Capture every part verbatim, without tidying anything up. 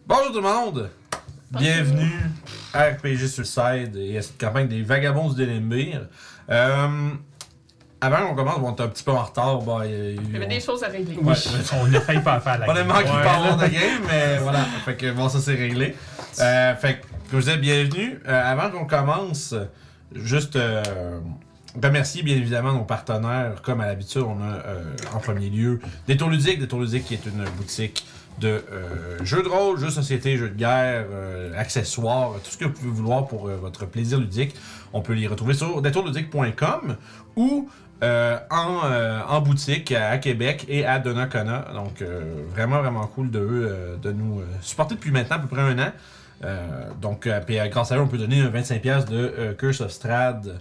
Bonjour tout le monde! Bonjour. Bienvenue à R P G Suicide et à cette campagne des Vagabonds du Délimbir. Euh, avant qu'on commence, on est un petit peu en retard. Bah, il y a- Il y avait des choses à régler. Ouais. On ne failli pas faire la On a game. manqué Ouais, pas avoir là. de game, mais voilà. Fait que bon, ça c'est réglé. Euh, fait que, comme je disais, bienvenue. Euh, avant qu'on commence, juste euh, remercier bien évidemment nos partenaires. Comme à l'habitude, on a euh, en premier lieu Détour Ludique. Détour Ludique qui est une boutique de euh, jeux de rôle, jeux de société, jeux de guerre, euh, accessoires, tout ce que vous pouvez vouloir pour euh, votre plaisir ludique. On peut les retrouver sur détour ludique point com ou euh, en, euh, en boutique à, à Québec et à Donnacona. Donc euh, vraiment, vraiment cool de eux euh, de nous euh, supporter depuis maintenant à peu près un an. Euh, donc euh, puis, euh, grâce à eux, on peut donner un vingt-cinq dollars de euh, Curse of Strahd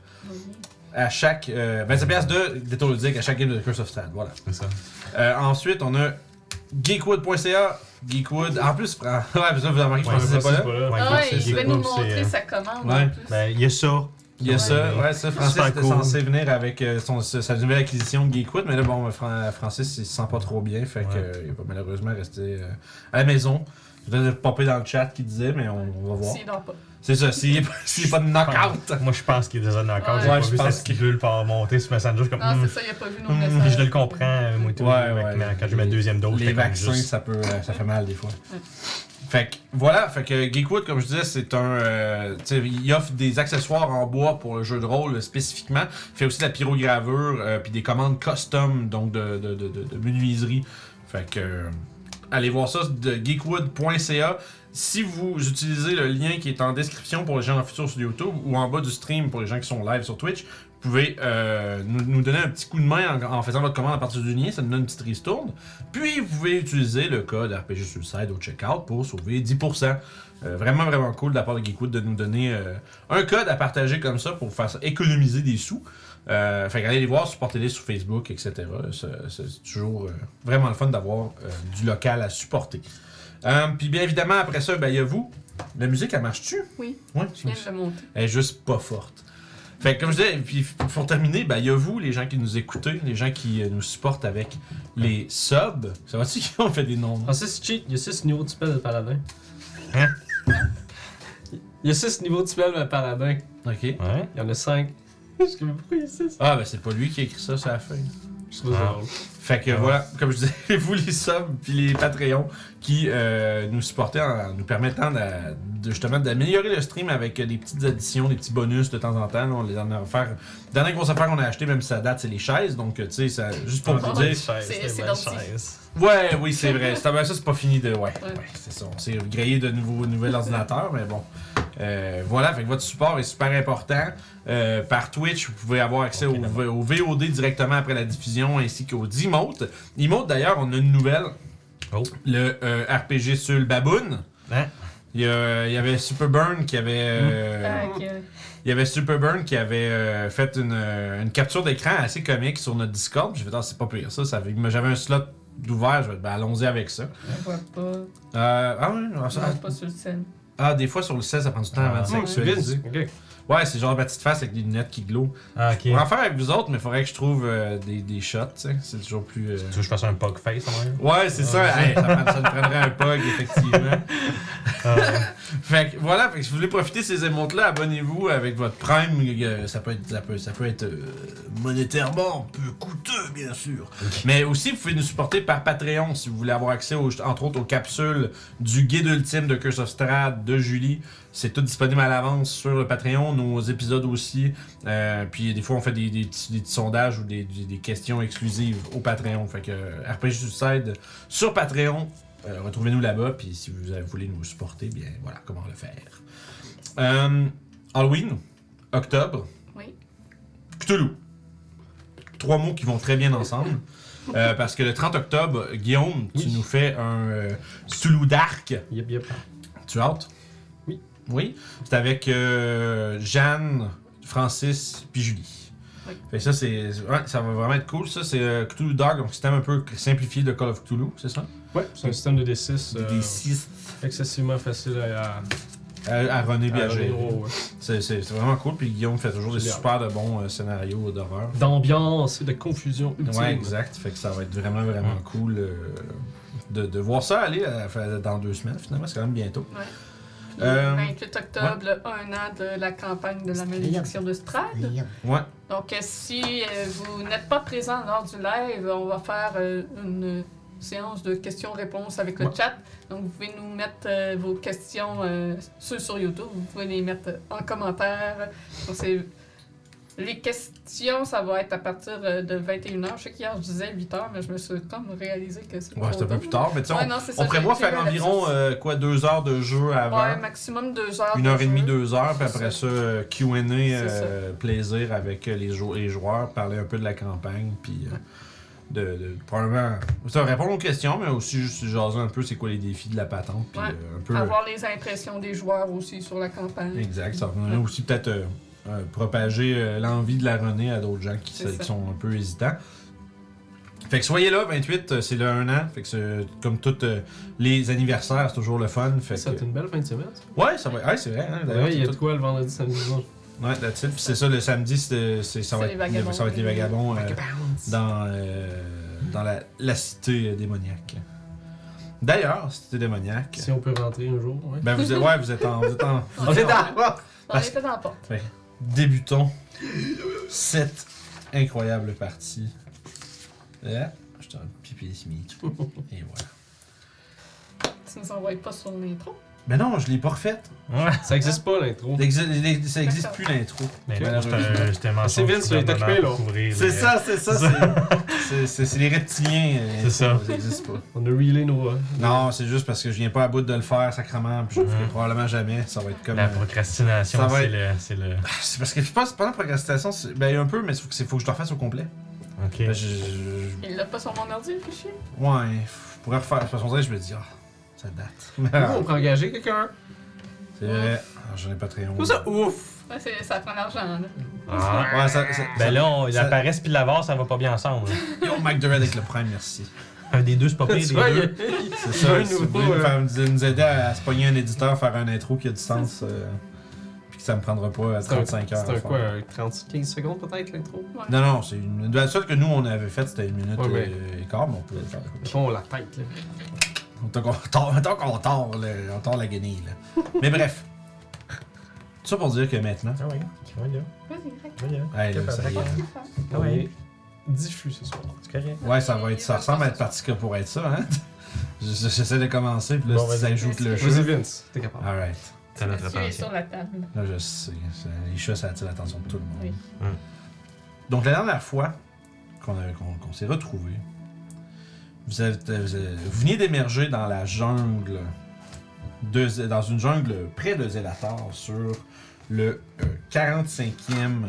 à chaque... Euh, vingt-cinq dollars de détour ludique à chaque game de Curse of Strahd. Voilà. C'est ça. Euh, ensuite, on a geekwood point c a. Geekwood. En plus, Fran... ouais, parce que vous avez remarqué que Ouais, Francis ça, n'est pas c'est là. pas là. Ouais, Ah ouais, c'est- il c'est- devait nous c'est, montrer euh, sa commande ouais. en plus. Ben, il y a ça. Il y a ça, Ouais, ouais, ça. Francis super était cool. censé venir avec euh, son, sa nouvelle acquisition de Geekwood, mais là, bon, Fran- Francis, il se sent pas trop bien, fait que Ouais. euh, il va malheureusement rester euh, à la maison. Je vais popper dans le chat qui disait, mais on, on va voir. S'il dort pas. C'est ça, s'il n'est pas, s'il est pas de knockout. Moi, je pense qu'il est déjà knock-out. Ouais. J'ai Ouais, pas je vu pense sa petite bulle par monter sur Messenger. Je suis comme, Non, hmm. c'est ça, il a pas vu nos Hmm, messages. puis je le comprends, euh, moi et tout. Ouais, mais ouais, quand, les- quand j'ai ma deuxième dose, Les j'étais comme vaccins, juste- ça peut, euh, ça fait mal des fois. Ouais. Fait que voilà, fait que Geekwood, comme je disais, c'est un. Euh, tu sais, il offre des accessoires en bois pour le jeu de rôle spécifiquement. Il fait aussi de la pyrogravure, euh, puis des commandes custom, donc de, de, de, de, de menuiserie. Fait que. euh, allez voir ça de geekwood point c a. Si vous utilisez le lien qui est en description pour les gens en futur sur YouTube ou en bas du stream pour les gens qui sont live sur Twitch, vous pouvez euh, nous, nous donner un petit coup de main en, en faisant votre commande à partir du lien, ça nous donne une petite ristourne. Puis vous pouvez utiliser le code R P G Suicide au checkout pour sauver dix pour cent. Euh, vraiment, vraiment cool de la part de Geekwood de nous donner euh, un code à partager comme ça pour faire ça, économiser des sous. Euh, fait qu'allez les voir, supportez-les sur Facebook, et cetera. C'est, c'est toujours euh, vraiment le fun d'avoir euh, du local à supporter. Euh, Puis bien évidemment, après ça, ben il y a vous. La musique, elle marche-tu? Oui, Ouais, je viens de le monter. elle est juste pas forte. Fait que comme je disais, puis pour terminer, ben il y a vous, les gens qui nous écoutent, les gens qui euh, nous supportent avec les subs. Ça va-tu qui ont fait des noms? non? Francis cheat, il y a six niveaux de spell de paladin. Hein? Il y a six niveaux de spell de paladin. Ok. Ouais. Il y en a cinq. Je sais même pourquoi il y a six. Ah ben c'est pas lui qui a écrit ça sur la feuille. Je trouve ça Ah. drôle. Fait que Ouais. voilà, comme je disais, vous les subs puis les Patreons qui euh, nous supportaient en nous permettant de, de- justement d'améliorer le stream avec euh, des petites additions, des petits bonus de temps en temps. Là, on les dernières affaires, la dernière grosse affaire qu'on a acheté, même si ça date, c'est les chaises. Donc euh, tu sais, ça, juste pour Ah, vous ouais. dire. Chaise, c'est- des c'est belles gentil. chaises. Ouais, oui, c'est vrai. C'est- ben, ça, c'est pas fini de. Ouais, ouais. Ouais. c'est ça. On s'est grillé de nouveaux nouvel ordinateur, mais bon. Euh, voilà, fait que votre support est super important. Euh, par Twitch, vous pouvez avoir accès Ok, au, d'accord. V- au V O D directement après la diffusion ainsi qu'aux emotes. Emotes, d'ailleurs, on a une nouvelle. Oh. Le euh, R P G sur le Baboon. Hein? Il y, a- il y avait Superburn qui avait. euh, Ah, ok. il y avait Superburn qui avait euh, fait une, euh, une capture d'écran assez comique sur notre Discord. J'ai fait, ah, c'est pas pire ça. ça avait- j'avais un slot d'ouvert. Je vais ben, allons-y avec ça. Je vois pas. Euh, ah, oui, ah, ça- Non, pas sur le scène. ah, des fois sur le seize, ça prend du temps avant de Ah, s'actualiser. Ok. Ouais, c'est genre ma petite face avec des lunettes qui glow. Ah, ok. On va en faire avec vous autres, mais il faudrait que je trouve euh, des, des shots, tu sais. C'est toujours plus. euh, Tu veux que je fasse un pug face en même? Ouais, c'est ça. Hey, ça, prend- ça nous prendrait un pug, effectivement. Ah, ouais. Fait que voilà, fait que si vous voulez profiter de ces émotes-là, abonnez-vous avec votre Prime. euh, ça peut être, ça peut, ça peut être euh, monétairement peu coûteux, bien sûr. Mais aussi, vous pouvez nous supporter par Patreon si vous voulez avoir accès, aux, entre autres, aux capsules du guide ultime de Curse of Strahd de Julie. C'est tout disponible à l'avance sur le Patreon, nos épisodes aussi. Euh, puis des fois, on fait des, des, petits, des petits sondages ou des, des, des questions exclusives au Patreon. Fait que euh, R P G Suicide sur Patreon. Euh, retrouvez-nous là-bas, puis si vous voulez nous supporter, bien voilà comment le faire. Euh, Halloween, octobre, Oui. Cthulhu. Trois mots qui vont très bien ensemble. Euh, parce que le trente octobre, Guillaume, tu Oui. nous fais un euh, Cthulhu Dark. Yep, yep. Tu as hâte? Oui. Oui. C'est avec euh, Jeanne, Francis, puis Julie. Oui. Fait que ça, c'est, ouais, ça va vraiment être cool. Ça, c'est euh, Cthulhu Dark, donc système un peu simplifié de Call of Cthulhu, c'est ça? Ouais, c'est un système de D six. euh, Des six excessivement facile à, à, à runner puis à à gérer. gérer, ouais. C'est, c'est, c'est vraiment cool. Puis Guillaume fait toujours des C'est bien. super de bons euh, scénarios d'horreur. D'ambiance et de confusion ultime. Ouais, exact. Fait que ça va être vraiment, vraiment cool. euh, de, de voir ça aller euh, dans deux semaines, finalement, c'est quand même bientôt. Ouais. Puis, Euh, vingt-huit octobre, le un an de la campagne de la malédiction de Strad. Ouais. Donc, euh, si euh, vous n'êtes pas présent lors du live, on va faire euh, une séance de questions-réponses avec le Ouais. chat. Donc, vous pouvez nous mettre euh, vos questions, euh, ceux sur YouTube, vous pouvez les mettre en commentaire. Donc, c'est... Les questions, ça va être à partir euh, de vingt et une heures. Je sais qu'hier, je disais huit heures, mais je me suis comme réalisé que c'est Ouais, c'est un peu plus tard, mais tu sais, Ouais, on, non, c'est on ça, prévoit j'ai- j'ai faire eu environ lapsus. euh, quoi, deux heures de jeu avant. Ouais, maximum deux heures. Une de heure et demie, jeu. deux heures, puis après C'est ça, euh, Q and A, C'est euh, plaisir avec euh, les, jou- les joueurs, parler un peu de la campagne, puis euh, de, de probablement ça, répondre aux questions, mais aussi juste jaser un peu c'est quoi les défis de la patente, puis Ouais. euh, un peu. Avoir les impressions des joueurs aussi sur la campagne. Exact, ça revenait aussi peut-être euh, euh, propager euh, l'envie de la runner à d'autres gens qui, C'est qui ça. sont un peu hésitants. Fait que soyez là, vingt-huit, euh, c'est le un an. Fait que c'est, comme tous euh, les anniversaires, c'est toujours le fun. Fait Ça, que, c'est une belle fin de semaine, ça. ouais, ça va. Ouais, c'est vrai. Hein, d'ailleurs, Ouais, il y a tout- de quoi le vendredi, samedi, dimanche. Ouais, that's it. Puis c'est ça, le samedi, c'est, c'est- ça, va C'est être, les vagabonds. ça va être les vagabonds euh, dans, euh, dans la, la cité euh, démoniaque. D'ailleurs, cité démoniaque. Si on peut rentrer un jour, ouais. Ben vous êtes, ouais, vous êtes en, vous êtes en, On on est est dans- en- On était dans la porte. Débutons cette incroyable partie. Là, je te pipi les smith. Et voilà. Tu nous envoies pas sur l'intro. Ben non, je l'ai pas refaite. Ouais. Ça existe pas, l'intro. L'exi- l'exi- Ça existe plus l'intro. Mais Ok. là, je te- je t'ai mentionné. C'est Vince, il t'a coupé, là. C'est ça, c'est ça. c'est- c'est- C'est c'est les reptiliens. euh, C'est ça. Ça existe pas. On a relay nos. euh, Non, c'est juste parce que je viens pas à bout de le faire sacrément, puis je le ferai Mhm. probablement jamais. Ça va être comme. La euh, procrastination, ça va c'est être- le, c'est le. C'est parce que je pense que pendant la procrastination, c'est- ben un peu, mais il faut que, c'est- faut que je le refasse au complet. Ok. Ben, je, je- je- Il l'a pas sur mon ordi, le fichier. ouais, je pourrais refaire. Parce qu'on dirait que je me dis, ah, ça date. Ou on peut engager quelqu'un. C'est vrai. Ah, j'en ai pas très honte. Tout ça, ouf! Ouais, c'est- ça prend l'argent, là. Ah. Ouais, ça. ça Ben là, on, ça- la paresse puis la vase, ça va pas bien ensemble. Yo, Mike Durrell avec le Prime, merci. Un des deux, c'est pas pire, Tu des vois, il y a- deux. C'est il y a ça. un Si vous nouveau, voulez nous, euh, faire- nous- nous aider à, à se pogner un éditeur, faire un intro qui a du sens, euh, puis que ça me prendra pas C'est un- trente-cinq heures. C'est à un faire. quoi, un trente quinze secondes peut-être l'intro? Ouais. Non, non, c'est une. La seule que nous on avait faite, c'était une minute Ouais, mais- euh, et quart, mais on peut le faire. Mettons la tête, là. Tant qu'on tord, tant qu'on tord, le- on tord la guenille, là. Mais bref. Tout ça pour dire que maintenant. Ah oui, tu vas là. Vas-y, Va là. Hey, là, ça y est. Ah On oui. est diffus ce soir. C'est correct. Ouais, ça va être. Ça ressemble à être parti que pour être ça, hein? Je- J'essaie de commencer, puis là, Bon, si ça vas-y. ajoute le Vas-y, jeu. Vas-y Vince, t'es capable. Alright. C'est notre Monsieur est attention. sur la table. Là, je sais. ça- Les chats, ça attire l'attention de tout le monde. Oui. Hum. Donc, la dernière fois qu'on a- qu'on- qu'on s'est retrouvés, vous, êtes- vous, êtes- vous veniez d'émerger dans la jungle, de, Zé- dans une jungle près de Zelator, sur le euh, quarante-cinquième,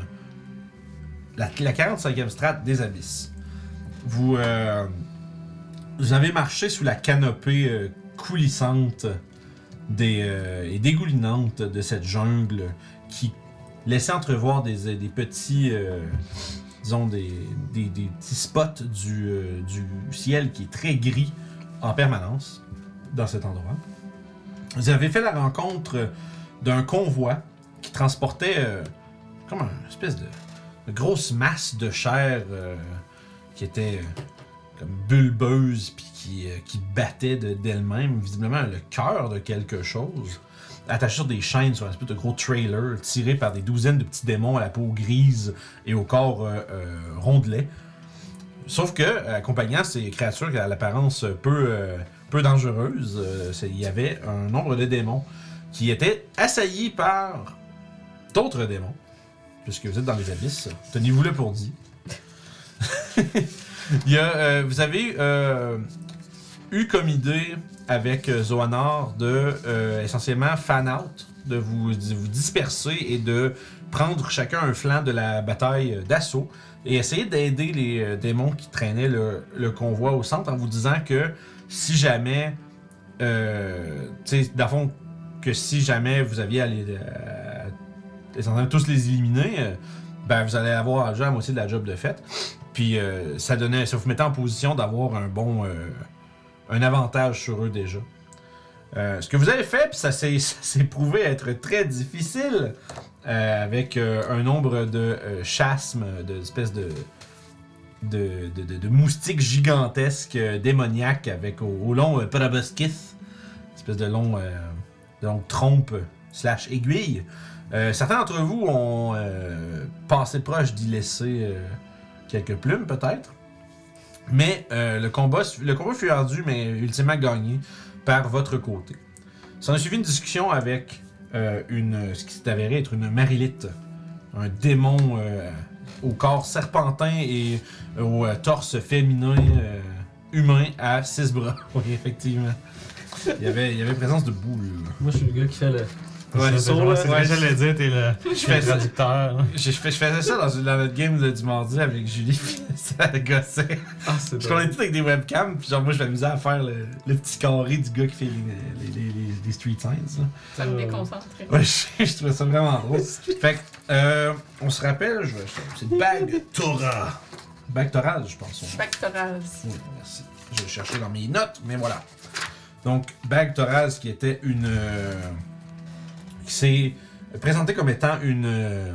la, la quarante-cinquième strate des Abysses. Vous, euh, vous avez marché sous la canopée euh, coulissante des, euh, et dégoulinante de cette jungle qui laissait entrevoir des, des petits, euh, disons, des, des, des petits spots du, euh, du ciel qui est très gris en permanence dans cet endroit. Vous avez fait la rencontre d'un convoi qui transportait euh, comme une espèce de, de grosse masse de chair euh, qui était euh, comme bulbeuse puis qui, euh, qui battait de- d'elle-même, visiblement le cœur de quelque chose, attaché sur des chaînes sur un espèce de gros trailer, tiré par des douzaines de petits démons à la peau grise et au corps euh, euh, rondelet. Sauf que, euh, accompagnant ces créatures à l'apparence peu, euh, peu dangereuse, euh, c'est- il y avait un nombre de démons qui étaient assaillis par d'autres démons, puisque vous êtes dans les abysses. Tenez-vous le pour dit. Il y a, euh, vous avez euh, eu comme idée avec euh, Zoanar de euh, essentiellement fan out, de vous, de vous disperser et de prendre chacun un flanc de la bataille d'assaut et essayer d'aider les euh, démons qui traînaient le, le convoi au centre en vous disant que si jamais, euh, tu sais, dans le fond, que si jamais vous aviez à les, euh, essentiellement tous les éliminer, euh, ben vous allez avoir déjà la moitié de la job de fait. Puis euh, ça donnait, ça vous mettait en position d'avoir un bon, euh, un avantage sur eux déjà. Euh, ce que vous avez fait, puis ça s'est, ça s'est prouvé être très difficile, euh, avec euh, un nombre de euh, chasmes, d'espèces de, de, de, de, de moustiques gigantesques euh, démoniaques avec au, au long euh, proboscis, espèce de long, euh, de longue trompe euh, slash aiguille. Euh, certains d'entre vous ont euh, passé proche d'y laisser euh, quelques plumes peut-être. Mais euh, le, combat, le combat fut ardu, mais ultimement gagné par votre côté. Ça a suivi une discussion avec euh, une, ce qui s'est avéré être une marilite, un démon euh, au corps serpentin et au euh, torse féminin euh, humain à six bras. Oui, effectivement. Il y avait, il y avait présence de boules. Moi, je suis le gars qui fait le. Ouais, c'est saut, ça, là. c'est Ouais, vrai, j'allais dire, t'es le, Je le fais ça. traducteur. là. Je, je fais- je faisais ça dans, dans notre game de- du mardi avec Julie, puis ça gossait. Ah, c'est Parce qu'on était avec des webcams, puis genre moi je m'amusais à faire le, le petit carré du gars qui fait les, les, les, les, les street signs. Là. Ça me déconcentre. Ouais, je, je trouvais ça vraiment drôle. Fait que, euh, on se rappelle, je vais, c'est Bag Torah. Bag Torah, je pense. on- Pectorals. Oui, merci. Je vais chercher dans mes notes, mais voilà. Donc, Bag Toraz, qui était une. euh, qui s'est présenté comme étant une. euh,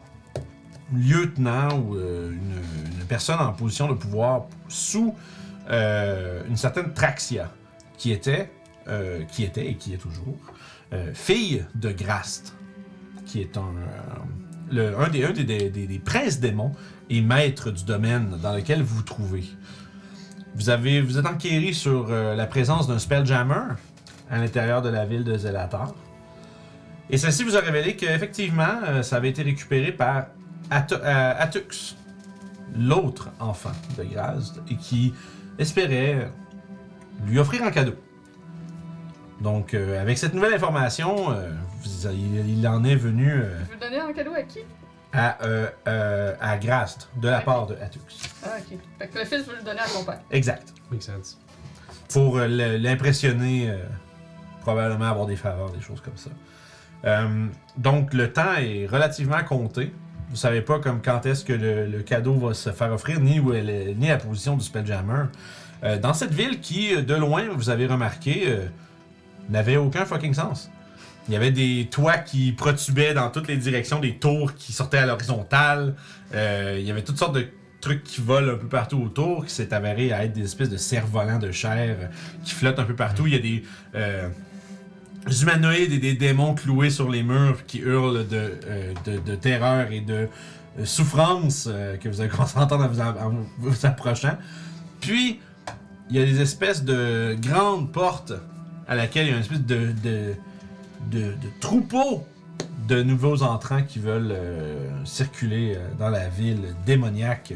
lieutenant ou euh, une, une personne en position de pouvoir sous euh, une certaine Traxia, qui était, euh, qui était et qui est toujours, euh, fille de Grast, qui est un, euh, le, un, des, un des, des, des, des princes démons et maître du domaine dans lequel vous vous trouvez. Vous, avez, vous êtes enquéri sur euh, la présence d'un Spelljammer à l'intérieur de la ville de Zelatar. Et ceci vous a révélé qu'effectivement, euh, ça avait été récupéré par At euh, Atux, l'autre enfant de Grazd, et qui espérait lui offrir un cadeau. Donc, euh, avec cette nouvelle information, euh, vous- il, il en est venu euh, Je veux donner un cadeau à qui? à, euh, euh, à Grast, de la part de Atux. Ah, ok. Fait que le fils veut le donner à son père. Exact. Make sense. Pour euh, le- l'impressionner, euh, probablement avoir des faveurs, des choses comme ça. Euh, donc, le temps est relativement compté. Vous savez pas comme quand est-ce que le, le cadeau va se faire offrir, ni, où elle est- ni la position du Spelljammer. Euh, dans cette ville qui, de loin, vous avez remarqué, euh, n'avait aucun fucking sens. Il y avait des toits qui protubaient dans toutes les directions, des tours qui sortaient à l'horizontale. Euh, il y avait toutes sortes de trucs qui volent un peu partout autour, qui s'est avéré à être des espèces de cerfs-volants de chair euh, qui flottent un peu partout. Il y a des euh, humanoïdes et des démons cloués sur les murs qui hurlent de, euh, de, de terreur et de euh, souffrance euh, que vous allez commencer à entendre en vous, en vous approchant. Puis, il y a des espèces de grandes portes à laquelle il y a une espèce de, de, de, de troupeau de nouveaux entrants qui veulent euh, circuler euh, dans la ville démoniaque.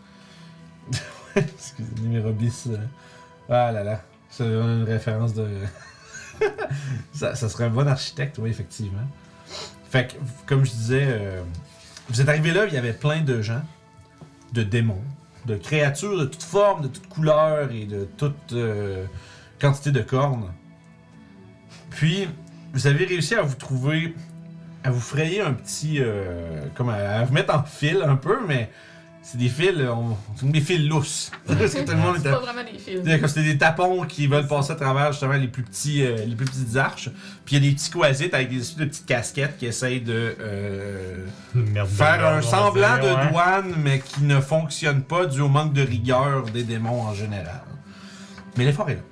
Excusez, Numérobis. Euh... Ah là là, c'est une référence de... ça, ça serait un bon architecte, oui, effectivement. Fait que, comme je disais, euh, vous êtes arrivé là, il y avait plein de gens, de démons, de créatures de toutes formes, de toutes couleurs et de toute euh, quantité de cornes. Puis, vous avez réussi à vous trouver, à vous frayer un petit, euh, comme à, à vous mettre en fil un peu, mais c'est des fils, on, c'est des fils lousses. Parce que tout le monde C'est était... pas vraiment des films. C'est comme c'était des tapons qui veulent passer à travers justement les plus petits, euh, les plus petites arches. Puis il y a des petits quasites avec des espèces de petites casquettes qui essayent de euh, Merde de faire merde, un on va semblant dire, de ouais. douane, mais qui ne fonctionne pas dû au manque de rigueur des démons en général. Mais l'effort est là.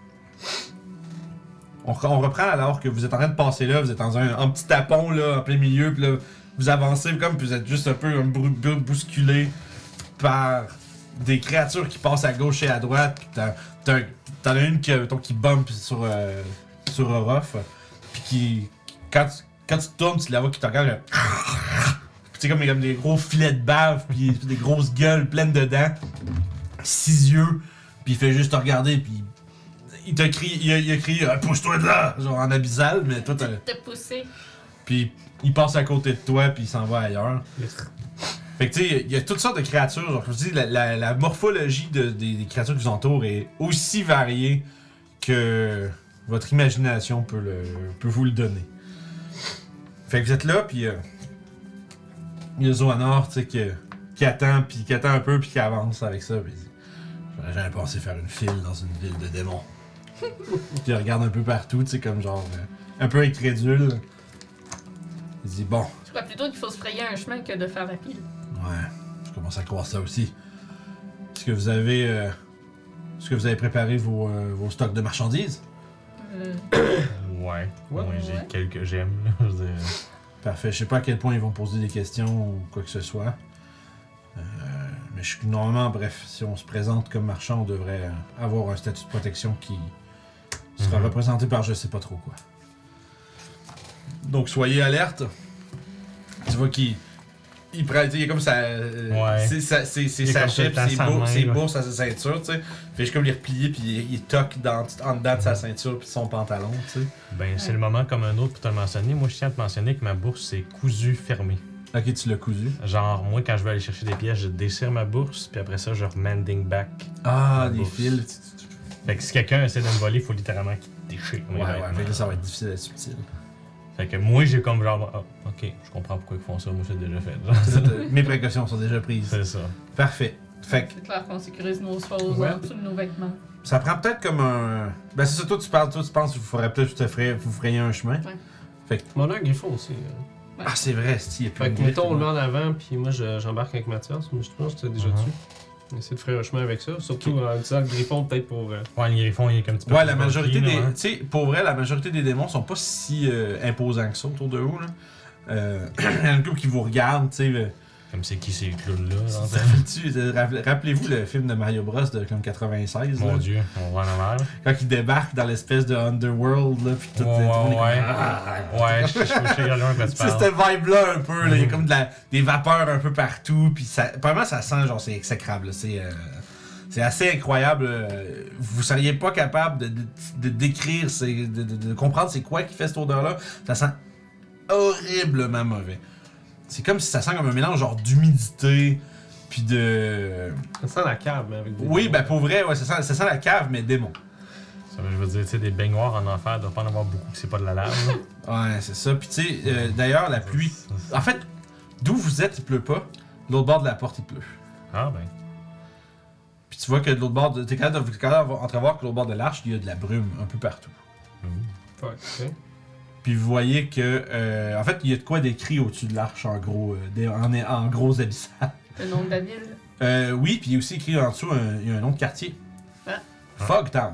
On, re- on reprend alors que vous êtes en train de passer là, vous êtes dans un, un petit tapon là, en plein milieu, puis là, vous avancez comme, puis vous êtes juste un peu um, brou- brou- bousculé par des créatures qui passent à gauche et à droite, puis t'en, t'en, t'en as une qui, mettons, qui bump sur, euh, sur Orof, puis qui, quand, tu- quand tu te tournes, tu la vois qui te regarde, là, puis c'est comme, comme des gros filets de bave, puis des grosses gueules pleines de dents, six yeux, puis il fait juste te regarder, puis il te crie, il a, il a crié ah, pousse-toi de là, genre en abyssal, mais toi t'as. Te pousser. Puis il passe à côté de toi, puis il s'en va ailleurs. Fait que tu sais, il y a toutes sortes de créatures. Genre, je vous dis, la, la, la morphologie de, des, des créatures qui vous entourent est aussi variée que votre imagination peut, le, peut vous le donner. Fait que vous êtes là, puis euh, il y a Zoanor, tu sais, qui, qui attend, puis qui attend un peu, puis qui avance avec ça, puis il dit j'aurais jamais pensé faire une file dans une ville de démons. Puis il regarde un peu partout, tu sais, comme genre euh, un peu incrédule. Il dit bon. Je crois plutôt qu'il faut se frayer un chemin que de faire la pile. Ouais, je commence à croire ça aussi. Est-ce que vous avez. euh, Est-ce que vous avez préparé vos, euh, vos stocks de marchandises? Euh, Ouais. Ouais. Moi, j'ai Ouais. quelques gemmes. là, je veux dire. Parfait. Je sais pas à quel point ils vont poser des questions ou quoi que ce soit. Euh, mais je, normalement, bref, si on se présente comme marchand, on devrait euh, avoir un statut de protection qui sera Mhm. représenté par je sais pas trop quoi. Donc soyez alerte. Tu vois qu'il il prend, tu sais, il est comme ça, euh, Ouais. c'est sa- c'est c'est Il est comme sachets, ça, puis ses sa bourses, main, ses là. bourses à sa ceinture, tu sais. Fait juste comme les replier, puis il, il toque dans, en dedans de sa ceinture puis de son pantalon, tu sais. Ben, c'est Ouais. le moment comme un autre pour te le mentionner. Moi, je tiens à te mentionner que ma bourse est cousue fermée. Ok, tu l'as cousu. Genre, moi, quand je vais aller chercher des pièces, je dessire ma bourse, puis après ça, je remanding back. Ah, La des bourse. fils. Fait que si quelqu'un essaie de me voler, il faut littéralement qu'il déchire Ouais, mes ouais, vêtements. fait que là, ça va être difficile à être subtil. Fait que moi, j'ai comme genre, ah, ok, je comprends pourquoi ils font ça, moi, c'est déjà fait. genre. C'est ça, mes précautions sont déjà prises. C'est ça. Parfait. Fait que C'est clair qu'on sécurise nos choses Ouais. en dessous de nos vêtements. ça prend peut-être comme un. Ben, c'est ça, toi, tu parles, toi, tu penses que vous ferez peut-être, vous, te ferez- vous feriez un chemin. On a un griffon aussi. hein. Ah, c'est vrai, s'il y a plus Fait de que mettons, on le griffe, met en avant, puis moi je- j'embarque avec Mathias. Mais je pense que c'était déjà Mhm. dessus. On essaie de faire un chemin avec ça. Surtout en utilisant le griffon, peut-être pour. euh, Ouais, le griffon, il est comme un petit peu. Ouais, plus la majorité bulky, des. là, hein. Tu sais, pour vrai, la majorité des démons sont pas si euh, imposants que ça autour de vous, là. Euh, il y en a une couple qui vous regardent, tu sais. euh, Comme c'est qui ces clowns-là, genre. ça fait-tu- euh, rappel- Rappelez-vous le film de Mario Bros de comme quatre-vingt-seize, Mon là, dieu, on va en avoir. quand il débarque dans l'espèce de Underworld, là, pis tout, Ouais, tout le monde est comme, ouais. Ah! Ouais, je je- je sais loin que tu C'est parles. cette vibe-là un peu, là. Il y a Mhm. comme de la, des vapeurs un peu partout, puis ça, vraiment ça sent genre c'est exécrable, là. C'est, euh, c'est assez incroyable. euh, Vous seriez pas capable de, de, de décrire, ces- de, de, de comprendre c'est quoi qui fait cette odeur-là. Ça sent horriblement mauvais. C'est comme si ça sent comme un mélange genre d'humidité, puis de. Ça sent la cave, mais avec des. Oui, ben pour vrai, ouais, ça sent, ça sent la cave, mais démon. Ça, je veux dire, tu sais, des baignoires en enfer, il doit pas en avoir beaucoup que c'est pas de la lave. là. Ouais, c'est ça. Puis tu sais, euh, d'ailleurs, la pluie. En fait, d'où vous êtes, il pleut pas. De l'autre bord de la porte, il pleut. Ah, ben. Puis tu vois que de l'autre bord, de, t'es capable de- t'es capable d'entrevoir que de l'autre bord de l'arche, il y a de la brume un peu partout. Fuck, ok. Puis vous voyez que, euh, en fait, il y a de quoi d'écrit au-dessus de l'arche en gros, euh, des- en, en gros abyssal. Le nom de la ville. Euh, oui, puis il y a aussi écrit en dessous, un- il y a un nom de quartier. Ah. Fogtown.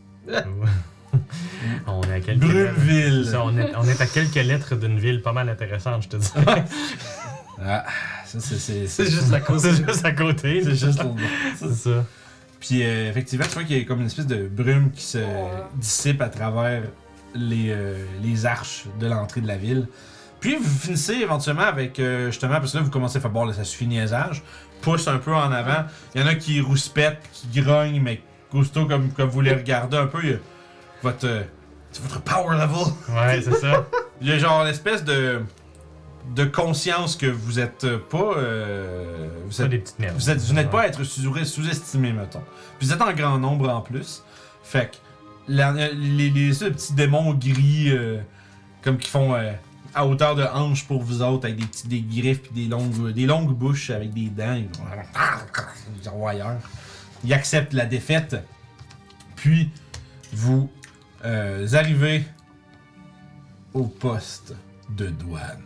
On est à quelques lettres. Brumeville. C'est ça, on, est, on est à quelques lettres d'une ville pas mal intéressante, je te dis. Ah, ça c'est... C'est, C'est juste la cause. c'est juste à côté. c'est juste l'autre bord. C'est ça. Puis euh, effectivement, tu vois qu'il y a comme une espèce de brume qui se dissipe à travers les, euh, les arches de l'entrée de la ville. Puis vous finissez éventuellement avec, euh, justement, parce que là vous commencez à faire, bon là ça suffit niaisage, pousse un peu en avant. Il y en a qui rouspètent, qui grognent, mais aussitôt comme, comme vous les regardez un peu, il y a votre, euh, c'est votre power level. Ouais, c'est ça. Il y a genre l'espèce de, de conscience que vous êtes pas... euh, vous C'est êtes des petites merdes. vous êtes- vous n'êtes pas à être sous- sous-estimé, mettons. Puis vous êtes en grand nombre en plus. Fait que la- les, les, les petits démons gris, euh, comme qui font euh, à hauteur de hanche pour vous autres, avec des petits des griffes puis des longues, des longues bouches avec des dents, ils vont des royeurs. Ils acceptent la défaite. Puis vous euh, arrivez au poste de douane.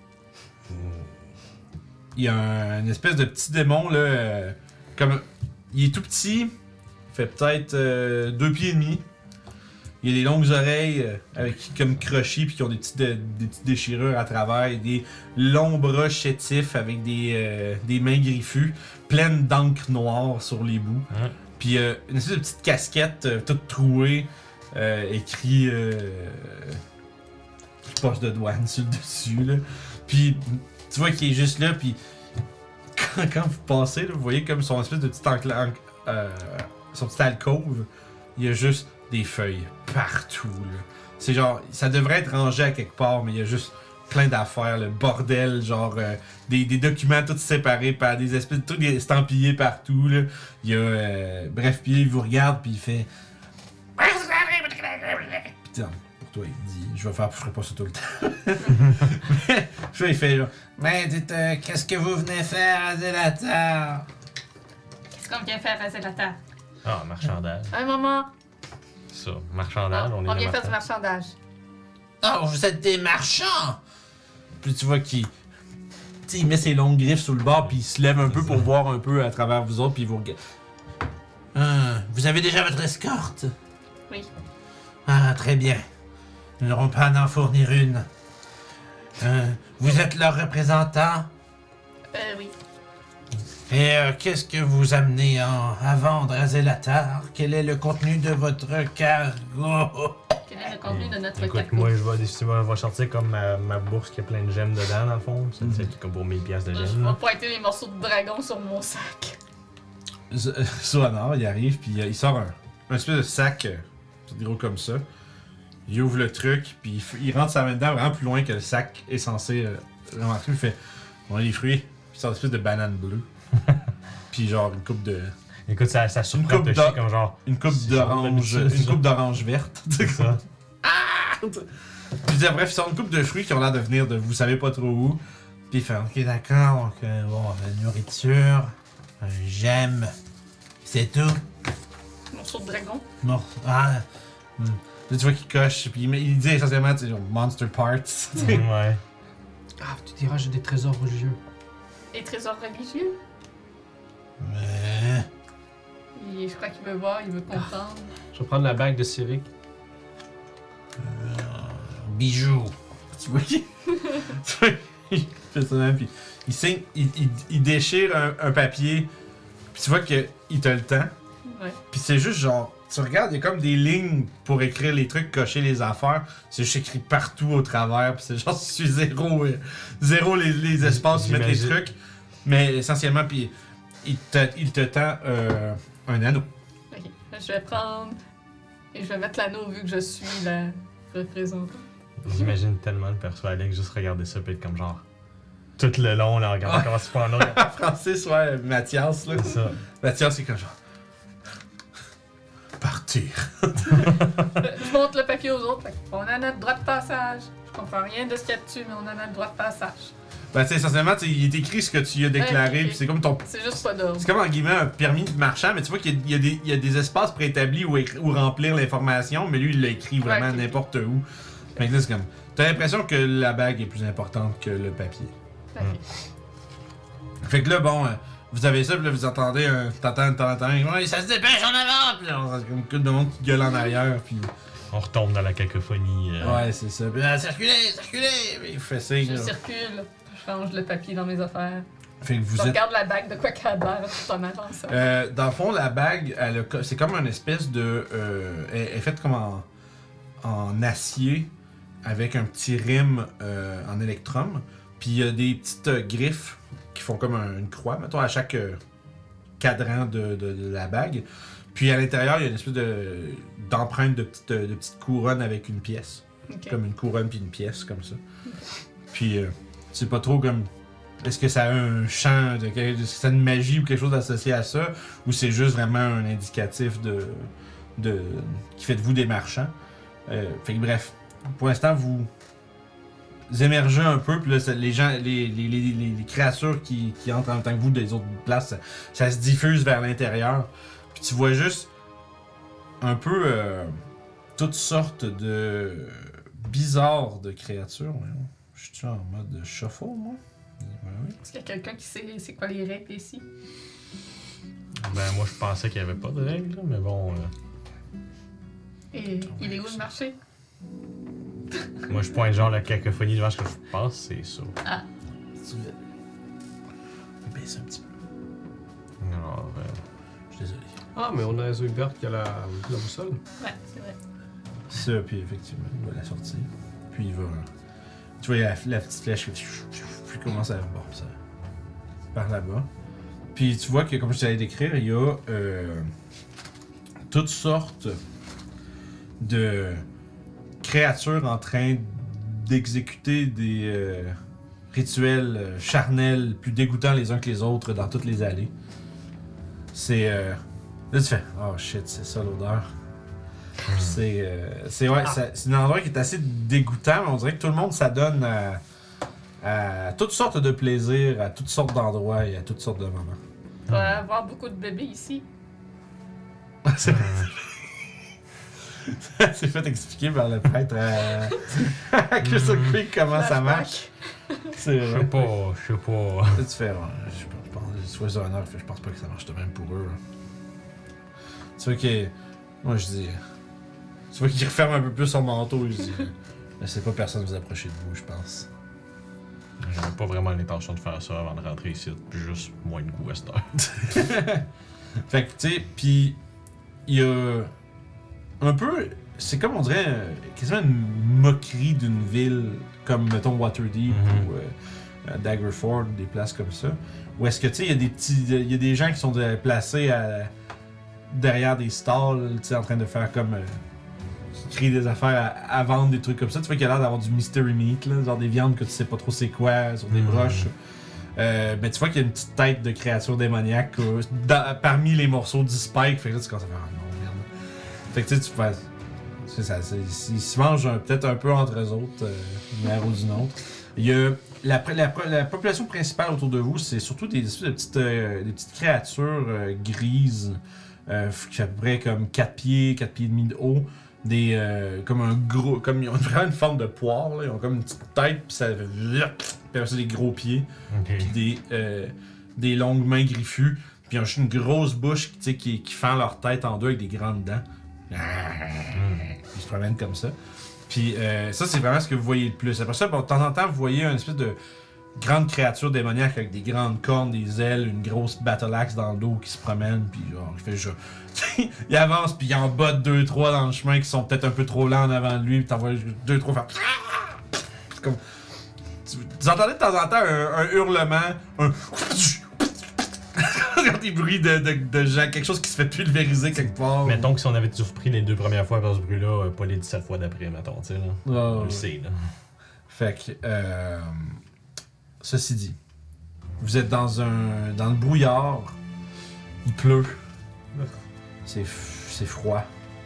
Il y a un, une espèce de petit démon là, euh, comme il est tout petit, il fait peut-être euh, deux pieds et demi. Il a des longues oreilles euh, avec comme crochis puis qui ont des petites, de- des petites déchirures à travers, et des longs bras chétifs avec des, euh, des mains griffues, pleines d'encre noire sur les bouts. Ouais. Puis euh, une espèce de petite casquette euh, toute trouée, euh, écrit euh, poste de douane sur le dessus là. Puis tu vois qu'il est juste là, puis quand, quand vous passez, là, vous voyez comme son espèce de petit encla- euh, son petit alcôve, il y a juste des feuilles partout là. C'est genre, ça devrait être rangé à quelque part, mais il y a juste plein d'affaires, le bordel, genre euh, des, des documents tous séparés par des espèces de trucs estampillés partout là. Il y a, euh, bref, puis il vous regarde puis il fait. Puis tiens, pour toi il dit, je vais faire, je ferai pas ça tout le temps. Mais, je il fait genre, mais dites, euh, qu'est-ce que vous venez faire à Zelatar? Qu'est-ce qu'on vient faire à Zelatar? Ah, marchandage. Un moment. Ça, marchandage, on est on des vient faire du marchands. marchandage. Oh, vous êtes des marchands! Puis tu vois qu'il. Tu sais, il met ses longues griffes sur le bord, puis il se lève un peu pour voir un peu à travers vous autres, puis il vous regarde. Ah, vous avez déjà votre escorte? Oui. Ah, très bien. Nous n'aurons pas à en fournir une. Euh, vous êtes leur représentant? Euh, oui. Et euh, qu'est-ce que vous amenez en, à vendre à Zelatar? Quel est le contenu de votre cargo? Quel est le contenu de notre Écoute, cargo? moi, je vais, je vais- je vais sortir comme ma, ma bourse qui a plein de gemmes dedans, dans le fond. C'est celle qui est comme pour mille piastres de Je gemmes. vais là. pointer les morceaux de dragon sur mon sac. Soanor, il arrive, puis euh, il sort un, un espèce de sac, euh, tout gros comme ça. Il ouvre le truc, puis il, f- il rentre sa main dedans vraiment plus loin que le sac est censé euh, rentrer. Il fait on a les fruits, puis il sort une espèce de banane bleue. Puis genre une coupe de. Écoute, ça, ça Une surprend coupe de d'or- chier comme genre. Une coupe C'est d'orange. genre d'habitude, Une ça. coupe d'orange verte. C'est ça. Puis euh, bref, il sort une coupe de fruits qui ont l'air de venir de vous savez pas trop où. Puis il fait ok d'accord, donc euh, bon, la nourriture, un gemme, c'est tout. Morceau de dragon. Mort. Ah. hmm. Là, tu vois qu'il coche, puis il, met- il dit essentiellement, tu sais, genre, monster parts. tu sais. Ouais. Ah, tu diras, j'ai des trésors religieux. Et trésors religieux. Ouais. Et je crois qu'il veut voir, il veut comprendre. Je vais prendre la bague de Cyric. Bijoux. Tu vois qu'il. tu vois qu'il fait ça même, puis il signe, il, il, il déchire un, un papier, puis tu vois qu'il te le tend, Ouais. puis c'est juste genre. Tu regardes, il y a comme des lignes pour écrire les trucs, cocher les affaires. C'est juste écrit partout au travers. Puis c'est genre, je suis zéro, euh, zéro les, les espaces où mettre les J'imagine. trucs. Mais essentiellement, puis il te, il te tend euh, un anneau. Ok. Je vais prendre. Et je vais mettre l'anneau vu que je suis la représentante. J'imagine tellement le perso Alex juste regarder ça puis être comme genre. Tout le long, là, regarder Ouais. comment se fait en autre. Francis, ouais, Mathias, là. C'est ça. Mathias, c'est comme genre. Partir. Je montre le papier aux autres. Fait on a notre droit de passage. Je comprends rien de ce qu'il y a dessus, mais on a notre droit de passage. Ben, tu sais, essentiellement, tu sais, il est écrit ce que tu y as déclaré, Ouais, ok. puis c'est comme ton. C'est juste pas d'ordre. C'est comme en guillemets un permis de marchand, mais tu vois qu'il y a, il y a des, il y a des espaces préétablis où, écri- où remplir l'information, mais lui, il l'a écrit vraiment Ouais, ok, ok. n'importe où. Fait que là, c'est comme. T'as l'impression que la bague est plus importante que le papier. Ok. Fait que là, bon, euh, vous avez ça, puis là, vous entendez un. T'entends, t'entends, ouais, ça se dépêche en avant! Puis là, on entend comme une couple de monde qui gueule en arrière, puis. On retombe dans la cacophonie. euh, Ouais, c'est ça. Puis là, circulez, circulez! Puis il fait signe. Je là. circule. Je range le papier dans mes affaires. Fait que vous je êtes. regarde la bague de quoi qu'elle a l'air tout en avant ça. Euh, dans le fond, la bague, elle a co- c'est comme une espèce de. Euh, elle, elle est faite comme en, en acier avec un petit rime euh, en électrum. Puis il y a des petites euh, griffes qui font comme un- une croix, mettons, à chaque euh, cadran de, de- de la bague. Puis à l'intérieur, il y a une espèce de, d'empreinte de petites, de petites couronnes avec une pièce. Ok. Comme une couronne puis une pièce, comme ça. Puis euh, c'est pas trop comme. Est-ce que ça a un champ, de, est-ce que ça a une magie ou quelque chose associé à ça, ou c'est juste vraiment un indicatif de, de qui fait de vous des marchands. Euh, fait que bref, pour l'instant vous émergez un peu, puis là ça- les gens, les, les, les, les- les créatures qui, qui entrent en même temps que vous des autres places, ça, ça se diffuse vers l'intérieur. Puis tu vois juste un peu euh, toutes sortes de bizarres de créatures. Voyons. Je suis en mode shuffle, moi? Ouais, oui. Est-ce qu'il y a quelqu'un qui sait c'est quoi les règles ici? Ben, moi, je pensais qu'il n'y avait pas de règles, là, mais bon. euh, Et il est où le marché? moi, je pointe genre la cacophonie devant ce que je pense, c'est ça. Si tu veux. Baisse un petit peu. Alors, euh, Je suis désolé. Ah, mais on a Zoidberg qui a la, la boussole. Ouais, c'est vrai. Ça, puis effectivement, il va la sortir. Puis il va. Tu vois, il y a la, la petite flèche qui. Puis commence à. Bon, ça. Par là-bas. Puis tu vois que, comme je t'allais décrire, il y a euh, toutes sortes de créatures en train d'exécuter des euh, rituels euh, charnels plus dégoûtants les uns que les autres dans toutes les allées. C'est. Euh, là, tu fais. Oh shit, c'est ça l'odeur. C'est. euh, c'est ouais, ça- c'est un endroit qui est assez dégoûtant, mais on dirait que tout le monde s'adonne à, à toutes sortes de plaisirs, à toutes sortes d'endroits et à toutes sortes de moments. Il va y avoir beaucoup de bébés ici. c'est c'est fait expliquer par le prêtre à, à Crystal Creek comment ça marche. C'est je sais vrai. pas, je sais pas. Là, tu fais, ouais, je pense, je pense, tu vois ça un heure, je pense pas que ça marche de même pour eux. là. Tu vois qu'il. Moi, je dis. Tu vois qu'il referme un peu plus son manteau. Je dis. Laissez pas personne vous approcher de vous, je pense. J'avais pas vraiment l'intention de faire ça avant de rentrer ici, puis juste moins de goût à cette heure. Fait que, tu sais, pis. Il y a. Un peu. C'est comme on dirait. euh, Quasiment une moquerie d'une ville, comme mettons Waterdeep Mhm. ou euh, Daggerford, des places comme ça. Où est-ce que, tu sais, il y a des petits. Il y a des gens qui sont de- placés à. Derrière des stalls, tu sais, en train de faire comme. euh, qui créent des affaires à, à vendre des trucs comme ça. Tu vois qu'il y a l'air d'avoir du mystery meat, là, genre des viandes que tu sais pas trop c'est quoi, sur des Mhm. broches. Euh, ben tu vois qu'il y a une petite tête de créature démoniaque euh, dans- parmi les morceaux du spike. Fait que là, tu commences à faire ah non, merde. Fait que tu sais, tu fais. C'est ça, c'est- ils se mangent un- peut-être un peu entre eux autres, euh, d'une manière ou d'une autre. Il y a. La, la, la population principale autour de vous, c'est surtout des espèces de petites, euh, des petites créatures euh, grises, euh, qui font à peu près comme quatre pieds, quatre pieds et demi de haut. Des, euh, comme un gros. Comme ils ont vraiment une forme de poire, là. Ils ont comme une petite tête, puis ça fait. Puis après ça, des gros pieds, Ok. puis des, euh, des longues mains griffues, puis ils ont juste une grosse bouche tu sais, qui, qui fend leur tête en deux avec des grandes dents. Ils se promènent comme ça. Puis euh, ça, c'est vraiment ce que vous voyez le plus. Après ça, bon, de temps en temps, vous voyez une espèce de grande créature démoniaque avec des grandes cornes, des ailes, une grosse battle axe dans le dos qui se promène, puis genre, il fait genre. Il avance, puis il en botte deux, trois dans le chemin qui sont peut-être un peu trop lents en avant de lui, puis t'envoies deux, trois faire. C'est comme. Tu, vous entendez de temps en temps un, un hurlement, un. Des bruits de, de, de gens, quelque chose qui se fait pulvériser quelque part. Mettons que si on avait surpris les deux premières fois par ce bruit-là, euh, pas les dix-sept fois d'après, mettons, tu sais, là. Ouais, On ouais. le sait, là. Fait que, euh, ceci dit, vous êtes dans un, dans le brouillard, il pleut, c'est, f- c'est froid.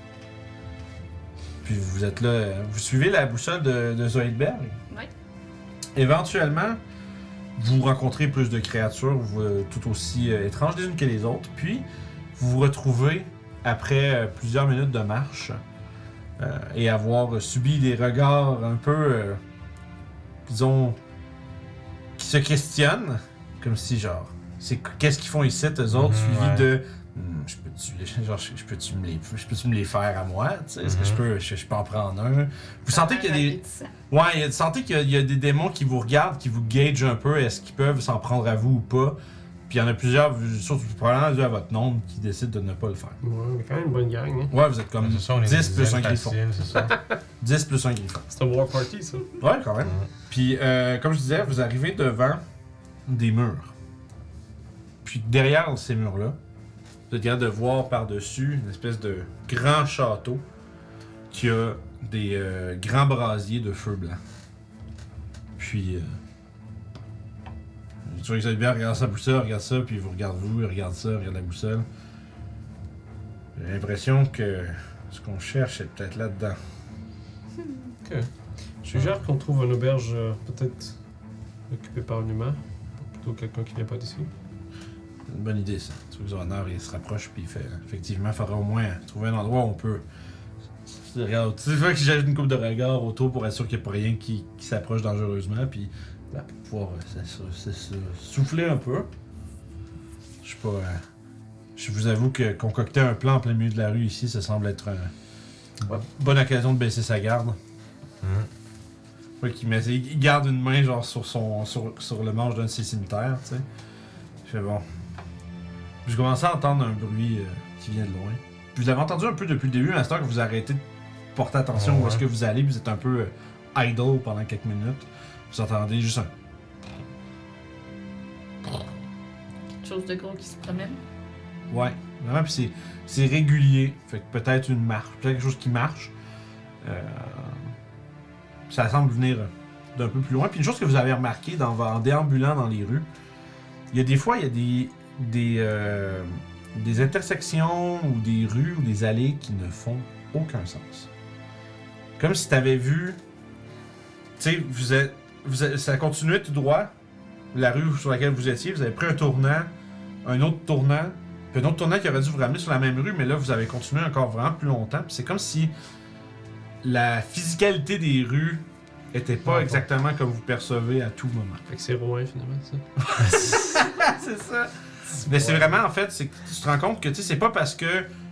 Puis vous êtes là, euh, vous suivez la boussole de, de Zoidberg. Oui. Éventuellement, vous rencontrez plus de créatures vous, euh, tout aussi euh, étranges les unes que les autres, puis vous vous retrouvez après euh, plusieurs minutes de marche euh, et avoir subi des regards un peu, euh, disons, qui se questionnent, comme si genre, c'est qu'est-ce qu'ils font ici, eux autres, Mhm, suivi ouais. de, Hmm, je peux-tu, genre, je, je peux-tu me les, je peux-tu me les faire à moi, tu sais, est-ce que je Mhm. peux, je, je peux en prendre un. Vous sentez qu'il y a des, Appétissant. ouais, il y a- vous sentez qu'il y a, il y a des démons qui vous regardent, qui vous gagent un peu, est-ce qu'ils peuvent s'en prendre à vous ou pas. Puis il y en a plusieurs, vous- surtout probablement dû à votre nombre, qui décident de ne pas le faire. Ouais, mais quand même une bonne gang, hein. Ouais, vous êtes comme C'est ça, on est dix des plus un dizaines griffon. faciles, c'est ça. dix plus un griffon. C'est un war party, ça. Ouais, quand même. Puis, euh, comme je disais, vous arrivez devant des murs. Puis derrière ces murs-là, vous êtes capable de voir par-dessus une espèce de grand château qui a des euh, grands brasiers de feu blanc. Puis, euh, tu vois que bien, regarde sa boussole, regarde ça, puis il vous regarde vous, il regarde ça, il regarde la boussole. J'ai l'impression que ce qu'on cherche est peut-être là-dedans. Ok. Je suggère qu'on trouve une auberge euh, peut-être occupée par un humain, plutôt que quelqu'un qui vient pas d'ici. C'est une bonne idée, ça. Tu vois que Zonard, il se rapproche, puis il fait. Effectivement, il faudrait au moins trouver un endroit où on peut. Tu regardes, tu vois que j'ajoute une coupe de regard autour pour être sûr qu'il n'y a pas rien qui, qui s'approche dangereusement, puis ben, pour pouvoir euh, ça- ça- ça- ça- souffler un peu. Je sais pas. euh, je vous avoue que concocter un plan en plein milieu de la rue ici, ça semble être un- une bonne occasion de baisser sa garde. Mhm. Ouais, qu'il met- il garde une main genre sur son sur, sur le manche d'un de ses cimetières, tu sais. Je fais bon. Puis je commençais à entendre un bruit euh, qui vient de loin. Puis vous l'avez entendu un peu depuis le début, mais à ce temps que vous arrêtez de porter attention Ouais. où est-ce que vous allez, puis vous êtes un peu euh, idle pendant quelques minutes. Vous entendez juste un. Quelque chose de gros qui se promène. Ouais, vraiment, puis c'est, c'est régulier. Fait que peut-être une marche, peut-être quelque chose qui marche. Euh, ça semble venir d'un peu plus loin. Puis une chose que vous avez remarqué dans, en déambulant dans les rues, il y a des fois, il y a des, des, euh, des intersections ou des rues ou des allées qui ne font aucun sens. Comme si tu avais vu, tu sais, vous êtes, vous êtes- ça continuait tout droit, la rue sur laquelle vous étiez, vous avez pris un tournant, un autre tournant, puis un autre tournant qui aurait dû vous ramener sur la même rue, mais là, vous avez continué encore vraiment plus longtemps. Puis c'est comme si la physicalité des rues était pas Ouais, exactement comme vous percevez à tout moment. Fait que c'est Rouen, finalement, ça. c'est ça. Mais c'est vraiment, en fait, c'est que tu te rends compte que, tu sais, c'est pas parce que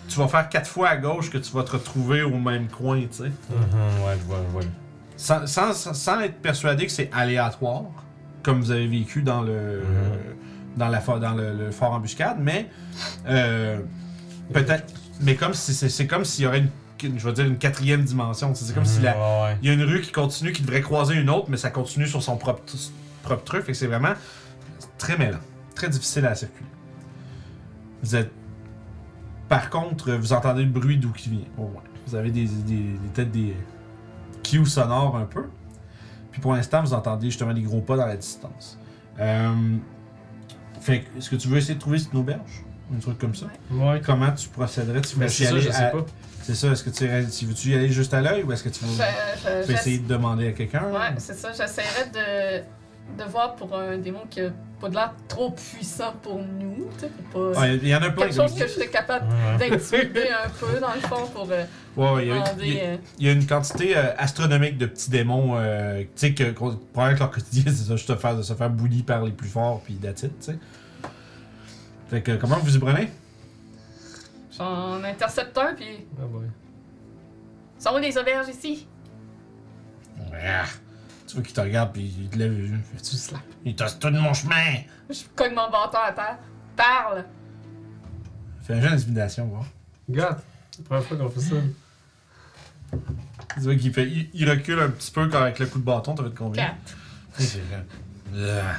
tu vas faire quatre fois à gauche que tu vas te retrouver au même coin, tu sais. Mhm, ouais, je vois, je vois. Sans, sans, sans être persuadé que c'est aléatoire, comme vous avez vécu dans le Mhm. dans, la, fo- dans le, le fort embuscade, mais euh, peut-être. Mais comme si c'est c'est comme s'il y aurait une, une- je vais dire une quatrième dimension. tu sais, C'est comme si Mhm, la, ouais, ouais. il y a une rue qui continue, qui devrait croiser une autre, mais ça continue sur son propre, propre truc. Fait que c'est vraiment très mêlant, très difficile à circuler. Vous êtes. Par contre, vous entendez le bruit d'où qui vient. Au moins. Vous avez des, des, des peut-être des cues sonores un peu. Puis pour l'instant, vous entendez justement des gros pas dans la distance. Euh, fait que, est-ce que tu veux essayer de trouver une auberge? Un truc comme ça? Ouais. Comment tu procéderais? Tu Mais veux c'est y ça, aller je sais à- pas. C'est ça, est-ce que tu, irais- tu veux-tu y aller juste à l'œil ou est-ce que tu veux, Je- je- tu peux j'essa- essayer de demander à quelqu'un? Ouais, c'est ça. J'essaierais de, de voir pour un démon qui a pas de l'air trop puissant pour nous. Tu sais, pour pas. Ouais, il y en a plein. Quelque comme chose je que je serais capable Ouais. d'intimider un peu, dans le fond, pour euh, Ouais, ouais, il y a- demander. il y a- euh, Il y a une quantité euh, astronomique de petits démons, euh, tu sais, que qu'on- probablement que leur quotidien, c'est ça, juste de, faire, de se faire bully par les plus forts, puis that's it, tu sais. Fait que, comment vous y prenez? J'en intercepte un, puis. Ah ouais. Sont où les auberges ici? Ah, tu vois qu'il te regarde, puis il te lève, il fait, tu slap. Il tasse tout de mon chemin! Je cogne mon bâton à terre. Parle! Fais un jeu d'intimidation, voir. Regarde, c'est la première fois qu'on fait ça. Tu vois qu'il fait, il, il recule un petit peu quand avec le coup de bâton, t'as fait combien? Quatre. Il fait là. Ah,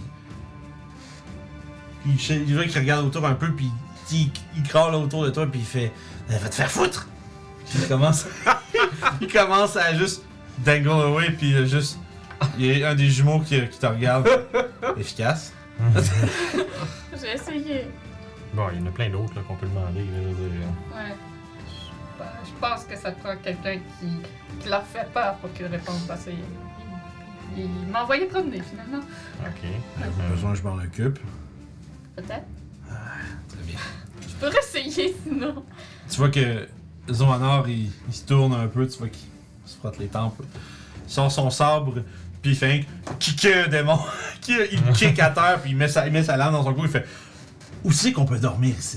il, il, il voit qu'il regarde autour un peu, puis il, il crâle autour de toi, puis il fait eh, va te faire foutre! Puis il commence, il commence à juste dangle away, puis il a juste. Il y a un des jumeaux qui, qui te regarde. Efficace. J'ai essayé. Bon, il y en a plein d'autres là, qu'on peut demander. Là, je veux dire. Ouais. Je, ben, je pense que ça prend quelqu'un qui, qui leur fait peur pour qu'ils répondent parce qu'il il, il m'a envoyé promener finalement. Ok. Pas Euh, besoin que je m'en occupe. Peut-être. Très bien. Je pourrais essayer sinon. Tu vois que Zoanor, il, il se tourne un peu, tu vois qu'il se frotte les tempes. Il sort son sabre, puis il fait un kicker un démon. il le kick à terre, puis il met, sa, il met sa lame dans son cou, il fait où c'est qu'on peut dormir ici?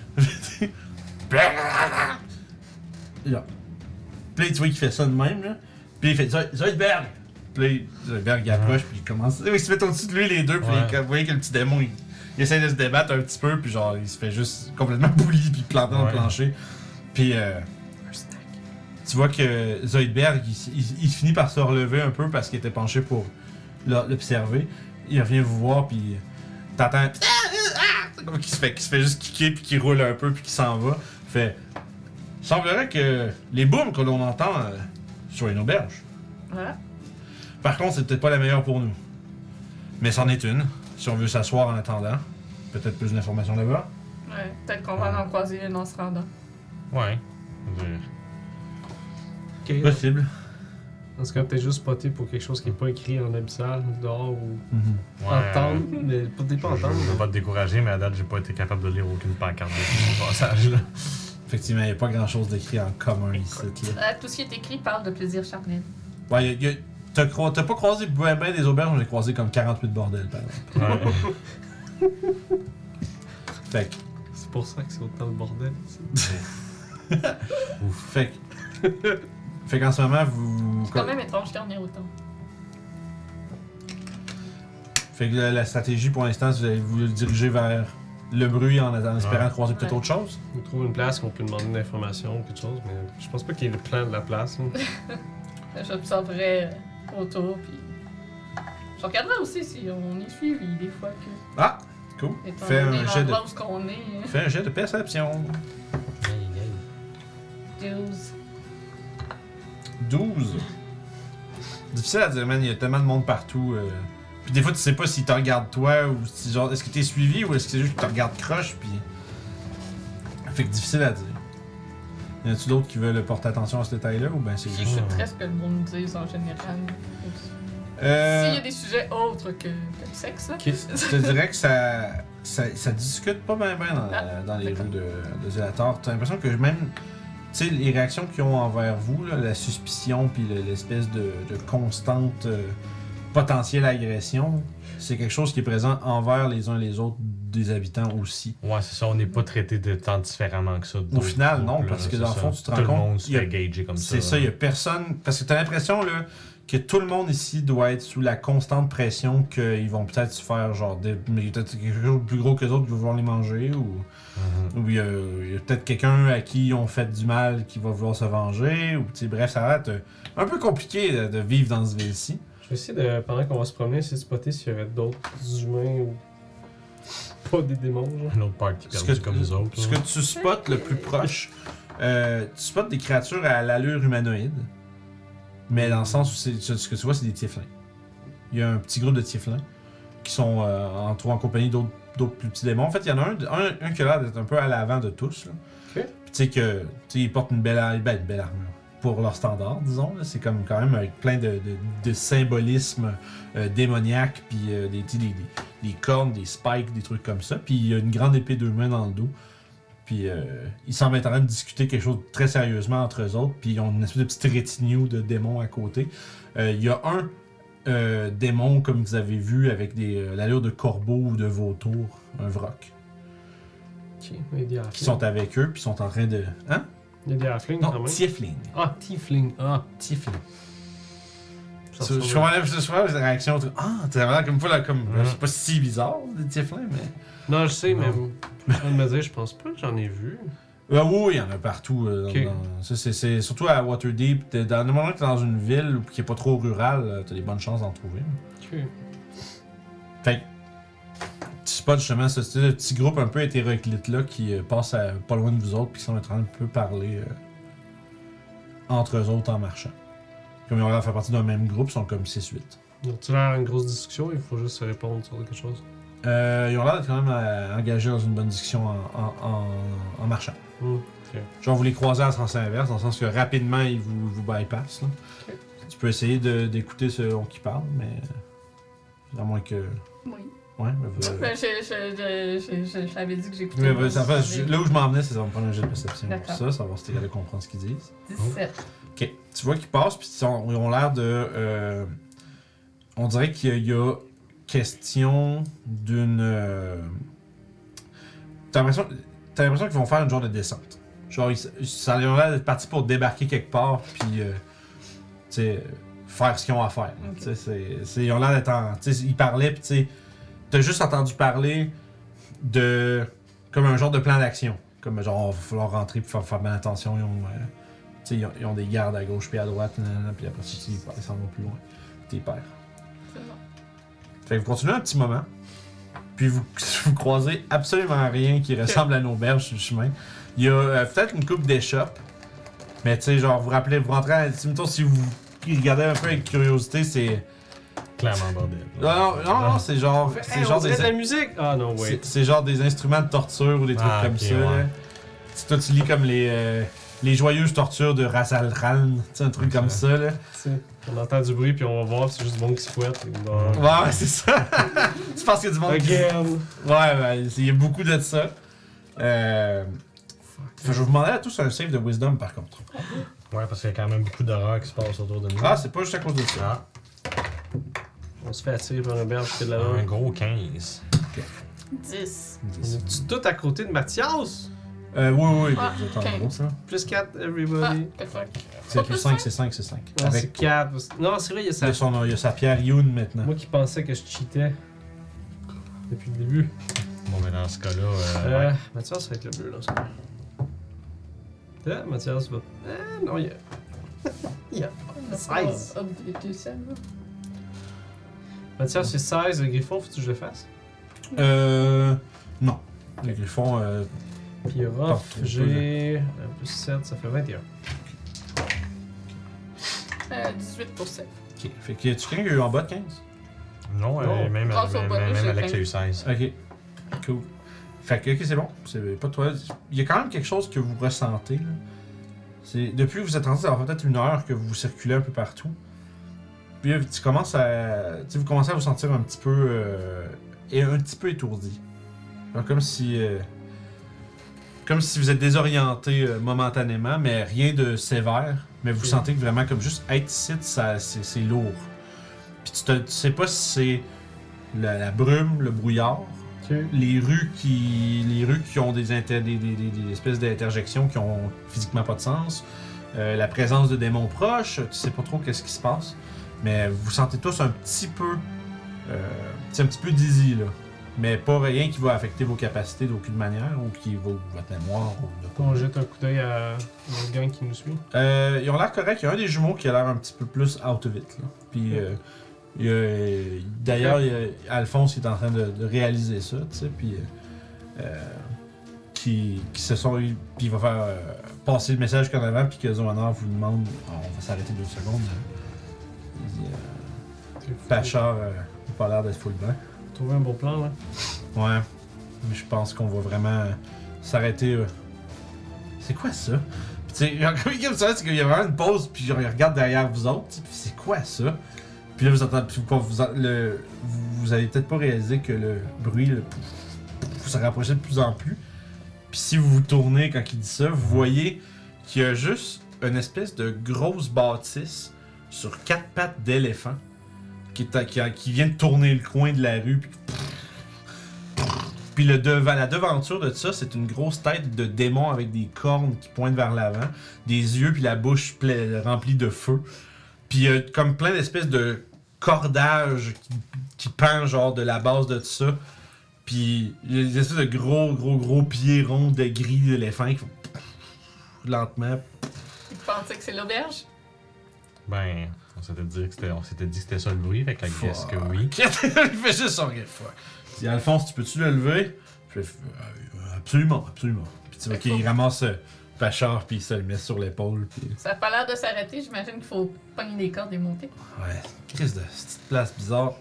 Là. Puis là, tu vois qu'il fait ça de même, là. Puis il fait Zoidberg! Puis là, Zoidberg il approche, puis il commence. Il se met au-dessus de lui, les deux, puis Ouais. vous voyez que le petit démon, il, il essaie de se débattre un petit peu, puis genre, il se fait juste complètement bully, puis planter dans le Ouais. plancher. Puis, euh, tu vois que Zoidberg, il, il- il finit par se relever un peu parce qu'il était penché pour l'o- l'observer. Il revient vous voir, puis t'entends. Comme qu'il se fait, qu'il se fait juste kicker, puis qu'il roule un peu, puis qu'il s'en va. Fait. Il semblerait que les booms que l'on entend euh, soient une auberge. Voilà. Par contre, c'est peut-être pas la meilleure pour nous. Mais c'en est une, si on veut s'asseoir en attendant. Peut-être plus d'informations là-bas. Ouais. Peut-être qu'on va en croiser une en se rendant. Ouais. Je veux dire. Ok. Possible. Dans ce cas, peut-être juste spotter pour quelque chose qui n'est pas écrit en abyssal, dehors ou Ouais. entendre, mais peut-être pas Je, entendre. je veux mais- pas te décourager, mais à date, j'ai pas été capable de lire aucune pancarte de mon passage là. Effectivement, il n'y a pas grand-chose d'écrit en commun ici. Là. Euh, tout ce qui est écrit parle de plaisir charnel. Ouais, y a- y a- t'as, cro- t'as pas croisé ben, ben des auberges, j'ai croisé comme quarante-huit bordels, par exemple. Ouais. Fait que. C'est pour ça que c'est autant le bordel. ici. Fait que. Fait qu'en ce moment, vous. C'est quand même étrange qu'il y en ait autant. Fait que la, la stratégie pour l'instant, vous allez vous diriger vers le bruit en, en espérant Ouais. croiser peut-être Ouais. autre chose. On trouve une place qu'on peut demander une information ou quelque chose, mais je pense pas qu'il y ait le plan de la place. là. J'observerai euh, autour, puis. Je regarderai aussi si on est suivi des fois que. Ah! Cool. Étant Fais donné un jet de. l'endroit où ce qu'on est. hein. Fais un jet de perception. douze. douze. Difficile à dire, man. Il y a tellement de monde partout. euh. Puis des fois, tu sais pas s'ils te regardent toi ou si genre. Est-ce que t'es suivi ou est-ce que c'est juste qu'ils te regardent croche, puis. Fait que difficile à dire. Y en a-tu d'autres qui veulent porter attention à ce détail-là ou ben c'est juste. J'écouterais ce que le monde dit en général. Euh. S'il y a des sujets autres que, que le sexe, là. Je te dirais que ça, ça, ça discute pas bien ben dans, Ah, dans les d'accord. rues de, de Zelator. T'as l'impression que même, tu sais, les réactions qu'ils ont envers vous, là, la suspicion puis le- l'espèce de, de constante, euh, potentielle agression, c'est quelque chose qui est présent envers les uns et les autres des habitants aussi. Ouais, c'est ça, on n'est pas traité de tant différemment que ça. Au final, non, parce que dans le fond, tu te rends compte. Tout le compte, monde se il y a- fait gager comme ça. C'est ça, il y a personne. Parce que t'as l'impression là, que tout le monde ici doit être sous la constante pression qu'ils vont peut-être se faire genre des, mais peut-être quelque chose de plus gros que les autres qui vont vouloir les manger ou, Mhm. ou il y a, il y a peut-être quelqu'un à qui ils ont fait du mal qui va vouloir se venger ou tu sais, bref, ça va être euh, un peu compliqué de, de vivre dans ce ville-ci. Je vais essayer de, pendant qu'on va se promener, essayer de spotter s'il y aurait d'autres humains ou pas des démons, genre. Un autre party Ce perdu que, comme nous autres. ce là. que tu spots le plus proche, euh, tu spots des créatures à l'allure humanoïde, mais dans le sens où c'est, ce que tu vois, c'est des tieflings. Il y a un petit groupe de tieflings qui sont euh, en, en compagnie d'autres, d'autres plus petits démons. En fait, il y en a un, un, un qui a l'air d'être un peu à l'avant de tous. Là. Ok. Puis tu sais que, tu sais, ils portent une belle, ar- ben, une belle armure. Pour leur standard, disons. Là. C'est comme quand même avec plein de, de, de symbolisme euh, démoniaque, puis euh, des, tu sais, des, des, des cornes, des spikes, des trucs comme ça. Puis il y a une grande épée deux mains dans le dos. Puis euh, ils semblent être en train de discuter quelque chose de très sérieusement entre eux autres. Puis ils ont une espèce de petite rétinue de démons à côté. Euh, Il y a un euh, démon, comme vous avez vu, avec des, euh, l'allure de corbeau ou de vautour, un vroc, Ok, il y a des qui halflings. sont avec eux, puis sont en train de. Hein? Il y a des halflings quand Non, même. tiefling. Ah, tiefling. Ah, Tiefling. ça Je ressemble- je comprends je comprends les réactions. tu- Ah, t'as vraiment comme pas là, comme. Ouais. C'est pas si bizarre, des tieflings, mais. Non, je sais, mais Non. je viens de me dire, je pense pas que j'en ai vu. Ah oui, il y en a partout. euh, dans- Ok. dans- ça, c'est, c'est surtout à Waterdeep. T'es- Dans le moment que t'es dans une ville qui est pas trop rurale, euh, t'as des bonnes chances d'en trouver. Ok. Fait que, tu spots justement ce ce petit groupe un peu hétéroclite-là qui euh, passe à, pas loin de vous autres, puis qui sont en train de un peu parler euh, entre eux autres en marchant. Comme ils ont l'air de faire partie d'un même groupe, ils sont comme six huit. Donc, tu l'air une grosse discussion, il faut juste se répondre sur quelque chose. Euh, ils ont l'air d'être quand même euh, engagés dans une bonne discussion en, en, en, en marchant. Hmm. Genre, vous les croisez en sens inverse, dans le sens que rapidement, ils vous, vous bypassent. Là. Ok. Tu peux essayer de, d'écouter ce qui parle, mais. euh, À moins que. Oui. Ouais, mais vous. Ben, je, je, je, je, je, je l'avais dit que j'écoutais. Mais, pas, mais, ça fait- j'avais- là où je m'en venais, c'est que ça va me prendre un jeu de perception pour D'accord. ça, savoir si t'es capable de comprendre ce qu'ils disent. dix-sept. Ok, tu vois qu'ils passent, puis ils ont, ils ont l'air de. euh, on dirait qu'il y a, il y a question d'une. euh, t'as l'impression, t'as l'impression qu'ils vont faire une genre de descente. Genre, ils, ça a l'air d'être parti pour débarquer quelque part, puis. euh, tu sais, faire ce qu'ils ont à faire. Ok. Tu sais, c'est, c'est- ils ont l'air d'être en. Tu sais, ils parlaient, puis tu sais. T'as juste entendu parler de. Comme un genre de plan d'action. Comme genre, il va falloir rentrer puis faire, faire bien attention. Ils ont, euh, tu sais, ils, ont, ils ont des gardes à gauche puis à droite, nanana, puis après ça, ils, ils s'en vont plus loin. T'es pères. C'est bon. Fait que vous continuez un petit moment. Puis vous, vous croisez absolument rien qui ressemble à nos berges sur le chemin. Il y a euh, peut-être une coupe d'échoppes. Mais tu sais, genre, vous rappelez, vous rentrez à. Si, mettons, si vous regardez un peu avec curiosité, c'est. Clairement bordel. Non, non, non, non, c'est genre. C'est Hey, on genre dirait des. de la musique! Ah non, wait. C'est, c'est genre des instruments de torture ou des trucs Ah, comme ok, ça. ouais. Là. Si toi tu lis comme les, euh, les joyeuses tortures de Rassalran, tu sais, un truc Ok. comme ça. Là. Tu sais, on entend du bruit puis on va voir, c'est juste du monde qui se fouette. et bon. Ouais, ouais, c'est ça. Tu penses qu'il y a du monde qui- Again! Ouais, ouais, il y a beaucoup de ça. Euh... Fait que je vais vous demander à tous un save de wisdom par contre. Ouais, parce qu'il y a quand même beaucoup d'horreurs qui se passent autour de nous. Ah, c'est pas juste à cause de ça. Ah, On se fait attirer par un berge qui fait de la un langue. gros quinze. dix. On est tout à côté de Mathias? Euh, oui, oui, oui, Ah, vous êtes en quinze. gros ça. Plus quatre, Ah, everybody. que fuck. C'est plus cinq, c'est cinq, c'est cinq. Non, c'est Avec quatre. Non, c'est vrai, il y a il y ça. a, son, il y a sa pierre Youn maintenant. Moi qui pensais que je cheatais depuis le début. Bon, mais dans ce cas-là, euh, Euh, ouais. Mathias, ça va être le bleu dans ce cas. Ah, Mathias va. Ah, non, il y a. il y a. seize. Hop, les deux scènes, là. Mathias, c'est seize. Le griffon, faut-tu que je le fasse? Euh. Non. Les griffons. Euh... Puis Ruff, Parfait, j'ai. euh, plus sept, ça fait vingt et un. Euh, dix-huit pour sept. Ok. Fait que tu quelqu'un qui a eu en bas de quinze? Non, euh, Non. même, Grâce au même, bonus, même j'ai Alex a quinze. eu seize. Ok. Cool. Fait que, ok, c'est bon. C'est pas de toi. Il y a quand même quelque chose que vous ressentez. Là. C'est, depuis que vous êtes rentré, ça va peut-être une heure que vous circulez un peu partout. Puis là, tu commences à. Tu sais, vous commencez à vous sentir un petit peu. Euh, et un petit peu étourdi. Genre comme si. Euh, comme si vous êtes désorienté euh, momentanément, mais rien de sévère. Mais vous Ok. sentez que vraiment, comme juste être ici, ça, c'est, c'est lourd. Puis tu, te- tu sais pas si c'est la, la brume, le brouillard, Ok. les rues qui les rues qui ont des, inter- des, des, des- des espèces d'interjections qui ont physiquement pas de sens, euh, la présence de démons proches, tu sais pas trop qu'est-ce qui se passe, mais vous sentez tous un petit peu, euh, c'est un petit peu dizzy là, mais pas rien qui va affecter vos capacités d'aucune manière ou qui va votre mémoire ou de quoi. On jette un coup d'œil à notre gang qui nous suit. Euh, ils ont l'air corrects. Il y a un des jumeaux qui a l'air un petit peu plus out of it. Là. Puis, euh, il y a- d'ailleurs, il y a Alphonse qui est en train de, de réaliser ça, tu sais. Puis, euh, euh, qui, qui se sont. Puis, il va faire euh, passer le message qu'en avant. Puis que Zoanor vous demande. On va s'arrêter deux secondes. Il dit, euh, Pachard euh, n'a pas l'air d'être full blanc. Trouver un bon plan là. Ouais. Mais je pense qu'on va vraiment euh, s'arrêter. euh. C'est quoi ça? Puis tu sais, comme il ça, c'est qu'il y a vraiment une pause, puis genre, il regarde derrière vous autres, tu sais, puis c'est quoi ça? Puis là, vous entendez, puis vous, vous, le, vous, vous avez peut-être pas réalisé que le bruit, le pouf, pouf, se rapprochait de plus en plus. Puis si vous vous tournez quand il dit ça, vous voyez qu'il y a juste une espèce de grosse bâtisse sur quatre pattes d'éléphant qui, est à- qui, a- qui vient de tourner le coin de la rue, puis Puis le devant, la devanture de ça, c'est une grosse tête de démon avec des cornes qui pointent vers l'avant, des yeux puis la bouche ple- remplie de feu. Puis il y a comme plein d'espèces de cordages qui, qui pendent genre de la base de tout ça. Puis il y a des espèces de gros, gros, gros pieds ronds de gris d'éléphant qui font lentement. Tu pensais que c'est l'auberge? Ben, on s'était dit que c'était, on s'était dit que c'était ça le bruit, fait que la guess que oui. il fait juste son gars, fuck. Il dit Alphonse, tu peux-tu le lever? Je fais euh, absolument, absolument. Puis tu vois qu'il ramasse euh, Pachard puis il se le met sur l'épaule. Puis... Ça a pas l'air de s'arrêter, j'imagine qu'il faut pogner les cordes et monter. Ouais, crise de petite place bizarre.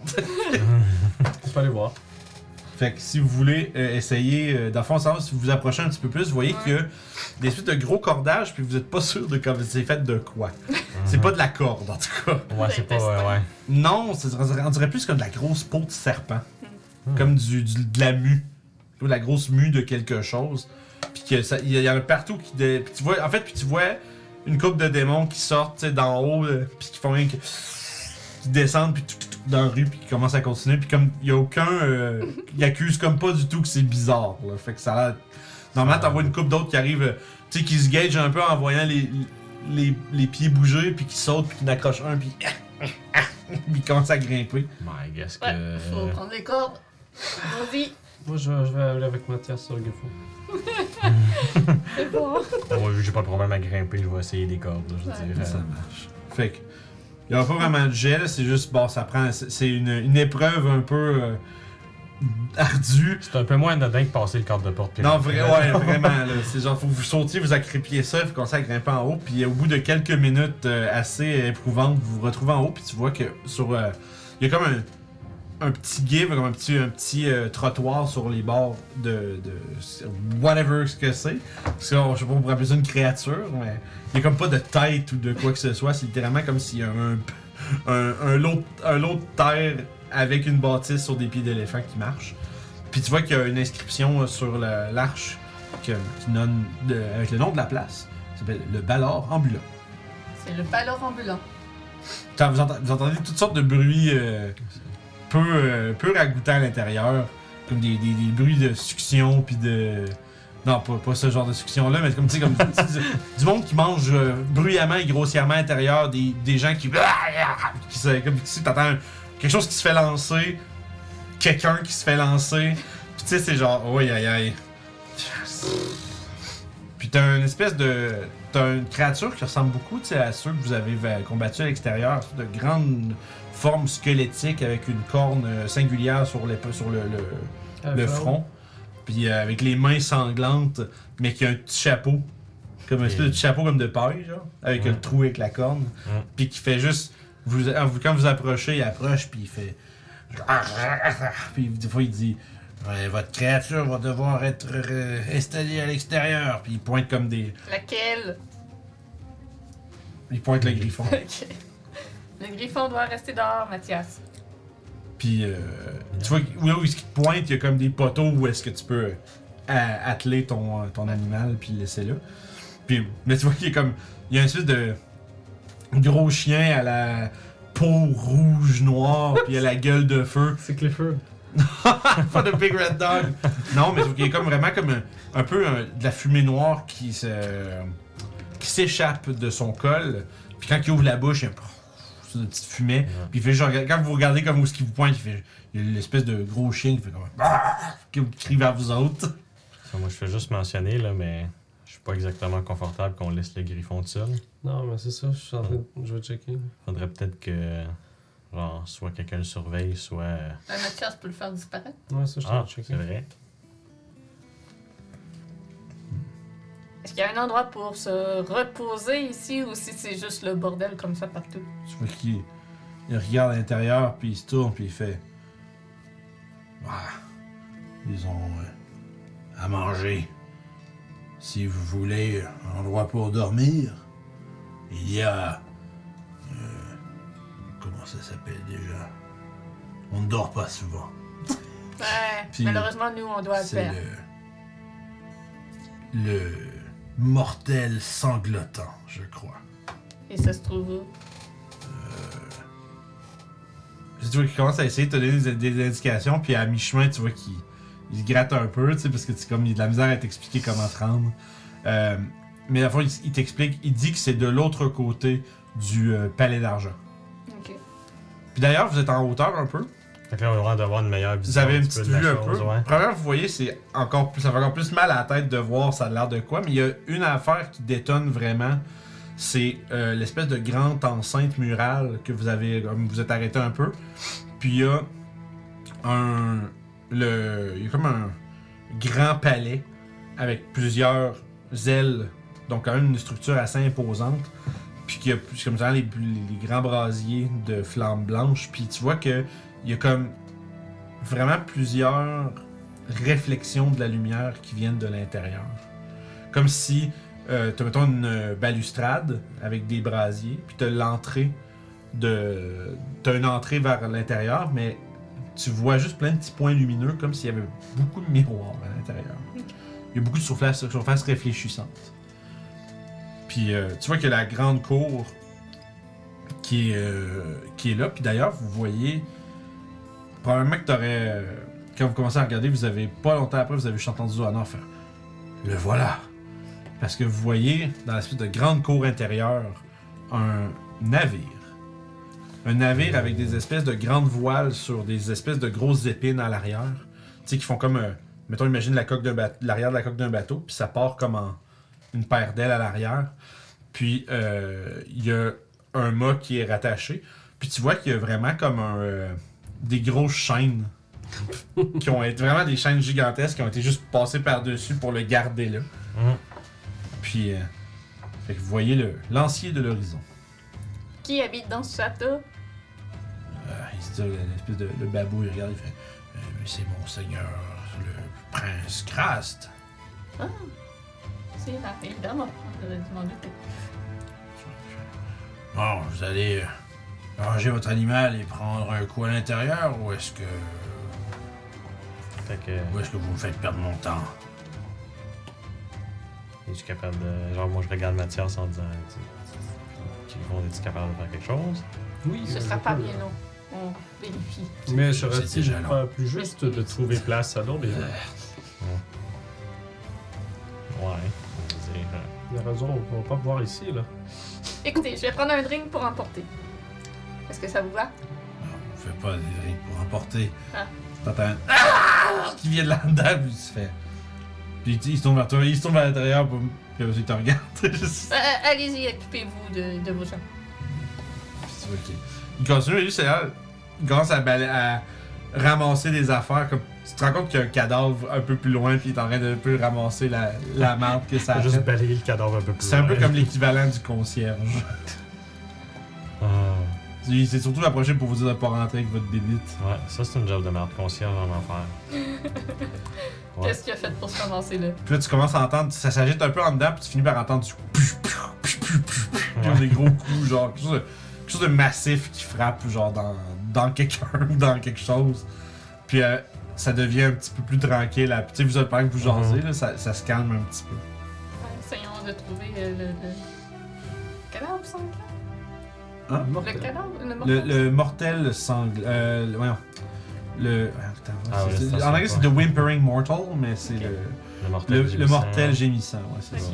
On peut aller voir. Fait que si vous voulez euh, essayer, euh, dans le fond, ça, si vous vous approchez un petit peu plus, vous voyez Ouais. que des suites de gros cordages, puis vous êtes pas sûr de quand c'est fait de quoi. C'est pas de la corde, en tout cas. Ouais, c'est pas. Ouais, ouais. Non, c'est- on dirait plus comme de la grosse peau de serpent. Hmm. Comme du, du- de la mue. Comme de la grosse mue de quelque chose. Puis que ça- il y, y en a partout qui. dé- puis tu vois, en fait, puis tu vois une couple de démons qui sortent tu sais, d'en haut, là, puis qui font rien que. qui descendent, puis tout, tout, tout, dans la rue, puis qui commencent à continuer. Puis comme il y a aucun. Euh, il accuse comme pas du tout que c'est bizarre. Là. Fait que ça a l'air. Normalement, t'en vois une couple d'autres qui arrivent. euh, tu sais, qui se gagent un peu en voyant les, les, les pieds bouger, puis qui sautent, puis qui n'accrochent un, puis. puis ils commencent à grimper. Ben, I guess que. Ouais, faut prendre les cordes. Vas-y, Moi je, je vais aller avec Mathias sur le gaffo. c'est bon. Moi, vu que j'ai pas de problème à grimper, je vais essayer des cordes, là, je Ouais. dirais. Ça marche. Fait que. Il n'y aura pas vraiment de gel, c'est juste, bon, ça prend. C'est c'est une, une épreuve un peu. euh, ardue. C'est un peu moins anodin que passer le cadre de porte. puis Non, rentrer. vrai, ouais, vraiment. Là. C'est genre, faut que vous sautiez, vous accrépiez ça, il faut commencer à grimper en haut. Puis au bout de quelques minutes euh, assez éprouvantes, vous vous retrouvez en haut, puis tu vois que sur. euh, Il y a comme un, un petit give, comme un petit, un petit euh, trottoir sur les bords de. de whatever ce que c'est. Parce que je sais pas, on pourrait appeler ça une créature, mais il y a comme pas de tête ou de quoi que ce soit. C'est littéralement comme s'il y a un, un, un, lot, un lot de terre avec une bâtisse sur des pieds d'éléphant qui marche. Puis tu vois qu'il y a une inscription sur le- l'arche que- qui donne de- avec le nom de la place. Ça s'appelle le Ballard ambulant. C'est le ballon ambulant. Quand vous, entend- vous entendez toutes sortes de bruits euh, peu, euh, peu ragoûtants à l'intérieur, comme des, des, des bruits de succion puis de... Non, pas, pas ce genre de succion-là, mais comme, tu sais, comme du, du monde qui mange euh, bruyamment et grossièrement à l'intérieur, des, des gens qui... qui se, comme tu sais, t'entends quelque chose qui se fait lancer, quelqu'un qui se fait lancer, puis tu sais, c'est genre, oh aïe aïe. Puis t'as une espèce de... T'as une créature qui ressemble beaucoup, tu sais, à ceux que vous avez euh, combattus à l'extérieur, de grandes formes squelettiques avec une corne euh, singulière sur, les, sur le, le, Ah, le ça, front, puis euh, avec les mains sanglantes, mais qui a un petit chapeau, comme un espèce de petit chapeau comme de paille, genre, avec Ouais. le trou avec la corne, Ouais. puis qui fait juste, vous, ah, vous- quand vous approchez, il approche, puis il fait, puis des fois il dit, ouais, votre créature va devoir être euh, installée à l'extérieur, puis il pointe comme des, Laquelle? il pointe le griffon, Ok. Le griffon doit rester dehors, Mathias. puis euh, tu vois où là où il pointe, il y a comme des poteaux où est-ce que tu peux euh, a- atteler ton, ton animal puis le laisser là. Puis, mais tu vois qu'il y a comme. Il y a une espèce de gros chien à la peau rouge, noire, puis il a la gueule de feu. C'est Clifford. Pas de Big Red Dog. Non, mais il y a comme vraiment comme un, un peu un- de la fumée noire qui se qui s'échappe de son col. Puis quand il ouvre la bouche, il y a un- une petite fumée. Puis il fait genre, quand vous regardez comme où ce qu'il vous pointe, il fait il y a l'espèce de gros chien qui fait comme qui crie vers vous autres. Ça, moi, je fais juste mentionner, là, mais je suis pas exactement confortable qu'on laisse le griffon tout seul. Non, mais c'est ça, je suis en train de... Je vais checker. Faudrait peut-être que, genre, soit quelqu'un le surveille, soit... euh, Un Mathias peut le faire disparaître. Ouais, ça, je suis en Ah, train de checker. c'est vrai. Est-ce qu'il y a un endroit pour se reposer ici ou si c'est juste le bordel comme ça partout? Tu vois qu'il il regarde à l'intérieur, puis il se tourne, puis il fait ah, ils ont euh, à manger. Si vous voulez un endroit pour dormir, il y a. euh, comment ça s'appelle déjà? On ne dort pas souvent. Ouais, Puis, malheureusement, nous, on doit le C'est faire. le. Le. Mortel sanglotant, je crois. Et ça se trouve où? Tu vois qu'il commence à essayer de te donner des, des indications, puis à mi-chemin, tu vois qu'il il se gratte un peu, tu sais, parce que c'est comme il a de la misère à t'expliquer comment te rendre. Euh, mais à la fois, il, il t'explique, il dit que c'est de l'autre côté du euh, palais d'argent. Ok. Puis d'ailleurs, vous êtes en hauteur un peu. Fait que là, on a le droit d'avoir une meilleure Vous vision. avez une petit petite peu de vue la un chose, peu. ouais. Premièrement, vous voyez, c'est encore plus, ça fait encore plus mal à la tête de voir ça a l'air de quoi, mais il y a une affaire qui détonne vraiment. C'est euh, l'espèce de grande enceinte murale que vous avez, comme vous êtes arrêté un peu. Puis il y a un, le, il y a comme un grand palais avec plusieurs ailes, donc quand même une structure assez imposante. Puis qu'il y a plus- comme ça les, les grands brasiers de flammes blanches. Puis tu vois que il y a comme vraiment plusieurs réflexions de la lumière qui viennent de l'intérieur. Comme si euh, tu as, mettons, une balustrade avec des brasiers, puis tu as l'entrée de. Tu as une entrée vers l'intérieur, mais tu vois juste plein de petits points lumineux, comme s'il y avait beaucoup de miroirs à l'intérieur. Il y a beaucoup de surfaces, surfaces réfléchissantes. Puis euh, tu vois que la grande cour qui est, euh, qui est là, puis d'ailleurs, vous voyez. Probablement que t'aurais. euh, Quand vous commencez à regarder, vous avez pas longtemps après, vous avez juste entendu Zoanor faire le voilà. Parce que vous voyez, dans l'espèce de grande cour intérieure, un navire. Un navire avec des espèces de grandes voiles sur des espèces de grosses épines à l'arrière. Tu sais, qui font comme. euh, mettons, imagine la coque d'un bateau, l'arrière de la coque d'un bateau, puis ça part comme en une paire d'ailes à l'arrière. Puis, euh, il y a un mât qui est rattaché. Puis, tu vois qu'il y a vraiment comme un. euh, des grosses chaînes qui ont été vraiment des chaînes gigantesques qui ont été juste passées par-dessus pour le garder là. Mhm. Puis, euh, fait que vous voyez le lancier de l'horizon. Qui habite dans ce château? Euh, il se dit, l'espèce de le babou, il regarde, il fait euh, mais c'est mon seigneur, le prince Krast. Ah, c'est là, évidemment. J'aurais dû m'en douter. Bon, vous allez euh, ranger votre animal et prendre un coup à l'intérieur ou est-ce que. Fait que, Ou est-ce que vous me faites perdre mon temps? es-tu capable de. Genre, moi, je regarde Mathias en disant. Tu es-tu capable de faire quelque chose? Oui, Ce euh, sera je pas peux, bien là. long. On vérifie. Mais C'est serait-il déjà long. pas plus juste de trouver place à d'autres gens? Ouais. Je veux dire, euh, Il a raison, on va pas boire ici, là. Écoutez, je vais prendre un drink pour emporter. Est-ce que ça vous va? Non, on fait pas des drinks pour emporter. Ah. T'entends ah! Qui vient de là-dedans, puis il se fait. Puis il se tourne vers toi, il se tourne vers l'intérieur, puis puis après, il te regarde. Juste- Euh, euh, allez-y, occupez-vous de, de vos gens. Puis tu vois qu'il- Il continue, lui, c'est là. Il commence à, bala- à ramasser des affaires. Comme... Tu te rends compte qu'il y a un cadavre un peu plus loin, puis il est en train de un peu ramasser la, la marde que ça a juste fait. balayer le cadavre un peu plus C'est un peu loin. comme l'équivalent du concierge. Ah. Il s'est surtout approché pour vous dire de pas rentrer avec votre bébite. Ouais, ça, c'est une job de merde. Concierge en enfer. Ouais. Qu'est-ce qu'il a fait pour se ramasser là? Puis là, tu commences à entendre, ça s'agite un peu en dedans, puis tu finis par entendre du piou, piou, piou, piou, piou, piou, Ouais. des gros coups, genre quelque chose, de, quelque chose de massif qui frappe, genre dans, dans quelqu'un ou dans quelque chose. Puis euh, ça devient un petit peu plus tranquille. Là. Puis tu sais, vous êtes pendant que vous jasez, Mhm. là, ça, ça se calme un petit peu. Ouais, essayons de trouver euh, le, le... cadavre, semble. Hein? Le cadavre, le Le, mortel. le mortel sangle. Euh, le- voyons. Le. Attends, Ah ouais, c'est- c'est en ça, anglais, c'est c'est pas. The Whimpering Mortal, mais c'est Ok. le, Le mortel. le, le gémissant. mortel gémissant. Ouais, c'est Ok. ça.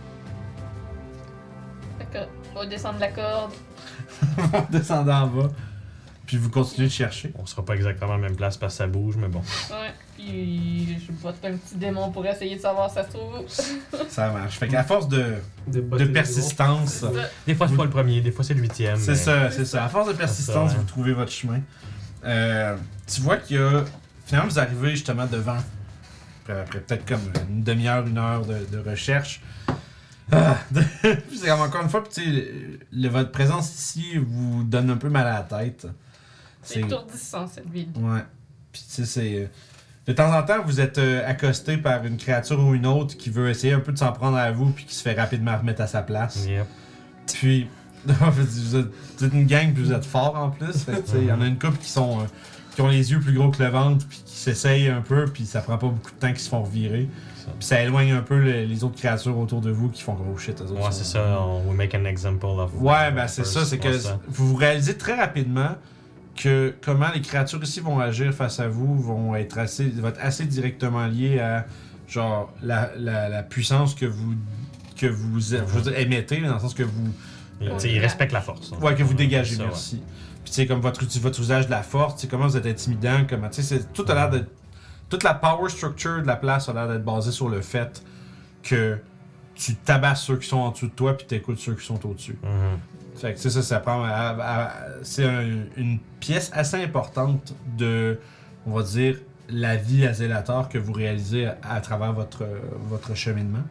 D'accord. On va descendre la corde. Vous descendez en bas, puis vous continuez de chercher. On sera pas exactement à la même place parce que ça bouge, mais bon. Ouais. Puis je botte un petit démon pour essayer de savoir si ça se trouve. Ça marche. Fait qu'à force de, Des de bottes et des persistance, C'est ça. Des fois, c'est pas le premier, des fois, c'est le huitième. c'est mais- ça, c'est ça. À force de persistance, ça, ouais. vous trouvez votre chemin. Euh, tu vois qu'il y a. Finalement, vous arrivez justement devant. Après, après peut-être comme une demi-heure, une heure de, de recherche. Ah, puis c'est comme encore une fois, puis tu sais, le- votre présence ici vous donne un peu mal à la tête. C'est étourdissant cette ville. Ouais. Puis tu sais, c'est. De temps en temps, vous êtes euh, accosté par une créature ou une autre qui veut essayer un peu de s'en prendre à vous, puis qui se fait rapidement remettre à sa place. Yep. Puis, vous êtes, vous êtes une gang, puis vous êtes fort en plus. Fait que, tu sais, il y en a une couple qui sont. euh, qui ont les yeux plus gros que le ventre, puis qui s'essayent un peu, puis ça prend pas beaucoup de temps qu'ils se font revirer. Ça. Puis ça éloigne un peu le- les autres créatures autour de vous qui font comme oh shit, eux autres. Ouais, sont- c'est ça. On we make an example of. Ouais, ben c'est ça, c'est que ça. vous vous réalisez très rapidement que comment les créatures ici vont agir face à vous vont être assez, vont être assez directement liées à genre la, la, la puissance que vous que vous, je veux dire, émettez, dans le sens que vous Tu sais, ils respectent la force. ouais que vous dégagez, Ça, ouais. merci. Puis tu sais comme votre votre usage de la force, tu sais comment vous êtes intimidant, comment tu sais c'est tout a l'air de toute la power structure de la place a l'air d'être basée sur le fait que tu tabasses ceux qui sont en dessous de toi puis t'écoutes ceux qui sont au-dessus. Mhm. Fait que tu sais, ça, ça prend. à- à- c'est un- une pièce assez importante de, on va dire, la vie à Zélator que vous réalisez à, à travers votre, votre cheminement.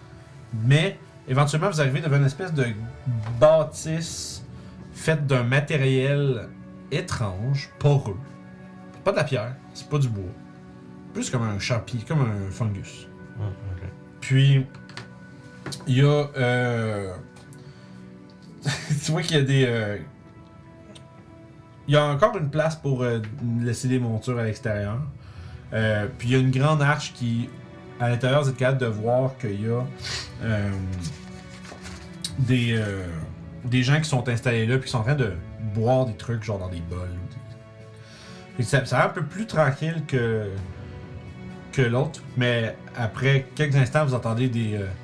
Mais, éventuellement, vous arrivez devant une espèce de bâtisse faite d'un matériel étrange, poreux. C'est pas de la pierre, c'est pas du bois. Plus comme un champignon, comme un fungus. Mhm, ok. Puis, il y a. Euh... tu vois qu'il y a des. euh, Il y a encore une place pour euh, laisser des montures à l'extérieur. Euh, puis il y a une grande arche qui. À l'intérieur, vous êtes capable de voir qu'il y a. euh, des. euh, des gens qui sont installés là, puis qui sont en train de boire des trucs, genre dans des bols. ou des- Fait que Ça, ça a l'air un peu plus tranquille que. que l'autre, mais après quelques instants, vous entendez des. euh,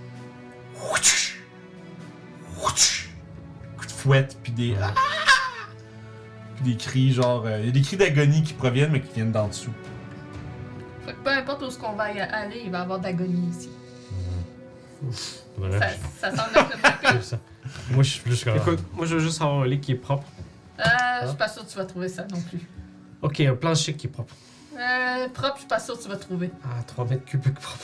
coups de fouette, puis des. Ah! Puis des cris, genre. Il y a des cris d'agonie qui proviennent, mais qui viennent d'en dessous. Fait que peu importe où ce qu'on va y aller, il va y avoir d'agonie ici. Faudrait- Ça, ça semble être le plus pire. ça. Moi, je suis plus comme. Écoute, moi je veux juste avoir un lit qui est propre. Euh, je suis pas sûr que tu vas trouver ça non plus. Ok, un plancher qui est propre. Euh, propre, je suis pas sûr que tu vas trouver. Ah, trois mètres cubiques propre.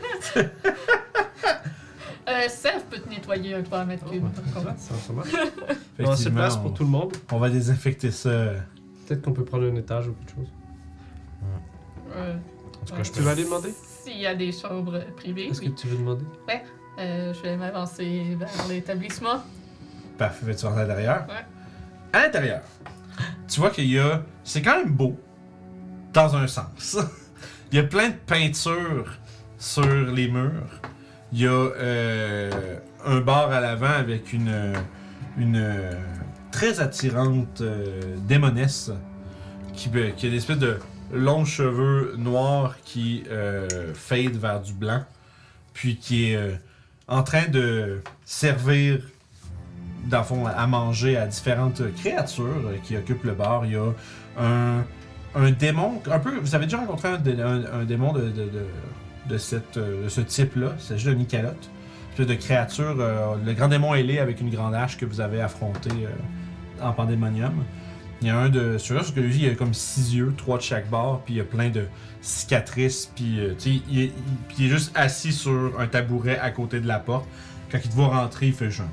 Euh, Self peut te nettoyer un trois mètres cubes. Oh, ça, ça, ça marche. Effectivement, Non, assez de place pour on, tout le monde. on va désinfecter ça. Peut-être qu'on peut prendre un étage ou quelque chose. Euh, En tout cas, je Tu peux. vas aller demander? S'il y a des chambres privées, Est-ce que oui. tu veux demander? Euh, je vais m'avancer vers l'établissement. Parfait, tu vas à l'intérieur. Ouais. À l'intérieur, tu vois qu'il y a. C'est quand même beau, dans un sens. Il y a plein de peintures sur les murs. Il y a euh, un bar à l'avant avec une, une euh, très attirante euh, démonesse qui, euh, qui a des espèces de longs cheveux noirs qui euh, fade vers du blanc, puis qui est euh, en train de servir, dans le fond, à manger à différentes créatures euh, qui occupent le bar. Il y a un, un démon, un peu, vous avez déjà rencontré un, dé- un, un démon de, de, de, de, cette, euh, de ce type-là, il s'agit de Nicalotte, une espèce de créature, euh, le grand démon ailé avec une grande hache que vous avez affronté euh, en Pandémonium. Il y a un de ceux-là, parce que lui, il y a comme six yeux, trois de chaque bord, puis il y a plein de cicatrices, puis euh, tu sais, il, est- il- puis il est juste assis sur un tabouret à côté de la porte. Quand il te voit rentrer, il fait genre.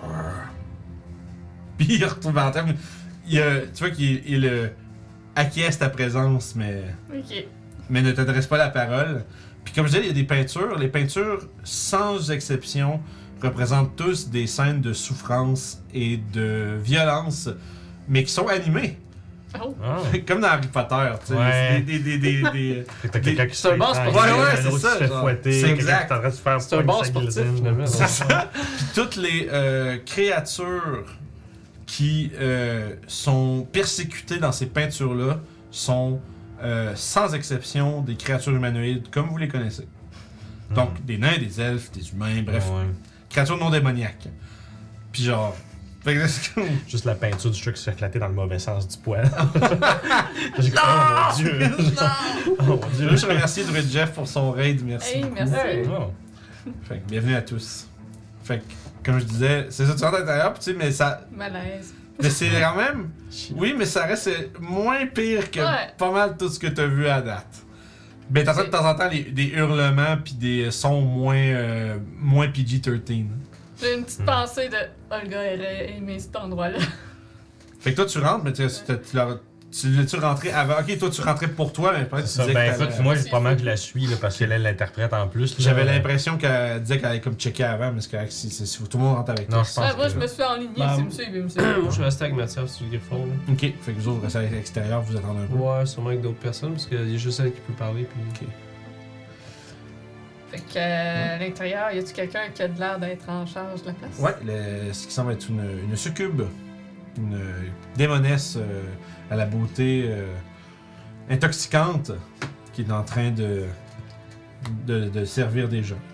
Puis il retourne vers la table. Il, euh, tu vois qu'il il, euh, acquiesce ta présence, mais, Ok. mais ne t'adresse pas la parole. Puis comme je disais, il y a des peintures. Les peintures, sans exception, représentent tous des scènes de souffrance et de violence, mais qui sont animées. Oh. Ah. Comme dans Harry Potter, tu sais. Ouais. Des, des, des, des, des- Fait que t'as quelqu'un qui se C'est un fait bar étrangler, sportif. Ouais, ouais, un c'est autre ça, qui se fait genre. fouetter, C'est quelqu'un exact. qui est en train de se faire C'est un poigner bar sa sportif, guillotine. finalement. C'est ça. Puis toutes les euh, créatures qui euh, sont persécutés dans ces peintures-là sont euh, sans exception des créatures humanoïdes comme vous les connaissez. Donc Hmm. des nains, des elfes, des humains, bref, Ouais. créatures non démoniaques. Puis genre... Fait que c'est comme- Juste la peinture du truc qui se fait flatter dans le mauvais sens du poil. J'ai comme, oh mon dieu! Oh mon Je veux dieu! juste remercier Druid Jeff pour son raid, merci. Hey, beaucoup. merci. Oh. Fait que bienvenue à tous. Fait que, comme je disais, c'est ça, tu rentres à l'intérieur, puis tu sais, mais ça... Malaise. Mais c'est quand même... Oui, mais ça reste moins pire que Ouais. pas mal tout ce que t'as vu à date. Ben t'entends de temps en temps les- des hurlements puis des sons moins, euh, moins P G treize. J'ai une petite Hmm. pensée de Olga aurait aimé cet endroit-là. Fait que toi tu rentres, mais tu, tu, tu, l'as- tu l'as-tu rentré avant? Ok, toi tu rentrais pour toi, mais peut-être que tu C'est ça. disais Ben que t'allais- écoute, moi, j'ai pas mal que je la suis là, parce qu'elle elle l'interprète en plus. là. J'avais l'impression qu'elle disait qu'elle allait comme checker avant, mais c'est correct si, si, si tout le monde rentre avec Non, toi. je pense Ouais, moi, que... je me suis enlignée, Bah, si me suivez, me suivez. Moi, je suis resté avec Mathias sur le griffon. Là. Ok, fait que vous autres restez à l'extérieur, vous attendez un peu. Ouais, sûrement avec d'autres personnes, parce qu'il y a juste elle qui peut parler. Puis... Ok. Fait que, euh, à l'intérieur, y a-tu quelqu'un qui a de l'air d'être en charge de la place? Ouais, le- ce qui semble être une, une succube, une euh, démonesse euh, à la beauté euh, intoxicante qui est en train de, de, de servir des gens.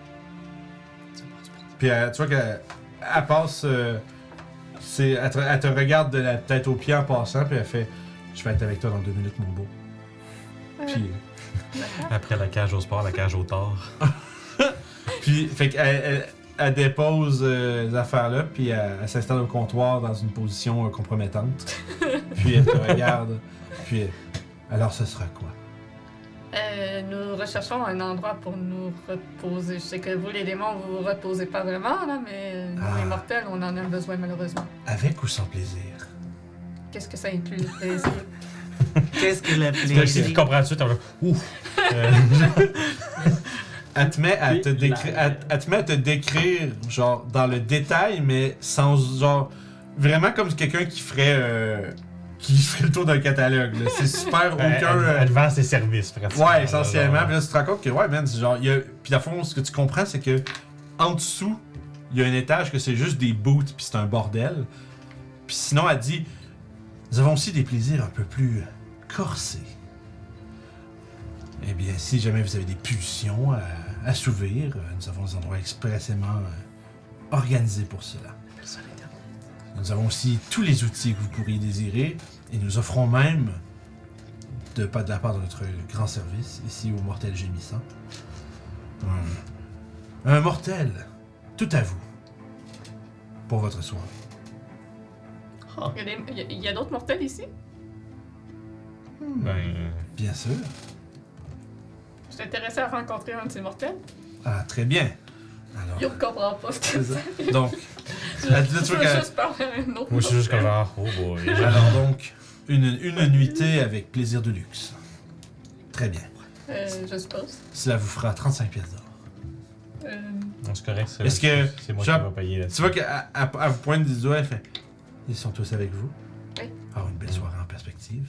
Puis elle- tu vois qu'elle elle passe, euh, c'est, elle, te, elle te regarde de la tête aux pieds en passant, puis elle fait « Je vais être avec toi dans deux minutes, mon beau. » Puis, Après la cage au sport, la cage au tort. puis fait qu'elle elle, elle dépose euh, les affaires-là, puis elle, elle s'installe au comptoir dans une position euh, compromettante. Puis elle te regarde, puis elle, alors ce sera quoi? Euh, nous recherchons un endroit pour nous reposer. Je sais que vous, les démons, vous vous reposez pas vraiment, là, mais nous, Ah. les mortels, on en a besoin, malheureusement. Avec ou sans plaisir? Qu'est-ce que ça inclut, le plaisir? Qu'est-ce que la Si si tu comprends tout de suite, on va ouf! Euh, Elle te met à te, Puis décri- la- elle- elle te met à te décrire, genre, dans le détail, mais sans, genre, vraiment comme quelqu'un qui ferait, euh, qui ferait le tour d'un catalogue, là. C'est super aucun... elle, euh, elle vend ses services, pratiquement. Ouais, là, essentiellement. genre. Puis là, tu te rends compte que, ouais, man, c'est genre, il y a... Puis, à fond, ce que tu comprends, c'est que, en dessous, il y a un étage que c'est juste des boots, puis c'est un bordel. Puis sinon, elle dit, nous avons aussi des plaisirs un peu plus corsés. Eh bien, si jamais vous avez des pulsions à assouvir, euh, nous avons des endroits expressément euh, organisés pour cela. Nous avons aussi tous les outils que vous pourriez désirer, et nous offrons même, de, de la part de notre grand service, ici au Mortel Gémissant, un, un mortel, tout à vous, pour votre soin. Il y a, des- il y a- il y a d'autres mortels ici? Ben, euh, Bien sûr. Je suis intéressé à rencontrer un de ces mortels. Ah, très bien. Alors, Yo, ne comprend pas ce que c'est ça. c'est. Donc, Je là, tu je vois veux qu'elle- juste parler à un autre moi, je suis juste comme mortel. genre, oh boy. alors donc, une, une nuitée avec plaisir de luxe. Très bien. Euh, je suppose. Cela vous fera trente-cinq pièces d'or. Euh, Non, c'est correct, c'est Est-ce que- c'est moi genre, qui vais payer là-dessus. Tu vois qu'elle elle- elle vous pointe du doigt, elle fait ils sont tous avec vous. Oui. Alors, une belle soirée en perspective.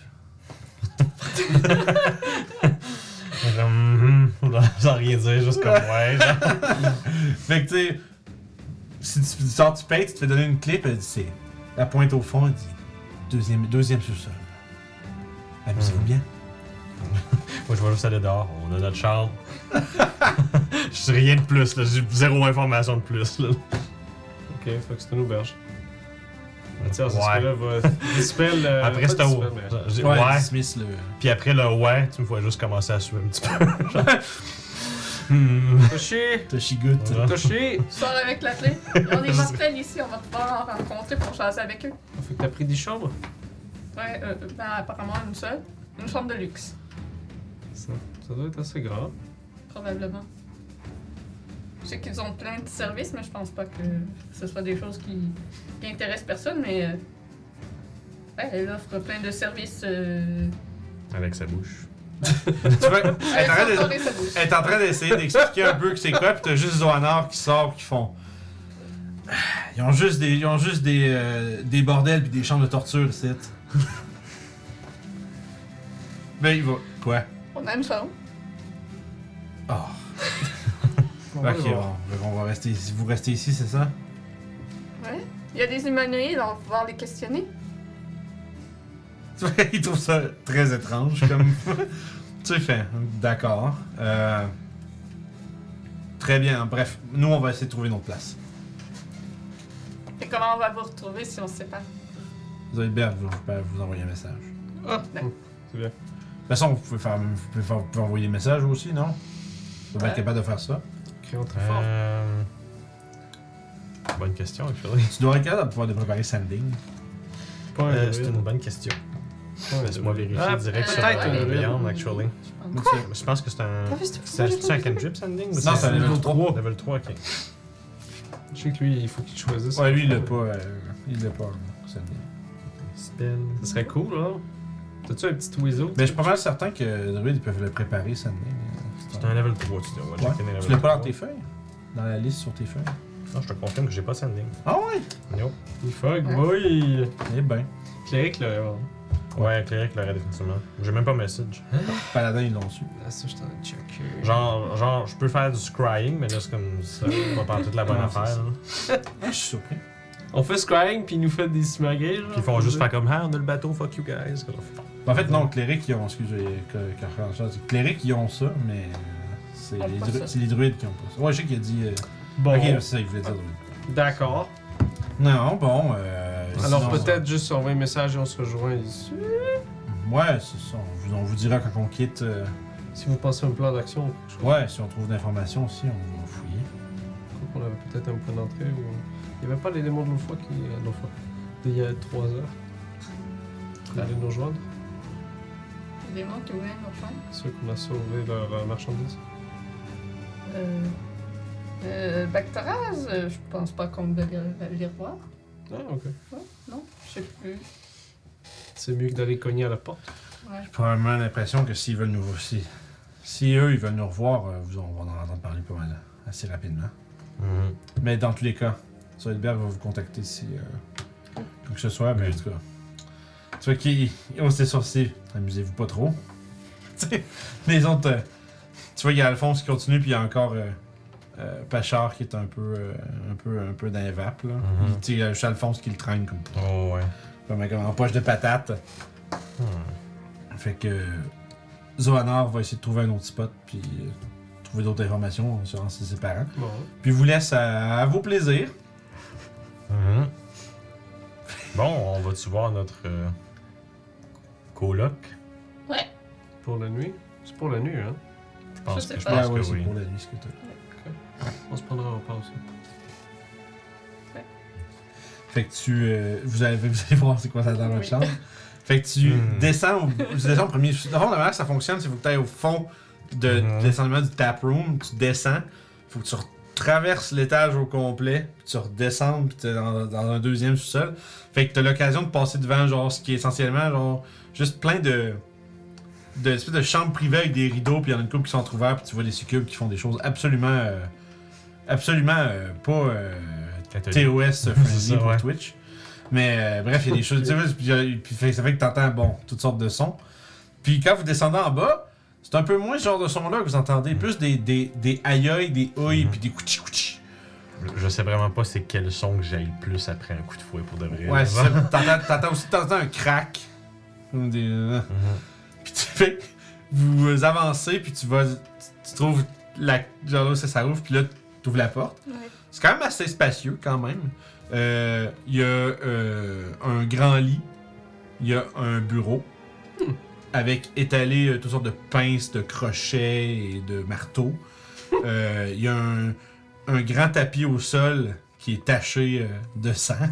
Comme, hum, hum, sans rien dire, juste comme, ouais. genre. Fait que tu sais, si tu sors du pain, tu te fais donner une clé, puis elle dit c'est. La pointe au fond, elle dit deuxième, deuxième sous-sol. Amusez-vous Hmm. bien. Moi, je vais juste aller dehors. On a notre chambre. Je sais rien de plus, là. J'ai zéro information de plus, là. Ok, fait que c'est une auberge. Mathias, Ouais. est-ce que là va. Dispel. euh, Après, pas c'était au. dispel, mais- j'ai- Ouais. Smith, le. Puis après le ouais, tu me vois juste commencer à suer un petit peu. Genre, hmm. Toshi! Toshigut. Voilà. Toshi! Tu sors avec la clé. On est mortels ici, on va pouvoir en rencontrer pour chasser avec eux. Fait que t'as pris des chambres? Ouais, euh, ben, apparemment une seule. Une chambre de luxe, Ça, ça doit être assez grand. probablement. Je sais qu'ils ont plein de services, mais je pense pas que ce soit des choses qui, qui intéressent personne, mais. euh, ouais, elle offre plein de services. Euh... Avec sa bouche. Tu vois, elle est en train de- Contourner sa bouche. elle est en train d'essayer d'expliquer un peu que c'est quoi, puis t'as juste Zoanor qui sort, qui font. Ils ont juste des, ils ont juste des, euh, des bordels puis des chambres de torture ici. Ben il va. Quoi? On a une chambre. Oh. Ok, bon, on va rester ici. Vous restez ici, c'est ça? Ouais. Il y a des humanoïdes, on va pouvoir les questionner. Tu vois, il trouve ça très étrange comme. Tu fais, d'accord. Euh... Très bien, bref, nous on va essayer de trouver notre place. Et comment on va vous retrouver si on se sépare? Zoidberg, vous, vous, vous envoyer un message. Ah, Ouais. hum, c'est bien. De toute façon, vous pouvez, faire, vous pouvez, faire- vous pouvez envoyer des messages aussi, non? Vous devez être Ouais. capable de faire ça. Crions très fort. Euh... Bonne question, actually. Tu dois être capable de pouvoir de préparer Sanding. Pas un Euh, druide. c'est une bonne question. Pas un Laisse-moi druide. vérifier Ah, direct sur peut-être euh, un euh, druide. Beyond, actually. Je pense. Je pense que c'est un. T'as vu ce C'est c'est un cantrip sending? ou Non, c'est un c'est level trois. Level trois, ok. Je sais que lui, il faut qu'il choisisse. Ouais, lui, il l'a pas. Euh, il l'a pas, euh, Sanding. Spell. Ça serait cool, là. T'as-tu un petit weasel? Mais je suis pas mal certain que les druides ils peuvent le préparer, Sanding. C'est un level trois, tu dis. On va checker les Ouais. level Tu l'as pas dans trois. tes feuilles? Dans la liste sur tes feuilles? Non, je te confirme que j'ai pas sending. Ah ouais? Nope. Il fuck, Ouais. boy! Eh ben. Cléric, là. ouais. Ouais, Cléric l'aurait définitivement. J'ai même pas message. Paladin, ils l'ont su. Ah, ça, je t'en ai checké. Genre, genre, je peux faire du scrying, mais là, c'est comme ça. On va pas toute la bonne Non, affaire. c'est là. Ah, je suis surpris. On fait scrying, puis ils nous fait des smagués, genre. Puis ils font juste faire comme, ah, on a le bateau, fuck you guys. En fait, non, Cléric, ils ont. Excusez, que Cléric, ils ont ça, mais. euh, C'est Ont les, pas dru- ça. c'est les druides qui ont pas ça. Ouais, je sais qu'il a dit. euh, Bon, Ok, c'est ça, il voulait dire druide. d'accord. Non, bon. Euh, Alors sinon, peut-être juste envoyer un message et on se rejoint ici. Ouais, c'est ça. On vous, on vous dira quand on quitte. euh, Si vous pensez à un plan d'action ou quelque chose. Ouais, si on trouve d'informations aussi, on va fouiller. Je crois qu'on avait peut-être un point d'entrée ou. Il n'y avait pas les démons de l'autre fois qui. euh, l'autre fois. Il y a trois heures. Qui allaient nous rejoindre. Il y a des gens qui voulaient nous rejoindre. Ceux qu'on a sauvé leur euh, marchandise. Euh. Euh. Bacteraz, euh, je pense pas qu'on devait les- les revoir. Ah, ok. Non, je sais plus. C'est mieux que d'aller cogner à la porte. Ouais. J'ai probablement l'impression que s'ils veulent nous. Si, si eux, ils veulent nous revoir, euh, vous, on va en entendre parler pas mal. Assez rapidement. Mhm. Mais dans tous les cas, Zoidberg va vous contacter si. Euh, quoi que ce soit, mais en tout cas. Tu vois qu'il hausse ses sourcils. Amusez-vous pas trop. Tu sais, les autres. euh, tu vois, il y a Alphonse qui continue, puis il y a encore. Euh, euh, Pachard qui est un peu. Euh, un peu. Un peu dans les vapes, là. Mhm. Puis, tu sais, il y a juste Alphonse qui le traîne comme. Oh, ouais. Comme, comme en poche de patate. Hmm. Fait que. Zohanar va essayer de trouver un autre spot, puis. euh, trouver d'autres informations sur ses séparants. Bon. Puis vous laisse à, à vos plaisirs. Mhm. Bon, on va-tu voir notre euh, coloc? Ouais. Pour la nuit. C'est pour la nuit, hein. Je pense Je sais que, je pas. pense Ah ouais, que c'est oui. pour la nuit ce que t'as. On se prendra un repas aussi. Fait que tu. euh, vous, allez, vous allez voir c'est quoi ça dans votre Oui. chambre. Fait que tu Hmm. descends au. Tu descends au premier. De fond, la manière que ça fonctionne, c'est qu'il faut que tu ailles au fond de Mhm. du descendement du taproom. Tu descends. Faut que tu traverses l'étage au complet. Puis tu redescends. Puis t'es dans, dans un deuxième sous-sol. Fait que t'as l'occasion de passer devant, genre, ce qui est essentiellement, genre, juste plein de. de espèces de chambres privées avec des rideaux. Puis il y en a une couple qui sont ouverts. Puis tu vois des succubes qui font des choses absolument. euh, absolument euh, pas. euh, Catholique. T O S C'est friendly ça, pour ouais. Twitch. Mais euh, bref, il y a des choses. Tu sais, puis, euh, puis fait- ça fait que t'entends, bon, toutes sortes de sons. Puis quand vous descendez en bas, c'est un peu moins ce genre de son-là que vous entendez. Plus des, des, des aïe aïe, des ouilles, Mhm. puis des couchi couchi. Je- Je sais vraiment pas c'est quel son que j'aille le plus après un coup de fouet pour de vrai. Ouais, là. c'est ça. T'entends, t'entends aussi t'entends un crack. Comme des, euh, Mhm. Puis tu fais. Vous avancez, puis tu vas. Tu, tu trouves la. Genre là, ça, ça ouvre, puis là, tu ouvres la porte. Ouais. C'est quand même assez spacieux, quand même. Euh, Il y a euh, un grand lit. Il y a un bureau. Avec étalé euh, toutes sortes de pinces, de crochets et de marteaux. Euh, Il y a un, un grand tapis au sol qui est taché euh, de sang.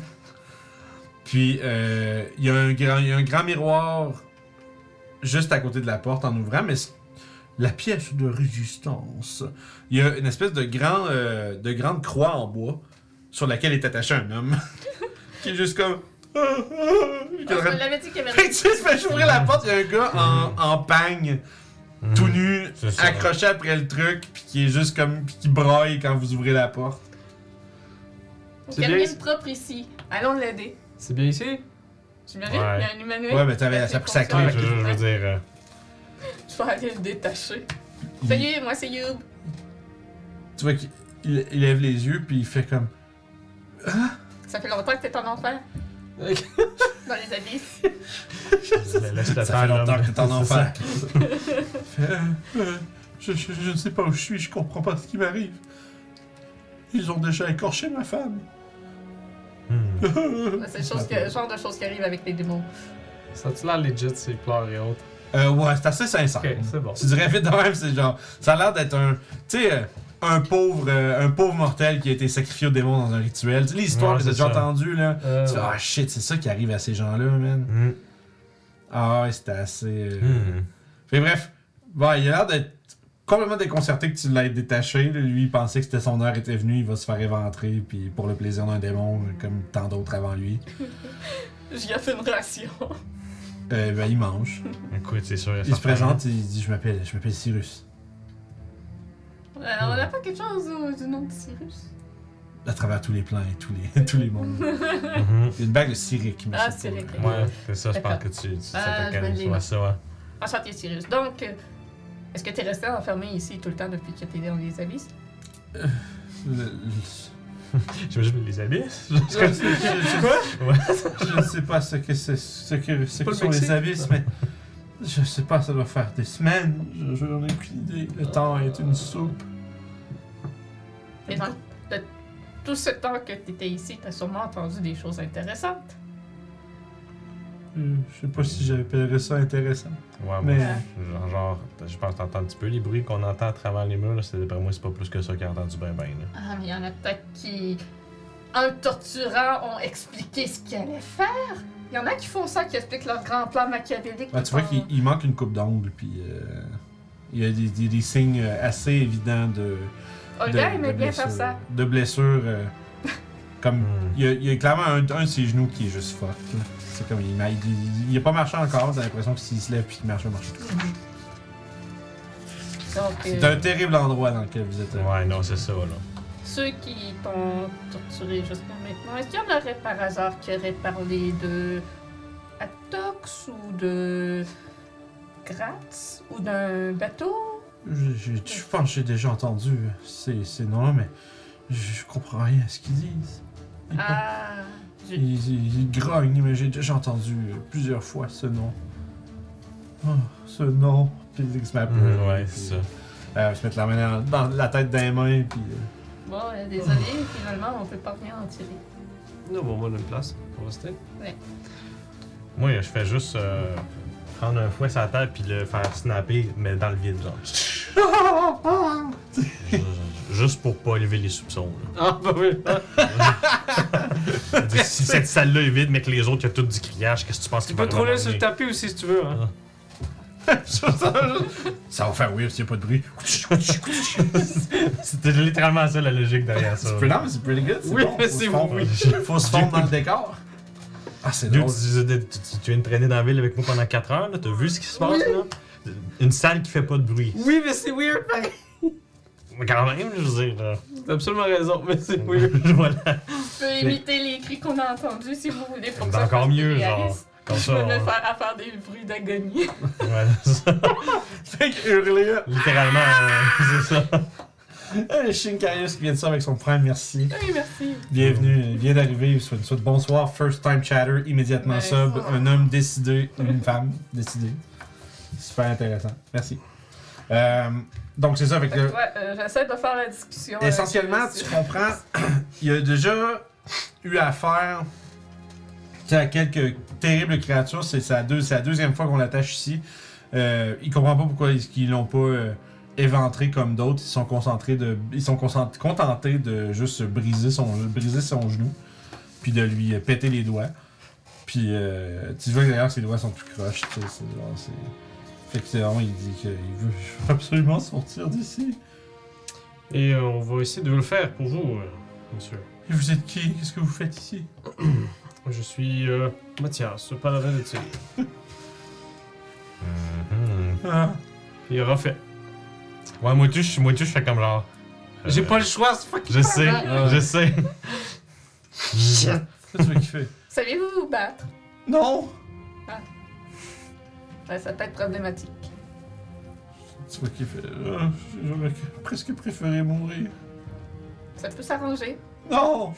Puis euh, il y a un grand, il y a un grand miroir juste à côté de la porte en ouvrant, mais c'est la pièce de résistance. Il y a une espèce de, grand, euh, de grande croix en bois sur laquelle est attaché un homme qui est juste comme. Qui est en On train de- me l'avait dit qu'il y avait Fait que tu sais, fais ouvrir la porte, il y a un gars en, en pagne, Mhm. tout nu, C'est ça. accroché après le truc, puis qui est juste comme. Puis qui broille quand vous ouvrez la porte. Il C'est y a bien rien ici. de propre ici. Allons l'aider. C'est bien ici? J'imagine, Ouais. il y a un humanoïde. Ouais, mais t'avais- ça a pris sa clé. Je, je veux dire. euh, Je vais aller le détacher. Il- Salut, moi c'est Youb. Tu vois qu'il il- il lève les yeux, puis il fait comme. Ah! Ça fait longtemps que t'es en enfer? Dans les abysses? Laisse le Ça temps fait à l'homme. longtemps que t'es en C'est enfer. ça. Fait, euh, euh, je, je, je ne sais pas où je suis, je comprends pas ce qui m'arrive. Ils ont déjà écorché ma femme. Hmm. C'est le chose que- le genre de choses qui arrivent avec les démons. Ça a-tu l'air legit, ces pleurs et autres? Euh, ouais, c'est assez sincère. Ok, c'est bon. Tu dirais vite de même, c'est genre. Ça a l'air d'être un. Tu sais, euh, un pauvre euh, un pauvre mortel qui a été sacrifié au démon dans un rituel. Tu sais, l'histoire Ouais, que t'as c'est déjà ça. entendue, là. Euh, Tu fais, ah shit, c'est ça qui arrive à ces gens-là, man. Hmm. Ah ouais, c'était assez. Euh... Hmm. Fait bref, bon, il a l'air d'être complètement déconcerté que tu l'aies détaché. là. Lui, il pensait que c'était son heure était venue, il va se faire éventrer, puis pour le plaisir d'un démon, comme tant d'autres avant lui. J'y ai fait une ration. Euh, ben, il mange. Écoute, c'est sûr. Il se présente, il dit Je m'appelle je m'appelle Cyrus. Euh, on n'a pas quelque chose euh, du nom de Cyrus? À travers tous les plans et tous les, tous les mondes. Mhm. Il y a une bague de Cyric, mais Ah, c'est pas- Cyric. Ouais, c'est ça, je pense D'accord. que tu. tu Ah, ça je te me calme, dis, ouais, non. ça, ouais. Enchanté Cyrus. Donc, euh, est-ce que t'es resté enfermé ici tout le temps depuis que t'es dans les abysses? Le- le- J'imagine les abysses. Je, je- je- Quoi? Ouais. je ne sais pas ce que c'est, ce que, ce pas que le sont les Mexique? abysses, mais je sais pas, ça doit faire des semaines. Je, je n'en ai aucune idée. Le temps est une soupe. Et dans de tout ce temps que t'étais ici, t'as sûrement entendu des choses intéressantes. Euh, je sais pas si j'appellerais ça intéressant. Ouais, Mais- moi, genre, genre, je pense que t'entends un petit peu les bruits qu'on entend à travers les murs, là, c'est d'après moi, c'est pas plus que ça qu'il a entendu ben ben, là. Ah, mais il y en a peut-être qui, en le torturant, ont expliqué ce qu'ils allaient faire. Il y en a qui font ça, qui expliquent leur grand plan machiavélique. Ah, tu vois en- qu'il il manque une coupe d'ongles, puis euh, il y a des, des- des signes assez évidents de. Olga de- aimait de bien faire blessures- ça. De blessures. euh, comme. Hmm. Il y, a, il y a clairement un, un de ses genoux qui est juste fuck. là. C'est comme. Il, il, il, il a pas marché encore, t'as l'impression que s'il se lève puis qu'il marche, il marche tout. Donc, C'est euh, un terrible endroit dans lequel vous êtes. euh. Ouais, non, c'est ça, là. ceux qui t'ont torturé jusqu'à maintenant, est-ce qu'il y en aurait par hasard qui auraient parlé de Atox ou de Gratz ou d'un bateau? Je, je, je pense que j'ai déjà entendu ces, ces noms-là, mais je, je comprends rien à ce qu'ils disent. Ils, Ah, je- ils, ils- ils grognent, mais j'ai déjà entendu euh, plusieurs fois ce nom. Oh, ce nom. Puis ils se met à pleurer, Hmm, ouais, puis, c'est ça. euh, se mettre la main dans, dans la tête des mains, puis. euh, bon, euh, désolé, finalement, on peut pas rien en tirer. Nous, bon, on a une place pour rester. Moi, je fais juste euh, prendre un fouet sur la table puis le faire snapper, mais dans le vide, genre. Ju- Juste pour pas élever les soupçons, là. Ah, bah oui. Dire, si cette salle-là est vide, mais que les autres, il y a tout du criage, qu'est-ce que tu penses Tu qu'il peux va te rouler arriver à sur le un tapis aussi si tu veux. Hein. Ça va faire weird s'il n'y a pas de bruit. moment donné? C'était littéralement ça la logique derrière ça. C'est pretty, non, mais c'est pretty good. Oui, bon, mais faut c'est se fondre- oui. Faut se fondre dans le décor. Ah, c'est Dude, drôle. tu, tu- tu- tu viens de traîner dans la ville avec moi pendant quatre heures, là. T'as vu ce qui se passe, là? Une salle qui fait pas de bruit. Oui, mais c'est weird, pareil. Mais quand même, je veux dire, là. T'as absolument raison, mais c'est weird. Voilà. Je peux imiter les cris qu'on a entendus si vous voulez pour que ça Encore fasse mieux, plus genre. réaliste. Comme Je ça. peux me on- faire à faire des bruits d'agonie. Ouais, ça. Fait que hurler. Littéralement, euh, c'est ça. Euh, Shinkarius qui vient de ça avec son prime, merci. Oui, merci. Bienvenue, il vient d'arriver, il souhaite, souhaite bonsoir, first time chatter, immédiatement Ouais, sub, ça. un homme décidé, une femme décidée. Super intéressant, merci. Euh, donc c'est ça, fait que Fait que, ouais, euh, j'essaie de faire la discussion. avec essentiellement, eux, tu c'est- comprends, il y a déjà eu affaire tu sais, à quelques terribles créatures, c'est sa, deux, c'est la deuxième fois qu'on l'attache ici. Euh, il comprend pas pourquoi ils, ils l'ont pas euh, éventré comme d'autres, ils sont concentrés de, ils sont concent- contentés de juste briser son, briser son genou, puis de lui euh, péter les doigts. Puis euh, tu vois que d'ailleurs ses doigts sont plus croches, tu sais, c'est genre, c'est... Fait que c'est vraiment, il dit qu'il veut absolument sortir d'ici. Et euh, on va essayer de le faire pour vous, euh, monsieur. Et vous êtes qui? Qu'est-ce que vous faites ici? Je suis euh, Mathias, le paladin de Tyr. Mhm. Ah, Il aura fait. Ouais, moi, tout, je, moi, tout, je fais comme genre. euh, J'ai pas le choix, c'est fucking Je sais, Ah. je sais. Qu'est-ce que tu veux qu'il fait? Saviez-vous vous battre? Non! Ouais, ça peut être problématique. Tu vois qu'il fait. Ah, j'aurais presque préféré mourir. Ça peut s'arranger. Non!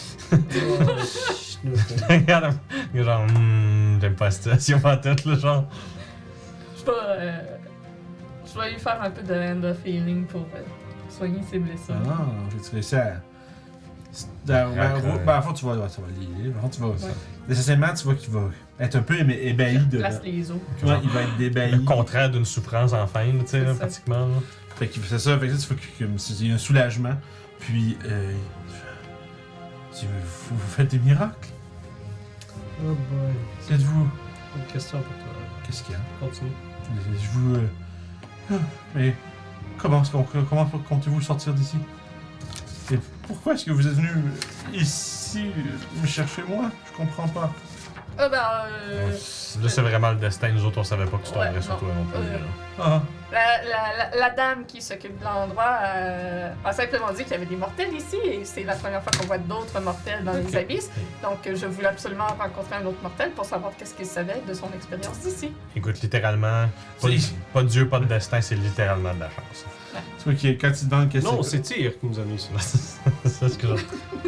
Regarde, genre, hmm, j'aime pas la situation pas toute, là, genre. Je vais, euh, je vais lui faire un peu de hand of healing pour euh, soigner ses blessures. Ah non, j'ai-tu réussi à. Ben, ben, D'accord. ben, à fond, tu vas, ouais, ça va lire. À fond, tu vas. Ouais. Nécessairement, tu vois qu'il va être un peu éma- ébahi Je de. place les os. Ouais, il va être ébahi. Le contraire d'une souffrance en fin, tu sais, C'est là, ça. pratiquement. Là. Fait que c'est ça, fait que ça, tu vois que comme s'il y a un soulagement. Puis, euh. si vous, vous, vous faites des miracles. Oh boy. Dites-vous, Une question pour toi. qu'est-ce qu'il y a? Continue. Je vous. euh, ah, Mais comment, est-ce qu'on- comment comptez-vous sortir d'ici? Et pourquoi est-ce que vous êtes venu ici euh, me chercher moi? Je comprends pas. Ah ben, euh, Ouais, Là, c'est vraiment le destin. Nous autres, on savait pas que tu tomberais Ouais, sur non. toi non plus. Euh, là. Ah, la, la, la, la dame qui s'occupe de l'endroit euh, a simplement dit qu'il y avait des mortels ici et c'est la première fois qu'on voit d'autres mortels dans les abysses. Donc euh, je voulais absolument rencontrer un autre mortel pour savoir qu'est-ce qu'il savait de son expérience d'ici. Écoute, littéralement, pas de, C'est- pas de Dieu, pas de destin, c'est littéralement de la chance. tu vois que quand il demande qu'est-ce Non, que c'est Tyr qui nous a mis ça. c'est ce que je...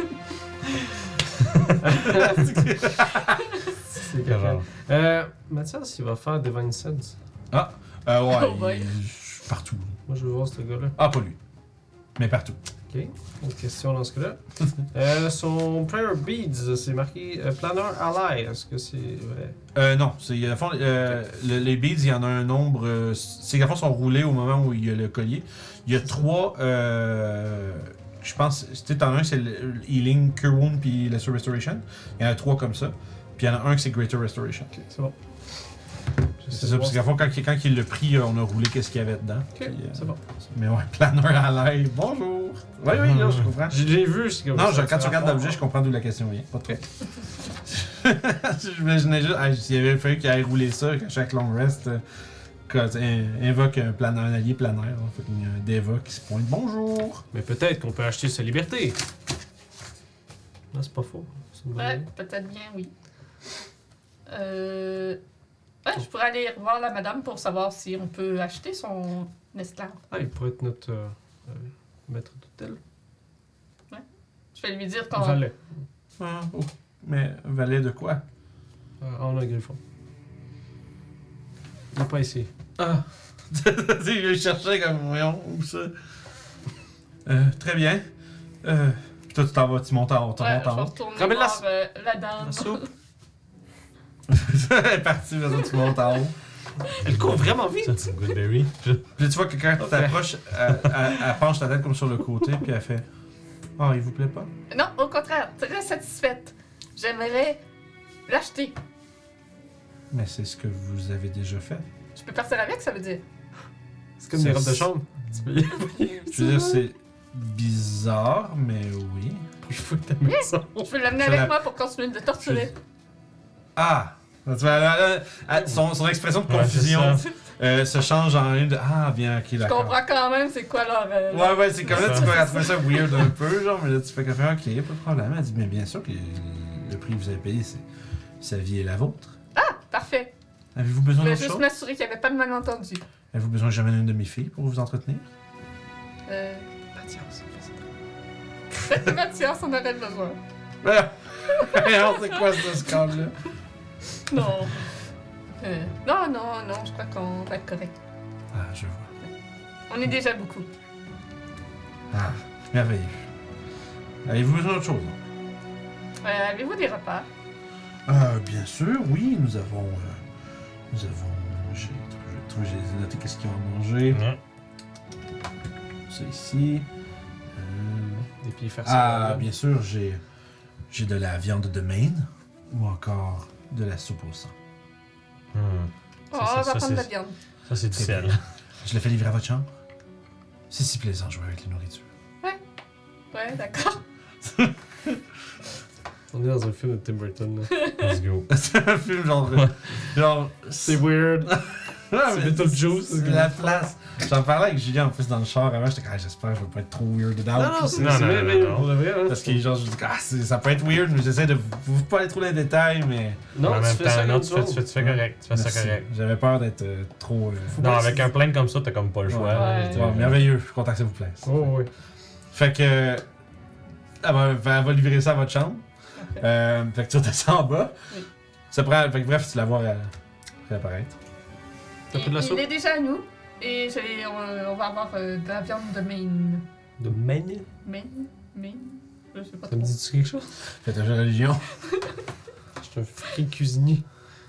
C'est que genre. correct. Euh, Mathias, il va faire Divine Sense. Ah, euh, ouais, Oh boy. il- partout. Moi, je veux voir ce gars-là. Ah, pas lui. Mais partout. Ok. Une question dans ce cas-là. euh, son Prayer Beads, c'est marqué euh, Planner Ally. Est-ce que c'est vrai? Euh, non, c'est, à la fond, euh, le- les beads, il y en a un nombre. euh, c'est qu'à fond, sont roulés au moment où il y a le collier. Il y a trois. Euh, je pense. Tu sais, t'en as un, c'est le Healing, Cure Wound, puis Lesser Restoration. Il y en a trois comme ça. Puis il y en a un qui c'est Greater Restoration. Ok, c'est bon. C'est ça, parce qu'à fond, quand, quand il l'a pris, on a roulé qu'est-ce qu'il y avait dedans. Ok, Puis, euh, c'est bon. Mais ouais, Planner à l'ail. Bonjour! Oui, oui, là, je comprends. J'ai déjà vu, c'est comme Non, ça, je- quand tu ça regardes va l'objet, je comprends d'où la question vient. Pas trop. J'imaginais juste, ah, s'il avait fallu qu'il aille rouler ça, qu'à chaque long rest, euh, quand, euh, invoque un, plan, un allié planaire. Là, fait qu'il y a un Deva qui se pointe. Bonjour! Mais peut-être qu'on peut acheter sa liberté. Non, c'est pas faux. C'est une bonne Ouais, idée. peut-être bien, oui. Euh... Ouais, je pourrais aller voir la madame pour savoir si on peut acheter son esclave. Ah, il pourrait être notre euh, euh, maître d'hôtel. Je vais lui dire qu'on... Valet. Ah, oh. Mais valet de quoi? Euh, en un griffon. Il n'est pas ici. Ah! Je cherchais comme, voyons, où ça? Euh, très bien. Euh, puis toi, tu t'en vas, tu montes en haut. Tu Ouais, montes je vais en haut. retourner Ramène la voir euh, la dame. La soupe. Elle est partie, mais toi, tu montes en haut. Elle court vraiment vite. Ça, c'est Goodberry. Je- Puis là, tu vois que quand tu Ok. t'approches, elle, elle- elle penche la tête comme sur le côté, puis elle fait ah, il vous plaît pas? Non, au contraire, très satisfaite. J'aimerais l'acheter. Mais c'est ce que vous avez déjà fait. Je peux partir avec, ça veut dire. C'est comme des Ça, robes de c'est- chambre. Tu peux y Je veux dire, c'est bizarre, mais oui. Je fous ta maison. Je peux l'amener Ça avec la- moi pour continuer de le torturer. Ah! Tu vois, elle- elle- elle- son, son expression de Ouais, confusion c'est ça. euh, se change en une de ah, bien, ok, Je d'accord. comprends quand même c'est quoi leur... euh, Ouais, ouais, c'est comme là, Ça. tu peux trouver ça weird un peu, genre, mais là, tu fais comme ok, y a pas de problème. Elle dit, mais bien sûr que le prix que vous avez payé, c'est sa vie et la vôtre. Parfait. Avez-vous Je besoin voulais d'autre juste chose? m'assurer qu'il n'y avait pas de malentendu. Avez-vous besoin que j'amène une de mes filles pour vous entretenir? Euh... Mathias, Peut-être Mathias en aurait besoin. Alors, c'est quoi ce scandale-là? Non. Euh, non, non, non, je crois qu'on va être correct. Ah, je vois. On est déjà beaucoup. Ah, merveilleux. Avez-vous besoin d'autre chose? Euh, avez-vous des repas? Euh, bien sûr, oui, nous avons. euh, nous avons. J'ai trouvé, j'ai noté qu'est-ce qu'ils ont mangé. Ouais. C'est ici. Euh, Des pieds farcis. ah, bien sûr, j'ai. J'ai de la viande de Maine ou encore de la soupe au sang. Hmm. Oh, Ça, ça, on va ça, prendre de la c'est- viande. Ça, c'est du Très sel. bien. Je le fais livrer à votre chambre. C'est si plaisant de jouer avec les nourritures. Ouais, d'accord. On est dans un film de Tim Burton. Là. Let's go. C'est un film genre. genre. C'est weird. Ah, c'est mais Beetlejuice. C'est la place. J'en parlais avec Julien en plus dans le char avant. J'étais comme, ah, j'espère que je vais pas être trop weird dedans. Non, non, c'est Non, c'est non, vrai, non, mais non. pour de vrai. Hein. Parce que genre, je dis, ah, c'est- ça peut être weird, mais j'essaie de vous pas aller trop dans les détails, mais. Non, en tu même fais ça temps, non, comme tu ça. fais, tu fais, tu fais correct. Tu fais ça Merci. correct. J'avais peur d'être euh, trop. euh, Faut Non, pas avec que- un plein comme ça, t'as comme pas le choix. Ouais. là, je Ouais. dirais. Ouais, merveilleux, je suis content que ça vous plaise. Oh, oui. Fait que. elle va, elle va livrer ça à votre chambre. Euh, fait que tu redescends en bas. Oui. Ça prend, fait que bref, tu la vois euh, réapparaître. T'as Il, pris de la il soupe? est déjà à nous. Et j'ai- on, on va avoir euh, de la viande de Maine. De Maine? Maine? Maine? Je sais pas Ça me trop. dit-tu quelque chose? Faites un jeu de religion. Je suis un free cuisinier.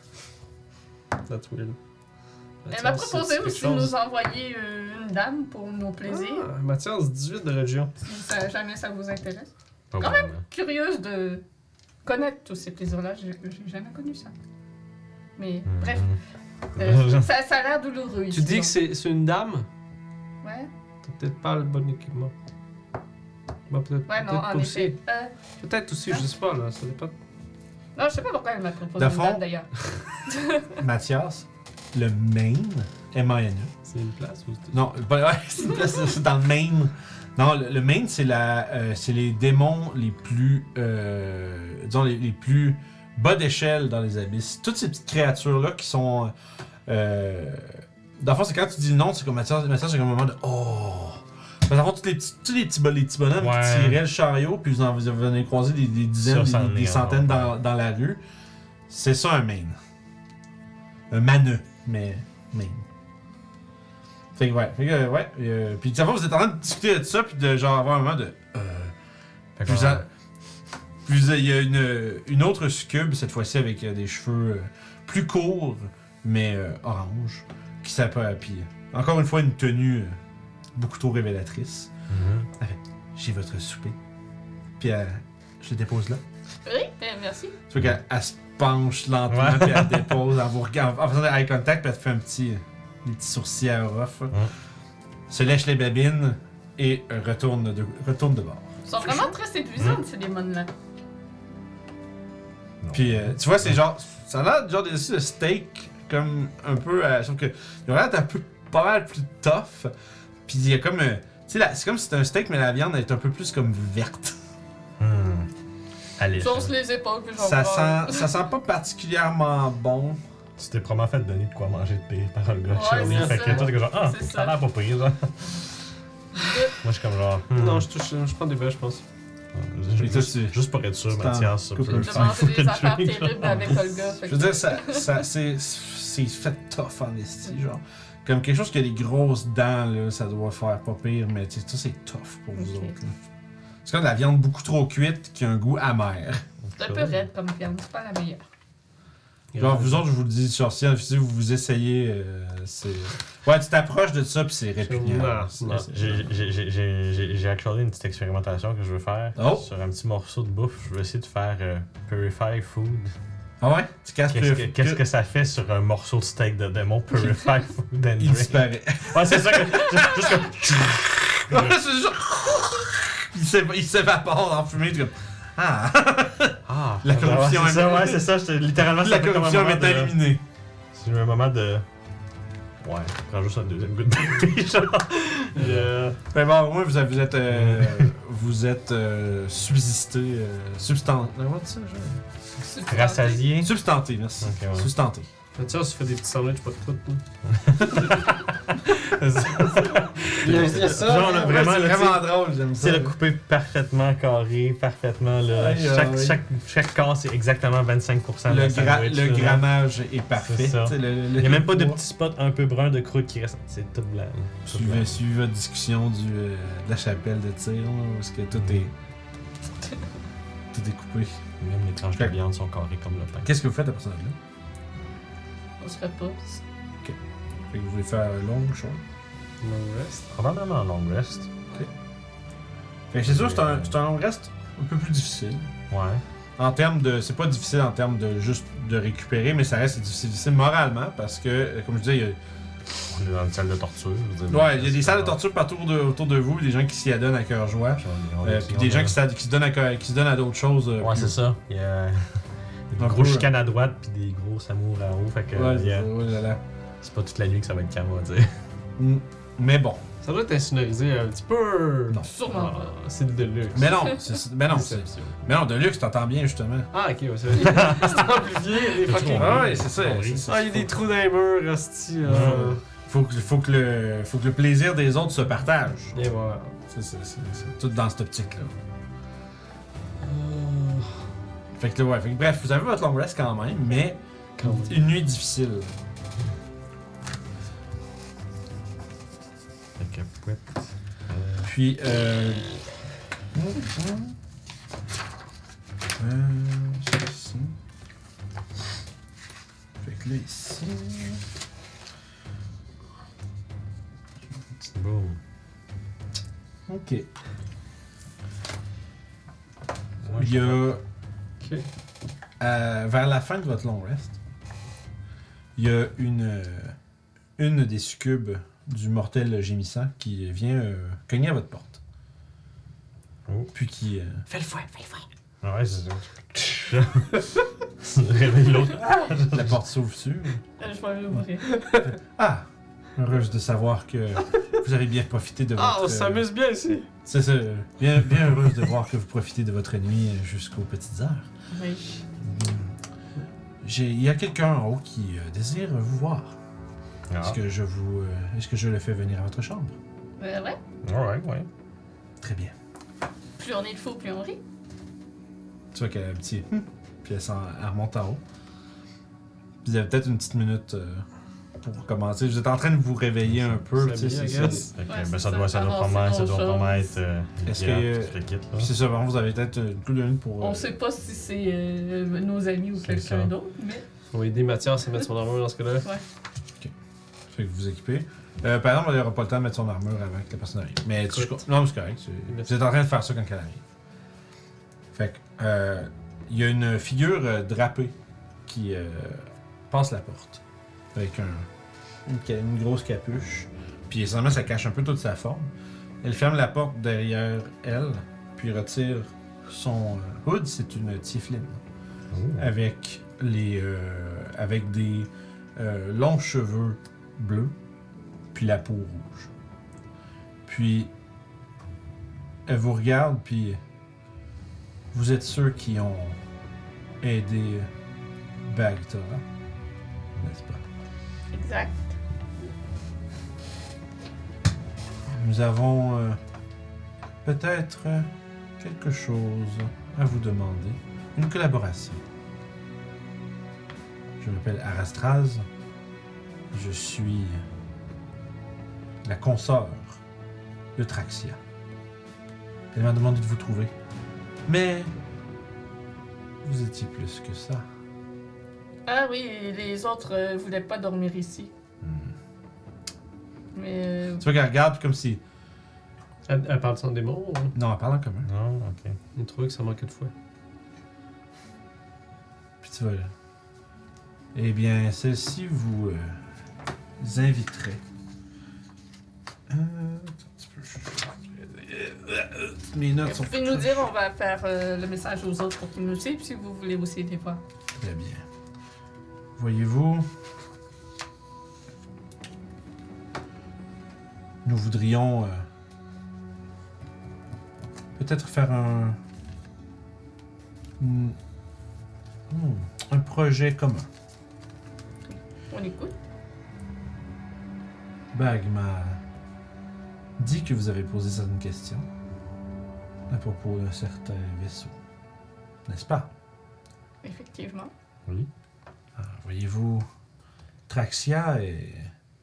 That's weird. Elle m'a Mathias, proposé c'est-tu aussi quelque de chose? nous envoyer euh, une dame pour nos plaisirs. Ah, Mathias, dix-huit de religion. Si ça, jamais ça vous intéresse. Pas Quand vraiment. Curieuse de connaître tous ces plaisirs-là. J'ai j'ai jamais connu ça. Mais Mhm. bref, euh, ça, ça a l'air douloureux ici. Tu dis que donc. c'est c'est une dame? Ouais, T'as peut-être pas le bon équipement. Bah, peut-être ouais non, peut-être en pas aussi. effet. Euh, Peut-être aussi, je sais pas, là. Ça dépend. non, je sais pas pourquoi elle m'a proposé De une fond- dame d'ailleurs. Mathias, le Maine, M A N E. C'est une place ou c'est- Non, pas- ouais, c'est une place, c'est dans le Maine. Non, le, le Maine, c'est la, euh, c'est les démons les plus, euh, disons, les, les plus bas d'échelle dans les abysses. Toutes ces petites créatures-là qui sont, euh, dans le fond, c'est quand tu dis le nom, c'est comme Mathias, Mathias, c'est comme un moment de oh. Parce qu'en fond, tous les petits, tous les petits, bo- les petits bonhommes Ouais. qui tiraient le chariot, puis vous en vous en avez croisé des, des dizaines, Ça, des, c'en est des un, centaines ouais. dans, dans la rue. C'est ça un Maine. Un maneux, mais Maine. Fait que ouais, fait que ouais. Euh, puis ça va, vous êtes en train de discuter de ça, puis de genre avoir un moment de. Euh, Fait puis qu'on- vous en- puis vous- il y a une, une autre succube, cette fois-ci avec euh, des cheveux euh, plus courts, mais euh, orange, qui s'appelle. Puis euh, encore une fois, une tenue euh, beaucoup trop révélatrice. Mhm. J'ai votre souper. Puis euh, je le dépose là. Oui, euh, merci. Tu vois qu'elle elle se penche lentement, Ouais. puis elle dépose en vous regardant, en faisant eye contact, puis elle te fait un petit, euh, des petits sourcils à rough. Se lèche les babines et euh, retourne de, retourne de bord. Ils sont vraiment très séduisantes, ces démons-là. Non. Puis euh, tu vois, c'est genre, ça a l'air genre des de steak, comme un peu, euh, sauf que ils ont l'air d'être un peu pas mal plus tough. Puis il y a comme, euh, tu sais, la- c'est comme si c'était un steak, mais la viande est un peu plus comme verte. Hmm. Allez, J'ose les épaules, puis j'en Ça prends. sent, ça sent pas particulièrement bon. tu t'es probablement fait donner de quoi manger de pire par un gars. Ouais, Shirley. c'est Fait ça. que toi, t'es comme genre, ah, C'est ça ça. a l'air pas pire, genre. Moi, je suis comme genre, hmm. Non, je touche, je prends des verres, je pense. Ju- Et toi, juste, tu- juste pour être sûr, tu t'en Mathias, ça coupes peut un le peu. De faire. manger des affaires Faut que tu- terribles avec Olga. fait Je veux que- dire, ça, ça, c'est, c'est fait tough en esti, genre. Comme quelque chose qui a des grosses dents, là, ça doit faire pas pire, mais tu sais, ça c'est tough pour vous Ok. autres. là. C'est comme de la viande beaucoup trop cuite qui a un goût amer. C'est un peu raide comme viande, c'est pas la meilleure. Genre, vous autres, je vous le dis, sur si si vous vous essayez, euh, c'est. Ouais, tu t'approches de ça, puis c'est répugnant. Non, C'est- non. c'est- J'ai- j'ai- j'ai- j'ai- J'ai j'ai actualisé une petite expérimentation que je veux faire Oh. sur un petit morceau de bouffe. Je veux essayer de faire euh, Purify Food. Ah ouais? Tu casses Qu'est-ce le. que, qu'est-ce que ça fait sur un morceau de steak de démon Purify Food and Il Drink? disparaît. Ouais, c'est ça que. Juste, juste comme. Ouais, c'est genre. Il s'éva- il s'évapore en fumée, tu comme. Ah! Ah, La corruption ouais, c'est ça, est- ouais, c'est ça. j'étais- Littéralement, La ça fait comme un corruption est moment maintenant de- éliminée. C'est un moment de. Ouais, je prends juste un deuxième goût de baby, genre. Euh, Ben bon, au moins vous, avez- vous êtes. euh, vous êtes euh, subsisté. Euh, substan. Comment on dit ça? je- Rassasié. Substanté, merci. Ok, ouais. Substanté. Mathias, tu fais des petits sandwichs, pas de tout. Il y a ça. Genre, là, Ouais, vraiment, c'est là, vraiment drôle, j'aime ça. C'est le coupé parfaitement carré, parfaitement là. Aïe, chaque, aïe. chaque, chaque quart, c'est exactement vingt-cinq pour cent de Le, la gra- sandwich, le là. grammage est parfait. C'est ça. Tu sais, le- le- Il n'y a même pas de le- petits spots un peu bruns de croûte qui restent. C'est tout blanc. Tout blanc. Suivez, suivez votre discussion du, euh, de la chapelle de tir, là, où est-ce que tout est. Tout est coupé. Même les tranches de viande sont carrées comme le pain. Qu'est-ce que vous faites à partir de là? On se repose. Fait que vous voulez faire un long, short? No rest. Probablement un long rest. Fait que c'est sûr, c'est un, c'est un long rest un peu plus difficile. Ouais. En termes de. C'est pas difficile en termes de juste de récupérer, mais ça reste difficile, difficile moralement parce que, euh, comme je disais, il y a. On est dans une salle de torture. je veux dire. Ouais, il y a des salles de torture partout de- autour de vous, des gens qui s'y adonnent à cœur joie. Genre, on est- Euh, puis des gens qui, s'ad- qui se donnent à, cœur- qui se donnent à d'autres choses. euh, Ouais, plus- c'est ça. Il y a des Un gros peu, chicanes à droite puis des gros amours en haut. Fait que Ouais, il c'est y a- ça, ouais, là, là. c'est pas toute la nuit que ça va être calme, on va dire. Mm. Mais bon. Ça doit être insonorisé un petit peu. Non. Sûrement Ah, pas. c'est de luxe. Mais non, c'est, c'est- mais non, c'est, Déception. mais non, de luxe, t'entends bien justement. Ah, ok, ouais, c'est vrai. C'est amplifié, les fucking. Ah, Ah ouais, c'est ça. on c'est rit. ça. Ah, il y a des trous dans les murs, hostie. Ouais. euh. Faut que, faut, que le, faut que le plaisir des autres se partage. Et voilà. C'est, c'est, c'est, c'est tout dans cette optique-là. Fait que, là, ouais, fait que, bref, vous avez votre long rest quand même, mais Quand même. une nuit difficile. Fait que, pouet. Euh, Puis, euh. Euh. c'est ici. Fait que là, ici. boom. Ok. Il y a. Ok. euh, vers la fin de votre long rest, il y a une. euh, une des succubes du mortel gémissant qui vient euh, cogner à votre porte. Oh. Puis qui. euh, Fais le fouet, fais le fouet. Ah ouais, c'est ça. Réveille l'autre. la porte s'ouvre sur. Euh, Je vais l'ouvrir. Ah! Heureuse de savoir que vous avez bien profité de votre. Ah, on euh, s'amuse bien ici. C'est ça. Bien, bien heureuse de voir que vous profitez de votre nuit jusqu'aux petites heures. Oui. J'ai, il y a quelqu'un en haut qui euh, désire vous voir. Ah. Est-ce que je vous, euh, est-ce que je le fais venir à votre chambre? Euh, ouais. Alright, ouais. Très bien. Plus on est de faux, plus on rit. Tu vois qu'elle a un petit, puis elle, s'en- elle remonte en haut. Puis vous avez peut-être une petite minute euh, pour commencer. Vous êtes en train de vous réveiller un peu. Tu sais, S'habiller, c'est I ça. guess. Fait que, Ouais, ben, c'est ça ça, doit, ça doit avancer pas mal, ça nos doit pas mal choses. être. Euh, Est-ce bien, que- tout le kit, là. Puis c'est ça. Vraiment, vous avez peut-être une coup de minute pour. euh, On sait pas si c'est euh, nos amis ou C'est quelqu'un ça. d'autre, mais On va aider Mathias à mettre son armure dans ce cas-là. Fait que vous équipez. Euh, par exemple, il n'aura pas le temps de mettre son armure avant que la personne arrive. Mais tu, Écoute. non, mais c'est correct. c'est- Vous êtes en train de faire ça quand elle arrive. Fait que, euh, il y a une figure euh, drapée qui euh, passe la porte. Avec un, une, ca- une grosse capuche. Puis essentiellement, ça cache un peu toute sa forme. Elle ferme la porte derrière elle, puis retire son euh, hood. C'est une tiefling Oh. avec les euh, avec des euh, longs cheveux bleus puis la peau rouge. Puis elle vous regarde puis vous êtes ceux qui ont aidé Bagtora, n'est-ce pas? exact. Nous avons euh, peut-être euh, quelque chose à vous demander. Une collaboration. Je m'appelle Arastraz. Je suis la consort de Traxia. Elle m'a demandé de vous trouver. Mais vous étiez plus que ça. Ah oui, et les autres euh, voulaient pas dormir ici. Hmm. Mais euh, Tu vois qu'elle regarde comme si... Elle, elle parle sans démon ou Non, elle parle en commun. Non, ok. il trouvait que ça manquait de fouet? Puis tu vois là. Eh bien, celle-ci vous euh, inviterait. Euh, attends un petit peu. Mes notes vous sont pouvez nous dire, on va faire euh, le message aux autres pour qu'ils nous suivent si vous voulez aussi les voir. Très bien. Voyez-vous, nous voudrions euh, peut-être faire un hmm, hmm, un projet commun. On écoute. Bag m'a dit que vous avez posé certaines questions à propos d'un certain vaisseau, n'est-ce pas? Effectivement. Oui. Ah, voyez-vous, Traxia est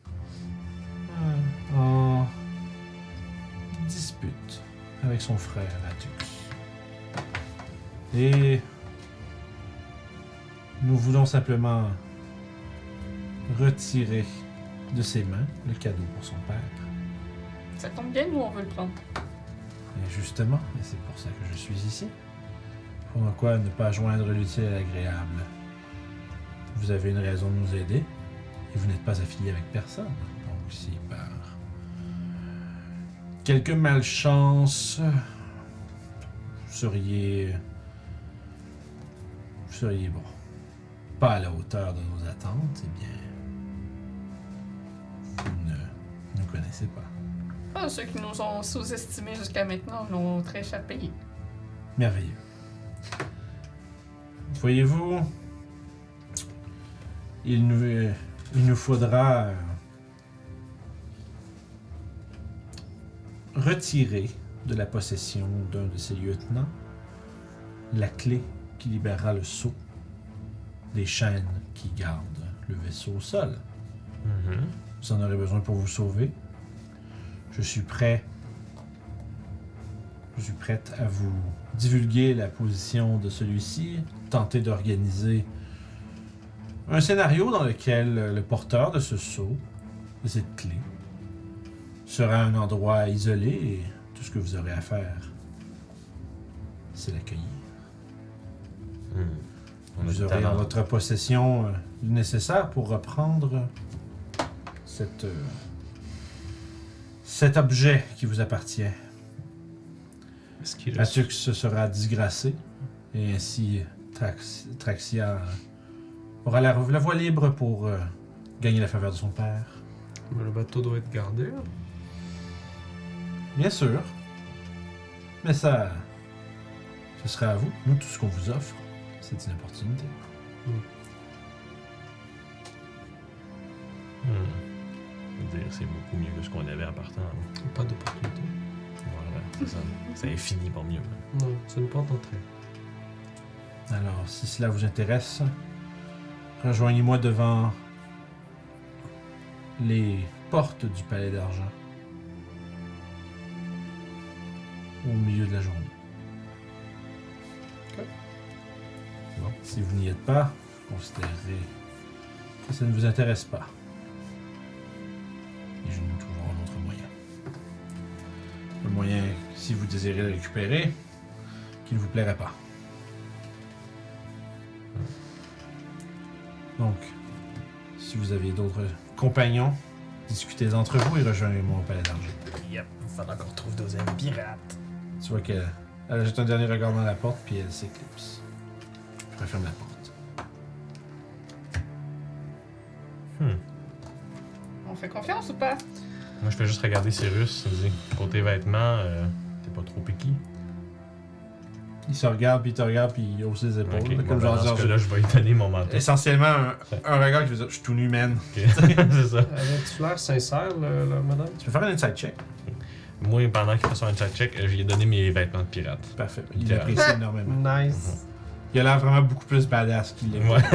euh, en dispute avec son frère Atux. Et nous voulons simplement retirer de ses mains le cadeau pour son père. Ça tombe bien, nous on veut le prendre. Et justement, et c'est pour ça que je suis ici. Pourquoi ne pas joindre l'utile à l'agréable? Vous avez une raison de nous aider, et vous n'êtes pas affilié avec personne. Donc si par quelque malchance, vous seriez... Vous seriez, bon, pas à la hauteur de nos attentes, eh bien, vous ne nous connaissez pas. Ah, ceux qui nous ont sous-estimés jusqu'à maintenant l'ont très cher payé. Merveilleux. Voyez-vous, il nous, il nous faudra euh, retirer de la possession d'un de ses lieutenants la clé qui libérera le sceau des chaînes qui gardent le vaisseau au sol. Mhm. Vous en aurez besoin pour vous sauver. Je suis prêt. Je suis prête à vous divulguer la position de celui-ci, tenter d'organiser un scénario dans lequel le porteur de ce sceau, de cette clé, sera un endroit isolé et tout ce que vous aurez à faire, c'est l'accueillir. Hmm. On a Vous du aurez en talent. votre possession euh, le nécessaire pour reprendre cette, euh, cet objet qui vous appartient. Est-ce qu'il reste... Atux sera disgracé et ainsi Trax- Traxia aura la, la voie libre pour euh, gagner la faveur de son père. Mais le bateau doit être gardé. Hein. Bien sûr. Mais ça, ce sera à vous. Nous, tout ce qu'on vous offre, c'est une opportunité. Hmm. Je veux dire, c'est beaucoup mieux que ce qu'on avait en partant. hein. Pas d'opportunité. Voilà, c'est ça. C'est infini pour mieux. Non, c'est une porte d'entrée. Alors, si cela vous intéresse, rejoignez-moi devant les portes du Palais d'Argent. Au milieu de la journée. Ok. Bon, si vous n'y êtes pas, considérez que ça ne vous intéresse pas. Et je nous trouverons un autre moyen. Le moyen, si vous désirez le récupérer, qui ne vous plairait pas. Donc, si vous avez d'autres compagnons, discutez entre vous et rejoignez-moi au Palais d'Argent. Yep, il faudra qu'on retrouve deux amis pirates. Tu vois qu'elle elle jette un dernier regard dans la porte, puis elle s'éclipse. Je referme la porte. Hmm. On fait confiance ou pas? Moi, je fais juste regarder Cyrus. Il me dit, côté vêtements, euh, t'es pas trop piqué. Il se regarde, puis il te regarde, puis il hausse les épaules. Ok, là, bon, comme ben, genre, dans genre, ce cas-là, je vais lui donner mon manteau. essentiellement un, un regard qui veut dire je suis tout nu, man. Ok. C'est ça. Avais-tu l'air sincère, le, le madame? Tu peux faire un inside check. Moi, pendant qu'il fait son chat check, euh, je lui ai donné mes vêtements de pirate. Parfait. Il Ok. apprécie énormément. Nice. Il a l'air vraiment beaucoup plus badass qu'il l'est. Ouais.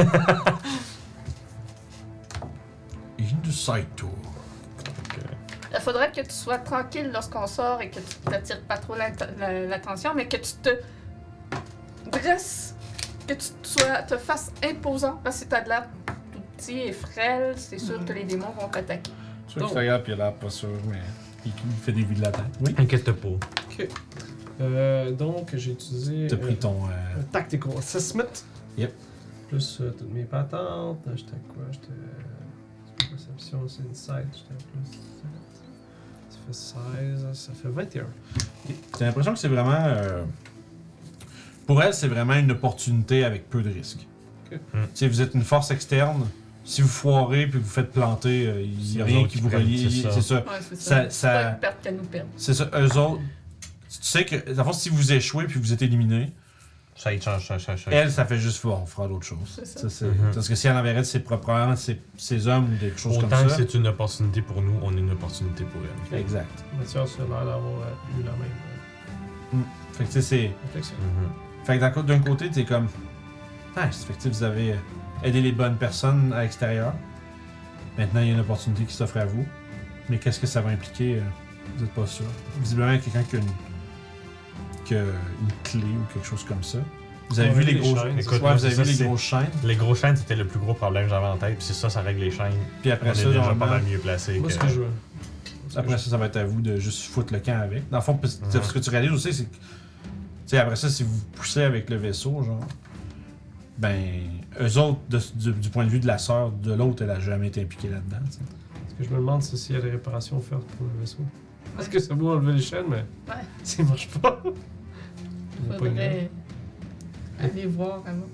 Inside tour. Donc, euh, Il faudrait que tu sois tranquille lorsqu'on sort et que tu t'attires pas trop l'at- la- l'attention, mais que tu te dresses, que tu te, sois, te fasses imposant, parce que si t'as de l'air tout petit et frêle, c'est sûr que les démons vont t'attaquer. Tu vois qu'il te regarde, puis il a l'air pas sûr, mais il, il fait des vues de la tête. Oui. Inquiète pas. Ok. Euh, donc, j'ai utilisé. T'as pris euh, ton. euh, un Tactical Assessment. Yep. Plus euh, toutes mes patentes. J'étais à quoi? J'étais. C'est pas perception, c'est insight. J'étais à plus sept. Ça fait seize, ça fait vingt et un. J'ai l'impression que c'est vraiment. euh, Pour elle, c'est vraiment une opportunité avec peu de risques. Ok. Hmm. Tu sais, vous êtes une force externe. Si vous foirez puis que vous faites planter, euh, il n'y C'est a eux rien autres qui qui vous prennent, relie. c'est ça. C'est ça. Ouais, c'est Ça- ça. ça- C'est pas une perte qu'à nous perdre. C'est ça. Eux autres. Tu sais que, dans le fond, si vous échouez puis vous êtes éliminé, Ça, il change, ça, ça, ça. elle, ça fait juste, bon, on fera d'autres choses. C'est ça. Ça, c'est- Mhm. Parce que si elle enverrait de ses propres probablement ses, ses hommes ou quelque chose Autant comme que ça. c'est une opportunité pour nous, on est une opportunité pour elle. Exact. Mathias a l'air d'avoir euh, eu la même euh, Fait que tu sais, c'est. réflexion. Mhm. Fait que d'un co- d'un côté, t'es comme. Nice. Fait que tu sais, vous avez euh, aidé les bonnes personnes à l'extérieur. Maintenant, il y a une opportunité qui s'offre à vous. Mais qu'est-ce que ça va impliquer euh, Vous n'êtes pas sûr. Visiblement, il y a quelqu'un qui a une, qui a une clé ou quelque chose comme ça. Vous avez On vu a les vu les grosses chaînes, ouais, c'est ça, vous avez c'est vu ça, les c'est- grosses chaînes. Les grosses chaînes, c'était le plus gros problème que j'avais en tête. Puis c'est ça, ça règle les chaînes. Puis après on est ça, déjà normalement, pas mal mieux placé. Moi, que... ce que je veux. après ça, ça va être à vous de juste foutre le camp avec. Dans le fond, parce- Mhm. ce que tu réalises aussi, c'est que. Tu sais, après ça, si vous poussez avec le vaisseau, genre. Ben, eux autres, de- du, du point de vue de la sœur de l'autre, elle a jamais été impliquée là-dedans. tu sais. Ce que je me demande, c'est s'il y a des réparations offertes pour le vaisseau. Parce que c'est beau enlever les chaînes, mais Ouais. ça marche pas. Il y a pas une- Faudrait aller voir vraiment.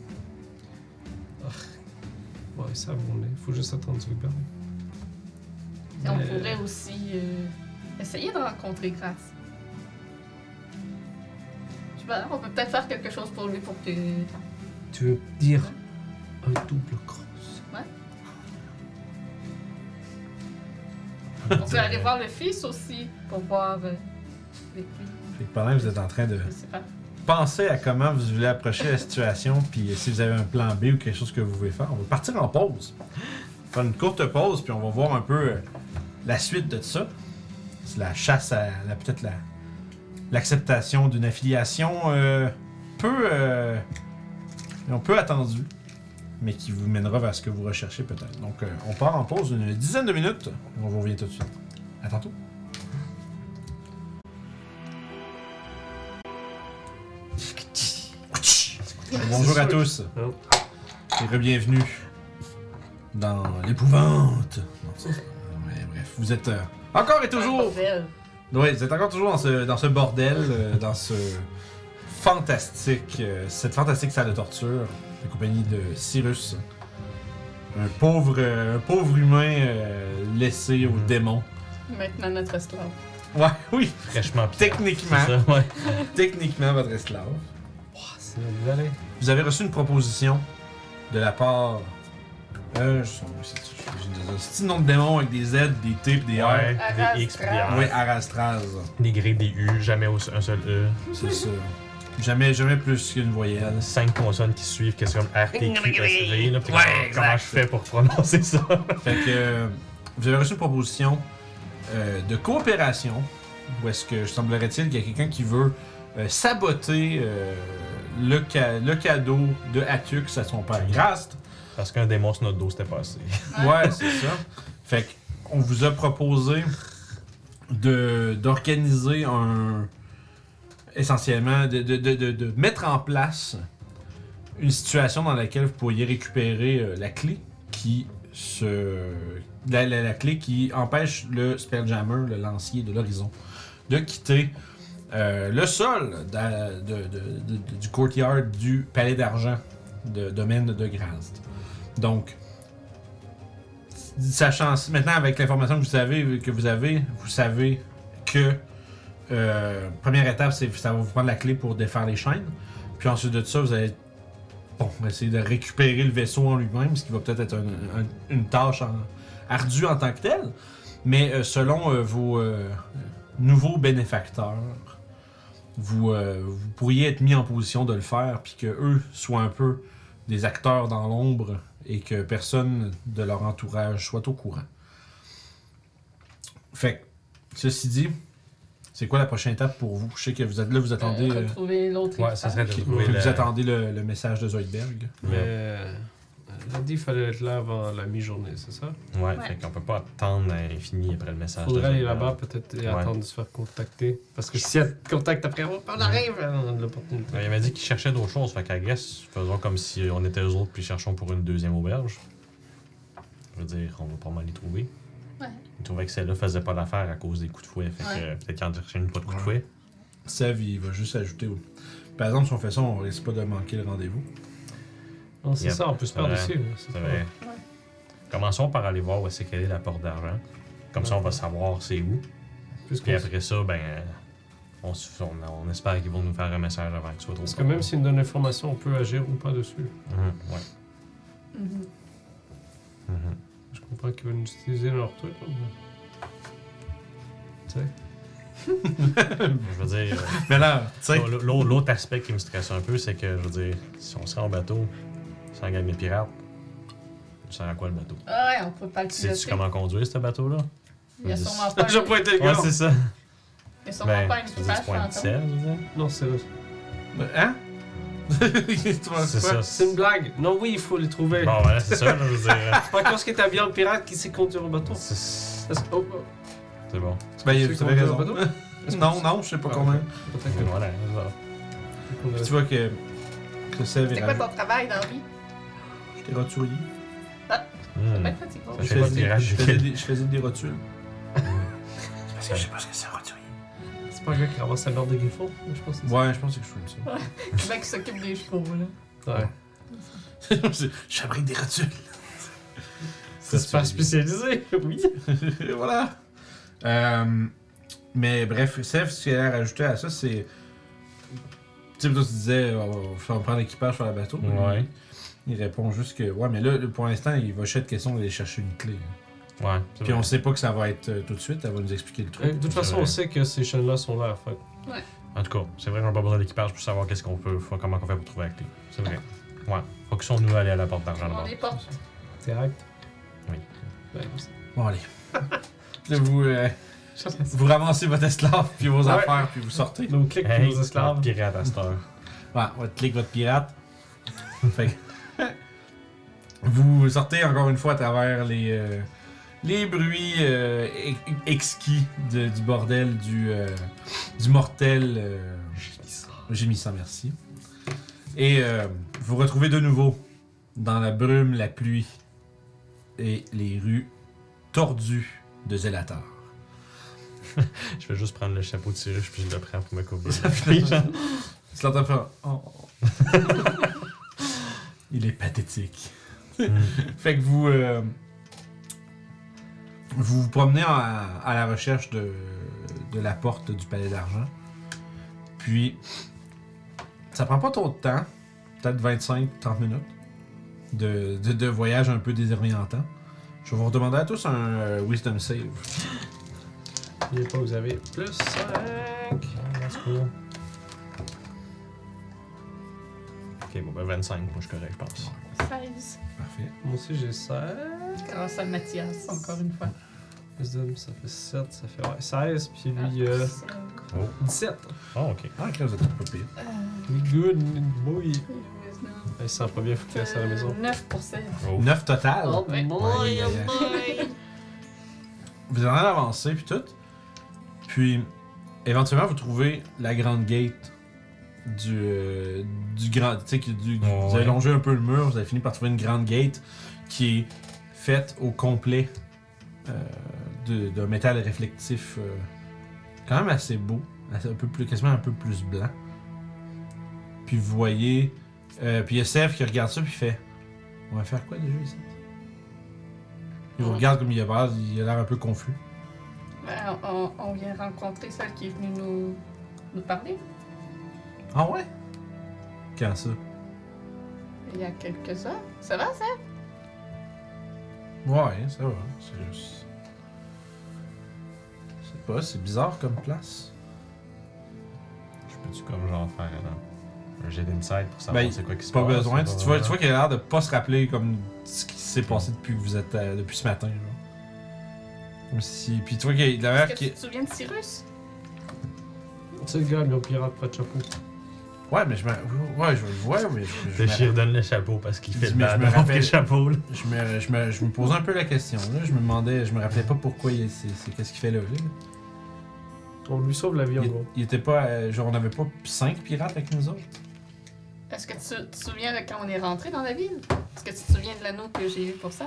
Ouais, ça va rouler. Faut juste attendre sur le permis. Et on Mais- pourrait aussi euh, essayer de rencontrer Grace. Je sais pas, on peut peut-être faire quelque chose pour lui pour que. Tu veux dire un double cross? On peut aller voir le fils aussi pour voir euh, avec lui. Fait que pendant que vous êtes en train de Je sais pas. pensez à comment vous voulez approcher la situation, puis si vous avez un plan B ou quelque chose que vous voulez faire, on va partir en pause. Faire une courte pause, puis on va voir un peu euh, la suite de ça. C'est la chasse à la, peut-être la, l'acceptation d'une affiliation euh, peu, euh, peu attendue, mais qui vous mènera vers ce que vous recherchez peut-être. Donc, euh, on part en pause une dizaine de minutes. On vous revient tout de suite. À tantôt. Bonjour à tous Oh. et re-bienvenue dans l'épouvante. Non, ça, ouais, bref, vous êtes euh, encore et toujours. Bordel. Oui, vous êtes encore toujours dans ce, dans ce bordel, euh, dans ce fantastique, euh, cette fantastique salle de torture, en compagnie de Cyrus, un pauvre, euh, un pauvre humain euh, laissé aux démons. Maintenant, notre esclave. Ouais, oui, Fraîchement pire. techniquement, C'est ça, ouais. techniquement votre esclave. C'est allé. Vous avez reçu une proposition de la part. Euh, je sais c'est c'est un nom de démon avec des Z, des T et des R. Ouais, Arastral. des X pis des R. Oui, Arastraz. Des grilles, des U, jamais au- un seul E. C'est ça. Jamais, jamais plus qu'une voyelle. Cinq consonnes qui suivent, que c'est comme R, T, Q, S, V. Là, puis Ouais, comment- exact. comment je fais pour prononcer ça? Fait que euh, vous avez reçu une proposition euh, de coopération où est-ce que semblerait-il qu'il y a quelqu'un qui veut euh, saboter euh, le, ca- le cadeau de Atux à son père Grast. Parce qu'un démon sur notre dos, c'était pas assez. Ouais, c'est ça. Fait qu'on vous a proposé de d'organiser un essentiellement de, de, de, de, de mettre en place une situation dans laquelle vous pourriez récupérer euh, la clé qui se la, la, la clé qui empêche le Spelljammer, le lancier de l'horizon, de quitter euh, le sol d'a- de, de, de, de- du courtyard du palais d'argent de domaine de Grazd. Donc, sachant maintenant avec l'information que vous savez, que vous avez, vous savez que euh, première étape, c'est ça va vous prendre la clé pour défaire les chaînes. Puis ensuite de ça, vous allez bon, essayer de récupérer le vaisseau en lui-même, ce qui va peut-être être un- un- une tâche en- ardue en tant que telle. Mais euh, selon euh, vos euh, nouveaux bénéfacteurs, vous, euh, vous pourriez être mis en position de le faire, puis que eux soient un peu des acteurs dans l'ombre et que personne de leur entourage soit au courant. Fait que, ceci dit, c'est quoi la prochaine étape pour vous? Je sais que vous êtes là, vous attendez, Euh, euh, retrouver l'autre Ouais, ça serait de équipage. trouver vous le... attendez le, le message de Zoidberg. Mais. Euh, elle a dit qu'il fallait être là avant la mi-journée, c'est ça? Ouais, Ouais. fait qu'on peut pas attendre à l'infini après le message. Faudrait de aller Zoidberg. là-bas peut-être et Ouais. attendre de se faire contacter. Parce que si elle te contacte après, on arrive, on a de l'opportunité. Ouais, il m'a dit qu'il cherchait d'autres choses, fait qu'à guess, faisons comme si on était eux autres puis cherchons pour une deuxième auberge. Je veux dire, on va pas mal y trouver. Ouais. Il trouvait que celle-là faisait pas l'affaire à cause des coups de fouet, fait que Ouais. euh, peut-être qu'il en cherchait une pas de coups de fouet. Sev, il va juste ajouter. au- Par exemple, si on fait ça, on risque pas de manquer le rendez-vous. Non, c'est Yep. ça, on peut se perdre C'est ici. là, c'est C'est pas- vrai. Ouais. Commençons par aller voir où est-ce qu'elle est la porte d'argent. Comme ça, on va savoir c'est où. Plus Puis qu'on- après ça, ben, euh, on, s- on, on espère qu'ils vont nous faire un message avant que ce soit trop Parce que tard. même s'ils nous donnent l'information, on peut agir ou pas dessus. Mhm, ouais. Mhm. Mhm. Je comprends qu'ils veulent nous utiliser dans leur truc. là, mais- Tu sais? Je veux dire, euh, Mais là, tu sais, l'au- l'au- l'autre aspect qui me stresse un peu, c'est que, je veux dire, si on se rend en bateau, sans gang de pirates, ça sert à quoi le bateau? Ah ouais, on peut pas le Sais-tu piloter. comment conduire ce bateau-là? Il y a Je sûrement dis- pas J'ai un, pas été le Ouais, gars. c'est ça. il y a sûrement Ben, pas un tu veux dire, équipage c'est pas un fantôme. sel, je veux dire? Non, c'est hein? Tu vois C'est quoi? ça. c'est une blague. Non, oui, il faut les trouver. Bon, voilà, c'est ça, là, je veux dire. C'est pas parce que t'as bien le pirate qui sait conduire un bateau. C'est Est-ce- oh, oh. c'est bon. Ben, Tu vous sais avez conduire raison. un bateau? Est-ce que Non, tu- non, je sais pas Ah, comment. ok. Peut-être que- Voilà, voilà. qu'on a- Puis tu vois que, que Sev est C'est quoi rajouté. ton travail dans la vie? J'étais roturier. Hmm. Ben, fatigant. Ça Je fait pas de faisais, tirage je de faisais quel- des, je faisais des rotules. Ça- Parce que je sais pas ce que c'est un roturier. C'est pas un gars qui ramasse la merde de Griffon, je pense que c'est Ouais, je pense que je fais ça. Le mec qui s'occupe des chevaux, là. ça. Ouais. Je fabrique des rotules. C'est pas spécialisé, oui. Et voilà. Euh, mais bref, Sev, ce qu'il a rajouté à ça, c'est. Tu sais, toi, tu disais, on va, on va prendre l'équipage sur le bateau. Ouais. Il répond juste que. Ouais, mais là, pour l'instant, il va chercher de question d'aller chercher une clé. Ouais. c'est Puis vrai. on sait pas que ça va être euh, tout de suite, elle va nous expliquer le truc. Euh, De toute C'est façon, vrai. on sait que ces chaînes-là sont là. Fait. Ouais. En tout cas, c'est vrai qu'on n'a pas besoin d'équipage pour savoir qu'est-ce qu'on peut, faut- comment on fait pour trouver la clé. C'est vrai. Ouais. Focusons-nous à aller à la porte d'argent On là-bas. les porte. T'es acte? Oui. Ben, c'est- Bon, allez. Là, vous, euh, vous ramassez votre esclave, puis vos Ouais. affaires, puis vous sortez. Nos clics Hey, nos esclaves. pirate à cette heure. Ouais, votre clic, votre pirate. Fait que- vous sortez encore une fois à travers les, euh, les bruits euh, ex- exquis de- du bordel du, euh, du mortel euh, gémissant, merci. Et euh, vous retrouvez de nouveau dans la brume, la pluie et les rues tordues de Zelator. Je vais juste prendre le chapeau de Cyrus puis je le prends pour me couvrir. Tu l'entends faire oh. Il est pathétique. Mm. Fait que vous euh, vous vous promenez à, à la recherche de, de la porte du palais d'argent. Puis ça prend pas trop de temps, peut-être vingt-cinq trente minutes de, de, de voyage un peu désorientant. Je vais vous redemander à tous un euh, wisdom save. N'oubliez pas, vous avez plus cinq. That's cool. Ok, bon ben vingt-cinq, moi je suis correct, je pense. seize. Parfait. Moi aussi, j'ai seize. Grâce à Mathias, encore une fois. Wisdom, ça fait sept, ça fait ouais, seize, puis lui, euh, Ça, Oh, dix-sept. oh ok. Ah, ok, vous êtes pas pire. euh, We good, boy. wisdom. Il se sent pas bien, faut qu'il reste à la maison. neuf pour cent. Oh. neuf total. Oh Ouais. boy, Ouais, oh ouais. boy. Vous en allez avancer, puis tout. Puis, éventuellement, vous trouvez la grande gate du, euh, du grand. Tu sais, que du, du- Oh, vous avez ouais. longé un peu le mur, vous avez fini par trouver une grande gate qui est faite au complet euh, de- d'un métal réflectif euh, quand même assez beau, assez- un peu plus, quasiment un peu plus blanc. Puis vous voyez. Euh, puis il y a Sèvres qui regarde ça, puis il fait on va faire quoi déjà ici? Il vous regarde comme il a l'air, il a l'air un peu confus. Ben, on, on vient rencontrer celle qui est venue nous, nous parler Ah ouais? Quand ça? il y a quelques heures. Ça va, ça? Ouais, ça va. C'est juste. Je sais pas, c'est bizarre comme place. Je peux-tu comme genre faire un, un jet d'insight pour savoir Ben, c'est quoi qui se Pas passe? besoin. Tu, c'est tu vois, pas- tu vois qu'il a l'air de pas se rappeler comme ce qui s'est passé depuis que vous êtes euh, depuis ce matin. Genre. Comme si. Puis tu vois qu'il a l'air Est-ce que qui. tu te souviens de Cyrus? C'est le gars, le pirate près de chapeau. Ouais, mais je me. Ouais, je le vois, mais je, je, Le me- chien donne le chapeau parce qu'il fait le Mais je bad me avant rappelle- le chapeau là. je me, je me, je me posais un peu la question. Là. Je me demandais, je me rappelais pas pourquoi il, c'est, c'est- qu'est-ce qu'il fait là. là. On lui sauve la vie, en Il, gros. il était pas. euh, genre, on avait pas cinq pirates avec nous autres. Est-ce que tu tu te souviens de quand on est rentré dans la ville? Est-ce que tu te souviens de l'anneau que j'ai eu pour ça?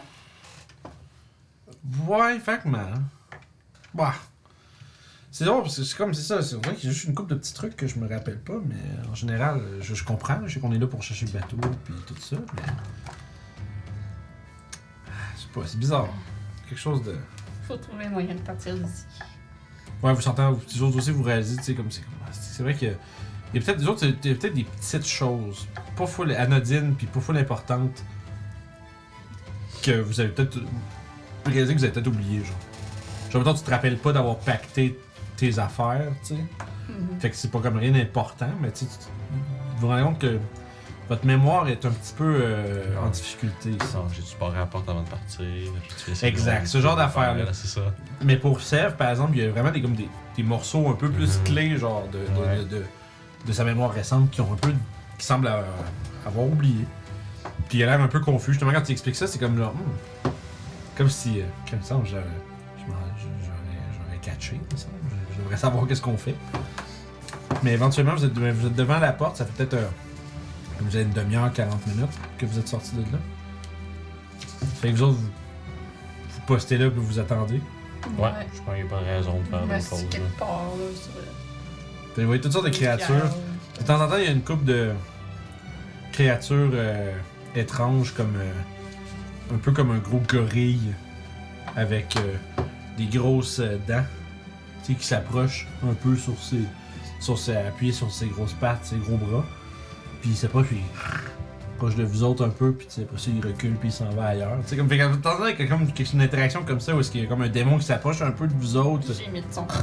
Ouais, vaguement. Bah. C'est drôle parce que c'est comme c'est ça, c'est vrai qu'il y a juste une couple de petits trucs que je me rappelle pas, mais en général, je, je comprends, je sais qu'on est là pour chercher le bateau puis tout ça, mais. Ah, je sais pas, c'est bizarre. Quelque chose de. Faut trouver un moyen de partir d'ici. Ouais, vous sentez, vous, les autres aussi, vous réalisez, tu sais, comme c'est. C'est vrai que. Il y a peut-être des autres, c'est- il y a peut-être des petites choses, pas full anodines puis pas full importantes, que vous avez peut-être réalisé que vous avez peut-être oublié, genre. Genre, mettons, tu te rappelles pas d'avoir pacté tes affaires, tu sais. Mhm. Fait que c'est pas comme rien d'important, mais tu sais, tu- vous vous rendez compte que votre mémoire est un petit peu euh, en difficulté. ici. Non, j'ai-tu barré la porte avant de partir? J'ai-tu fait ça? Exact, ce genre d'affaires-là. C'est ça. Mais pour Sèvres, par exemple, il y a vraiment des, comme des, des morceaux un peu plus Mhm. clés, genre, de, de, Ouais. de, de, de sa mémoire récente, qui ont un peu. qui semblent euh, avoir oublié. Puis il a l'air un peu confus. Justement, quand tu expliques ça, c'est comme là. hmm, comme si. Euh, comme ça, j'aurais, je m'en- je- j'aurais, j'aurais catché, il me semble. Je, je devrais savoir qu'est-ce qu'on fait. Mais éventuellement, vous êtes, de- vous êtes devant la porte, ça fait peut-être. Euh, comme vous avez une demi-heure, quarante minutes que vous êtes sortis de là. Fait que vous autres, vous, vous postez là, puis vous attendez. Ouais, je pense qu'il n'y a pas de raison de faire la Mais même c'est chose. quelque là. part, là, sur le- Fait que vous voyez toutes sortes de créatures. De temps en temps, il y a une couple de créatures euh, étranges, comme euh, un peu comme un gros gorille avec euh, des grosses euh, dents, tu sais, qui s'approchent un peu sur ses, sur ses, appuyé sur ses grosses pattes, ses gros bras, puis il s'approche, puis il proche de vous autres un peu, puis tu sais, après ça, il recule, puis il s'en va ailleurs. Tu sais, comme fait que de temps en temps, il y a comme quelque- une interaction comme ça où est-ce qu'il y a comme un démon qui s'approche un peu de vous autres. J'ai mis de son.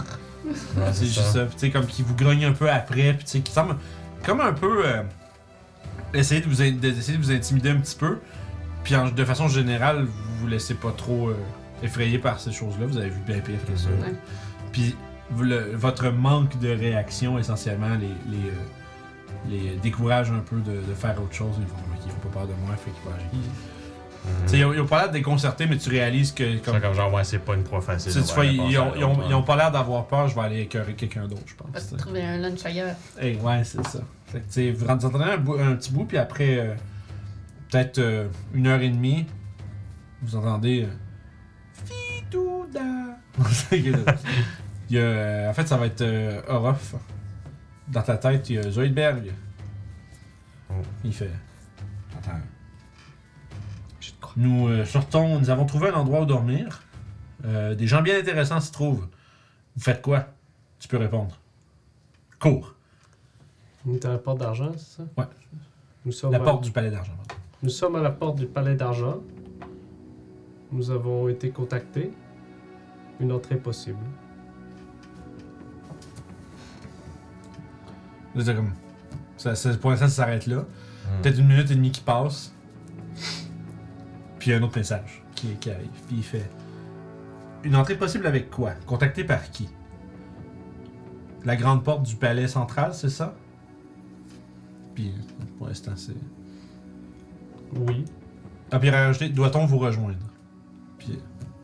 Ouais, C'est juste ça. Puis, tu sais, comme qui vous grogne un peu après, puis tu sais, qui semble comme un peu euh, essayer de vous, in- d'essayer de vous intimider un petit peu. Puis en- de façon générale, vous vous laissez pas trop euh, effrayer par ces choses-là. Vous avez vu bien pire que ça. Ouais. Puis vous, le- votre manque de réaction, essentiellement, les, les, euh, les décourage un peu de, de faire autre chose. Ils font, ok, ils ont pas peur de moi, fait qu'ils vont agir. Tu sais, ils ont, ils ont pas l'air déconcertés, mais tu réalises que comme, Comme, comme genre, ouais, c'est pas une proie facile. tu sais, tu vois, ils, ils ont, ils, ont, ils ont pas l'air d'avoir peur. Je vais aller écœurer quelqu'un d'autre, je pense. Parce que tu sais. trouver un lunch ailleurs. Hey, ouais, c'est ça. Fait que, tu sais, vous rentrez un, bout- un petit bout, puis après, euh, peut-être euh, une heure et demie, vous entendez. Euh, Fidouda! Il y a, euh, en fait, ça va être euh, Orof. Dans ta tête, il y a Zoidberg. Oh. Il fait. Attends. Nous euh, sortons, nous avons trouvé un endroit où dormir. Euh, des gens bien intéressants s'y trouvent. Vous faites quoi? Tu peux répondre. Cours. On est à la porte d'argent, c'est ça? Ouais. Nous sommes La à... porte du palais d'argent. pardon. Nous sommes à la porte du palais d'argent. Nous avons été contactés. Une entrée possible. C'est comme. Ça, ça- pour l'instant, ça s'arrête là. Hmm. Peut-être une minute et demie qui passe. Puis il y a un autre message qui, qui arrive. Puis il fait. Une entrée possible avec quoi? Contacté par qui? La grande porte du palais central, c'est ça? Puis pour l'instant, c'est. Oui. Ah, puis il a rajouté, doit-on vous rejoindre? Puis.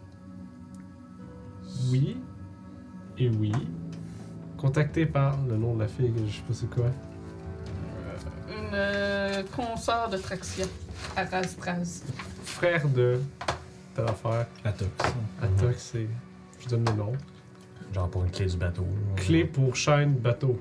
Oui. Et oui. Contacté par le nom de la fille, que je sais pas c'est quoi. Une euh, consort de traction. Arastraz. Frère de telle affaire. Atox. Atox, c'est. Je donne le nom. Genre pour une clé du bateau. là. Clé pour chaîne bateau.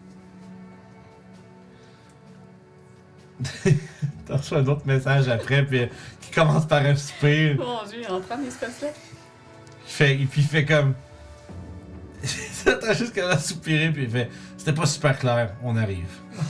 T'as reçu un autre message après, puis euh, qui commence par un soupir. Mon dieu, on prend des espèces là. Il fait, et puis il fait comme. T'attends juste qu'elle a soupiré, puis il fait. C'était pas super clair, on arrive.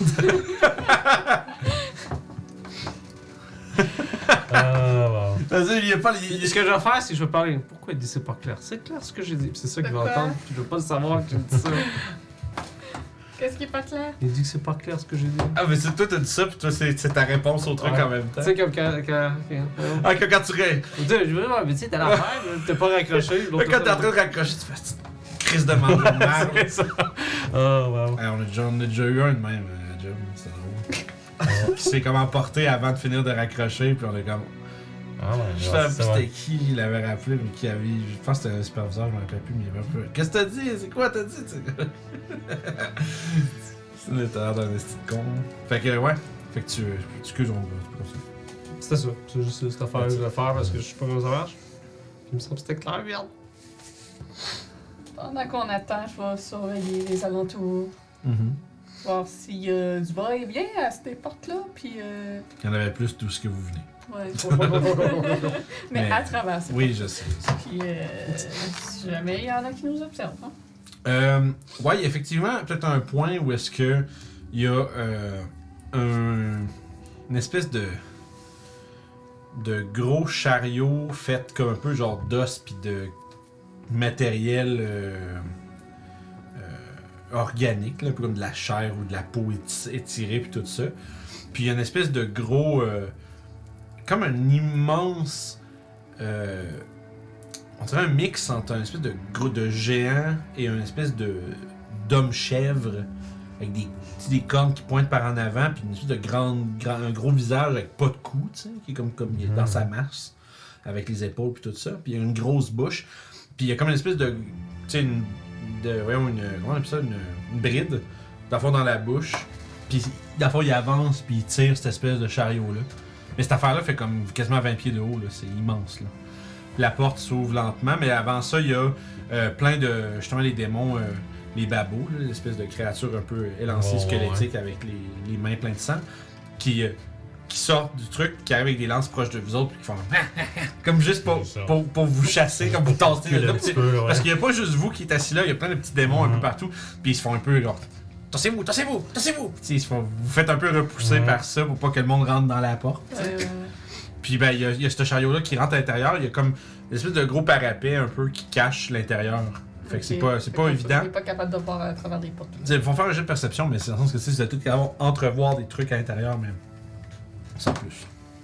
Ah, wow. Vas-y, il y a pas. il- il- Ce que je vais faire, c'est que je vais parler. Pourquoi il dit c'est pas clair? C'est clair ce que j'ai dit. Puis c'est ça qu'il va Pourquoi? entendre. Puis je veux pas le savoir que j'ai dit ça. Qu'est-ce qui est pas clair? Il dit que c'est pas clair ce que j'ai dit. Ah, mais c'est toi, t'as dit ça, puis toi, c'est c'est ta réponse au truc Ouais. en même temps. Tu sais, comme quand. quand, quand Ah, que quand tu ré- je veux dire, mais tu sais, t'as l'affaire, t'es pas raccroché. l'autre Quand t'es en personne- train de raccrocher, tu fais cette crise de mange de merde. C'est ça. Oh, wow. Ah, on, a déjà, on a déjà eu un de même, euh, Jim, c'est drôle. Qui s'est comme emporté avant de finir de raccrocher, puis on est comme. Ah, ouais. Je ouais, sais c'est pas vrai. c'était qui il avait rappelé, mais qui avait. Je pense que c'était un superviseur, je me rappelle plus, mais il avait un peu. Qu'est-ce que t'as dit? C'est quoi t'as dit? C'est une état d'un esti de con. Fait que, ouais. Fait que tu. Tu cues, on va. C'est pas comme ça. C'était ça. C'est juste cette affaire que je voulais faire parce que je sais pas comment ça marche. Puis il me semble que c'était clair, merde. Pendant qu'on attend, je vais surveiller les alentours. Mhm. Voir s'il y a du va-et-vient à ces portes-là. Puis, euh, Il y en avait plus d'où ce que vous venez. ouais. Mais- Mais à travers ces Oui, je sais. je sais. Puis, euh, si jamais il y en a qui nous observent. Hein? Euh, ouais, il y a effectivement peut-être un point où est-ce que il y a euh, un, une espèce de de gros chariot fait comme un peu genre d'os puis de matériel euh, euh, organique, là, un peu comme de la chair ou de la peau éti- étirée puis tout ça. Puis il y a une espèce de gros, euh, comme un immense euh, on dirait un mix entre un espèce de gros de géant et un espèce de d'homme chèvre avec des, tu sais, des cornes qui pointent par en avant puis une espèce de grande, grand, un gros visage avec pas de cou, tu sais, qui est comme, comme il est dans sa masse avec les épaules puis tout ça, puis il y a une grosse bouche, puis il y a comme une espèce de, tu sais, une, de, voyons, une, comment on appelle ça, une, une bride, dans le fond dans la bouche, puis dans le fond il avance puis il tire cette espèce de chariot là, mais cette affaire là fait comme quasiment vingt pieds de haut là, c'est immense là. La porte s'ouvre lentement, mais avant ça, il y a euh, plein de. Justement, les démons, euh, les babos, là, l'espèce de créature un peu élancée, Oh, squelettique, avec les, les mains pleines de sang, qui, euh, qui sortent du truc, qui arrivent avec des lances proches de vous autres, puis qui font. Comme juste pour, C'est ça. pour, pour vous chasser, comme pour tasser. Recule là, un puis- petit peu, là, ouais. Parce qu'il n'y a pas juste vous qui êtes assis là, il y a plein de petits démons un Mhm. peu partout, puis ils se font un peu genre. Tassez-vous, tassez-vous, tassez-vous! Tu sais, ils se font- vous faites un peu repousser Mhm. par ça pour pas que le monde rentre dans la porte. Euh, Puis ben, il y a, il y a ce chariot-là qui rentre à l'intérieur. Il y a comme une espèce de gros parapet un peu qui cache l'intérieur Fait que c'est Ok. pas, c'est Fait pas qu'on- évident. On n'est pas capable de voir à travers des portes. Ils vont faire un jeu de perception, mais c'est dans le sens que tu sais, vous êtes tous capables d'entrevoir des trucs à l'intérieur, mais sans plus.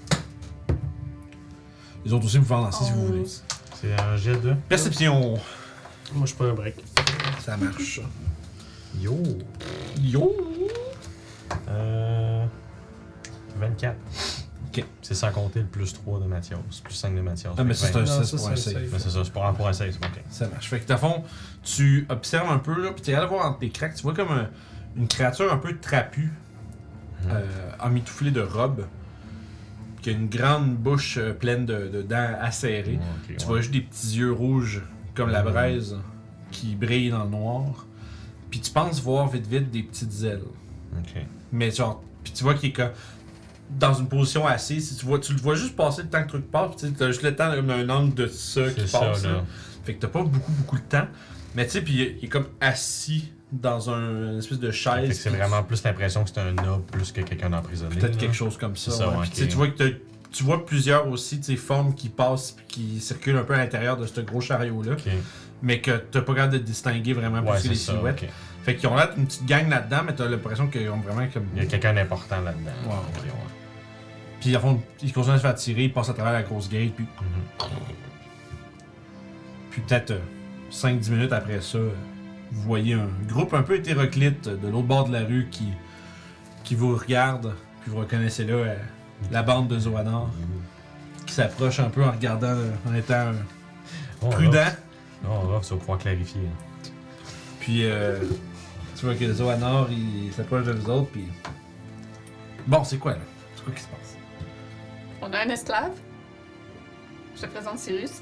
Les autres aussi, vous pouvez en lancer si vous voulez. onze. C'est un jet de. Perception, Moi, je prends un break. ça marche. Yo! Yo! Euh. vingt-quatre. Ok. C'est sans compter le plus trois de Mathias. Plus cinq de Mathias. Ah, mais Fait que c'est un vingt. Non, six ça, pour un c'est un save. save. Mais c'est ça, c'est pour un pour un seize. Ok. Ça marche. Fait que, dans le fond, tu observes un peu, là, puis tu es allé voir entre tes cracks, tu vois comme un- une créature un peu trapue, Mhm. euh, emmitouflée de robe, qui a une grande bouche euh, pleine de, de dents acérées. Ok, Tu ouais. vois juste des petits yeux rouges, comme la Mhm. braise, qui brillent dans le noir. Puis tu penses voir vite vite des petites ailes. Ok. Mais genre, puis tu vois qu'il est comme dans une position assise. Si tu vois, tu le vois juste passer le temps que le truc passe. Tu as juste le temps comme un angle de ça qui C'est ça, passe. là. là. Fait que t'as pas beaucoup beaucoup de temps. Mais tu sais, puis il, est- il est comme assis dans un une espèce de chaise. Fait que c'est puis vraiment plus l'impression que c'est un noble plus que quelqu'un d'emprisonné. peut-être là. quelque chose comme ça. C'est ça, ouais. ouais, Puis tu sais, ok. tu vois que t'as- tu vois plusieurs aussi, tu sais, formes qui passent puis qui circulent un peu à l'intérieur de ce gros chariot là, Ok. mais que t'as pas capable de distinguer vraiment Ouais, plus que c'est les ça. silhouettes. ok. Fait qu'ils ont l'air d'une petite gang là-dedans, mais t'as l'impression qu'ils ont vraiment comme. Il y a quelqu'un d'important là-dedans. Ouais, Ok, ouais. ouais. Puis, en fond, ils continuent à se faire tirer, ils passent à travers la grosse gate, puis, Mhm. puis peut-être cinq dix minutes après ça, euh, vous voyez un groupe un peu hétéroclite de l'autre bord de la rue qui, qui vous regarde, puis vous reconnaissez là euh, la bande de Zoanor qui s'approche un peu en regardant, euh, en étant euh, Oh, prudent. Là, oh, là, ça va pouvoir clarifier. là. Puis, euh, tu vois que Zoanor, il s'approche de vous autres, puis. Bon, c'est quoi là? C'est quoi qui se passe? On a un esclave. Je te présente Cyrus.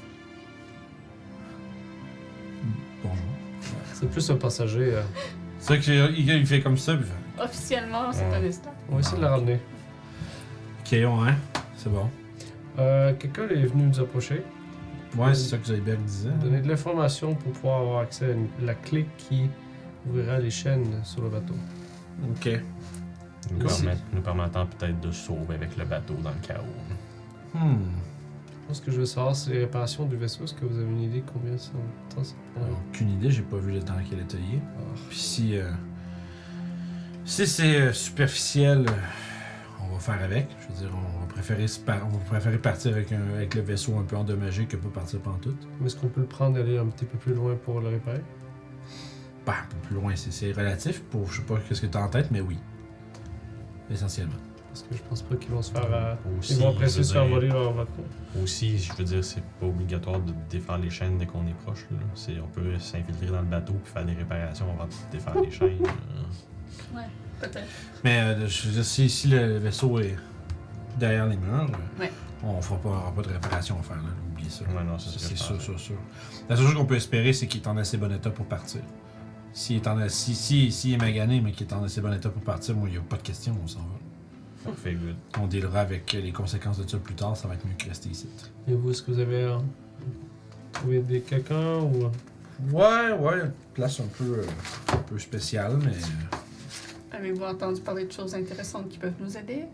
Bonjour. C'est plus un passager. euh, C'est vrai qu'il il fait comme ça, puis il fait. Officiellement, c'est Ouais. un esclave. On va essayer de la ramener. Ok, ouais, c'est bon. Euh, Quelqu'un est venu nous approcher, Ouais, c'est ça que Zoidberg disait. donner de l'information pour pouvoir avoir accès à une- la clé qui ouvrira les chaînes sur le bateau. Ok. Nous, Aussi. permet- nous permettant peut-être de sauver avec le bateau dans le chaos. Hmm. Moi, ce que je veux savoir, c'est les réparations du vaisseau. Est-ce que vous avez une idée combien ça temps ça prendrait? Aucune idée, j'ai pas vu dans quel état il est. Ah. Puis si, euh, si c'est euh, superficiel, euh, on va faire avec. Je veux dire, on va préférer, se par- on va préférer partir avec, un, avec le vaisseau un peu endommagé que pas partir pantoute. Mais est-ce qu'on peut le prendre et aller un petit peu plus loin pour le réparer? Bah, un peu plus loin, c'est, c'est relatif pour, je sais pas ce que tu as en tête, mais oui. Essentiellement. Parce que je pense pas qu'ils vont se faire. euh, Aussi, Ils vont je apprécier veux se faire dire- voler leur bateau. Aussi, je veux dire, c'est pas obligatoire de défaire les chaînes dès qu'on est proche. Là. C'est, on peut s'infiltrer dans le bateau puis faire des réparations avant de défaire les chaînes. euh. Ouais, peut-être. Mais euh, je veux dire, si, si le vaisseau est derrière les murs, euh, Ouais. on fera pas, on aura pas de réparation à faire, là, oubliez ça. Ouais, non, c'est Ça, ce que c'est je sûr, pense. sûr, sûr. La seule chose qu'on peut espérer, c'est qu'il est en assez bon état pour partir. S'il est, en, si, si, s'il est magané, mais qu'il est en assez bon état pour partir, moi, il n'y a pas de question, on s'en va. Parfait, good. On dealera avec les conséquences de ça plus tard, ça va être mieux que rester ici. Et vous, est-ce que vous avez euh, trouvé des quelqu'un ou. Ouais, ouais, une place un peu, euh, un peu spéciale, mais euh, Avez-vous entendu parler de choses intéressantes qui peuvent nous aider?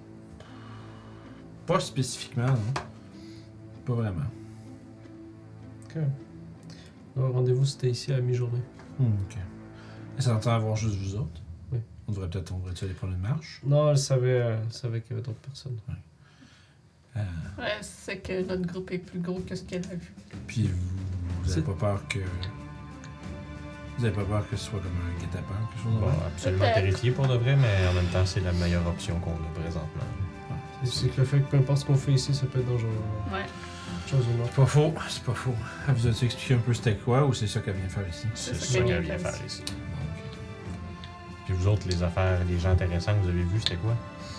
pas spécifiquement, non. Pas vraiment. Ok. Le rendez-vous, c'était ici à mi-journée. Hmm, ok. Et ça entend avoir juste vous autres? Oui. On devrait peut-être, on devrait aller prendre une marche? Non, elle savait, euh, elle savait qu'il y avait d'autres personnes. Euh, Ouais, c'est que notre groupe est plus gros que ce qu'elle a vu. Puis vous, vous avez C'est- pas peur que. Vous avez pas peur que ce soit comme un guet-apens, quelque chose de Bon, même? absolument Peut-être. terrifié pour de vrai, mais en même temps, c'est la meilleure option qu'on a présentement. C'est que le fait que peu importe ce qu'on fait ici, ça peut être dangereux. Ouais. Chose ou non. C'est pas faux, c'est pas faux. Elle vous a-tu expliqué un peu c'était quoi ou c'est ça qu'elle vient faire ici? C'est C'est ça ça qu'elle qu'elle vient fait faire ici. ici. Puis vous autres, les affaires, les gens intéressants que vous avez vus, c'était quoi?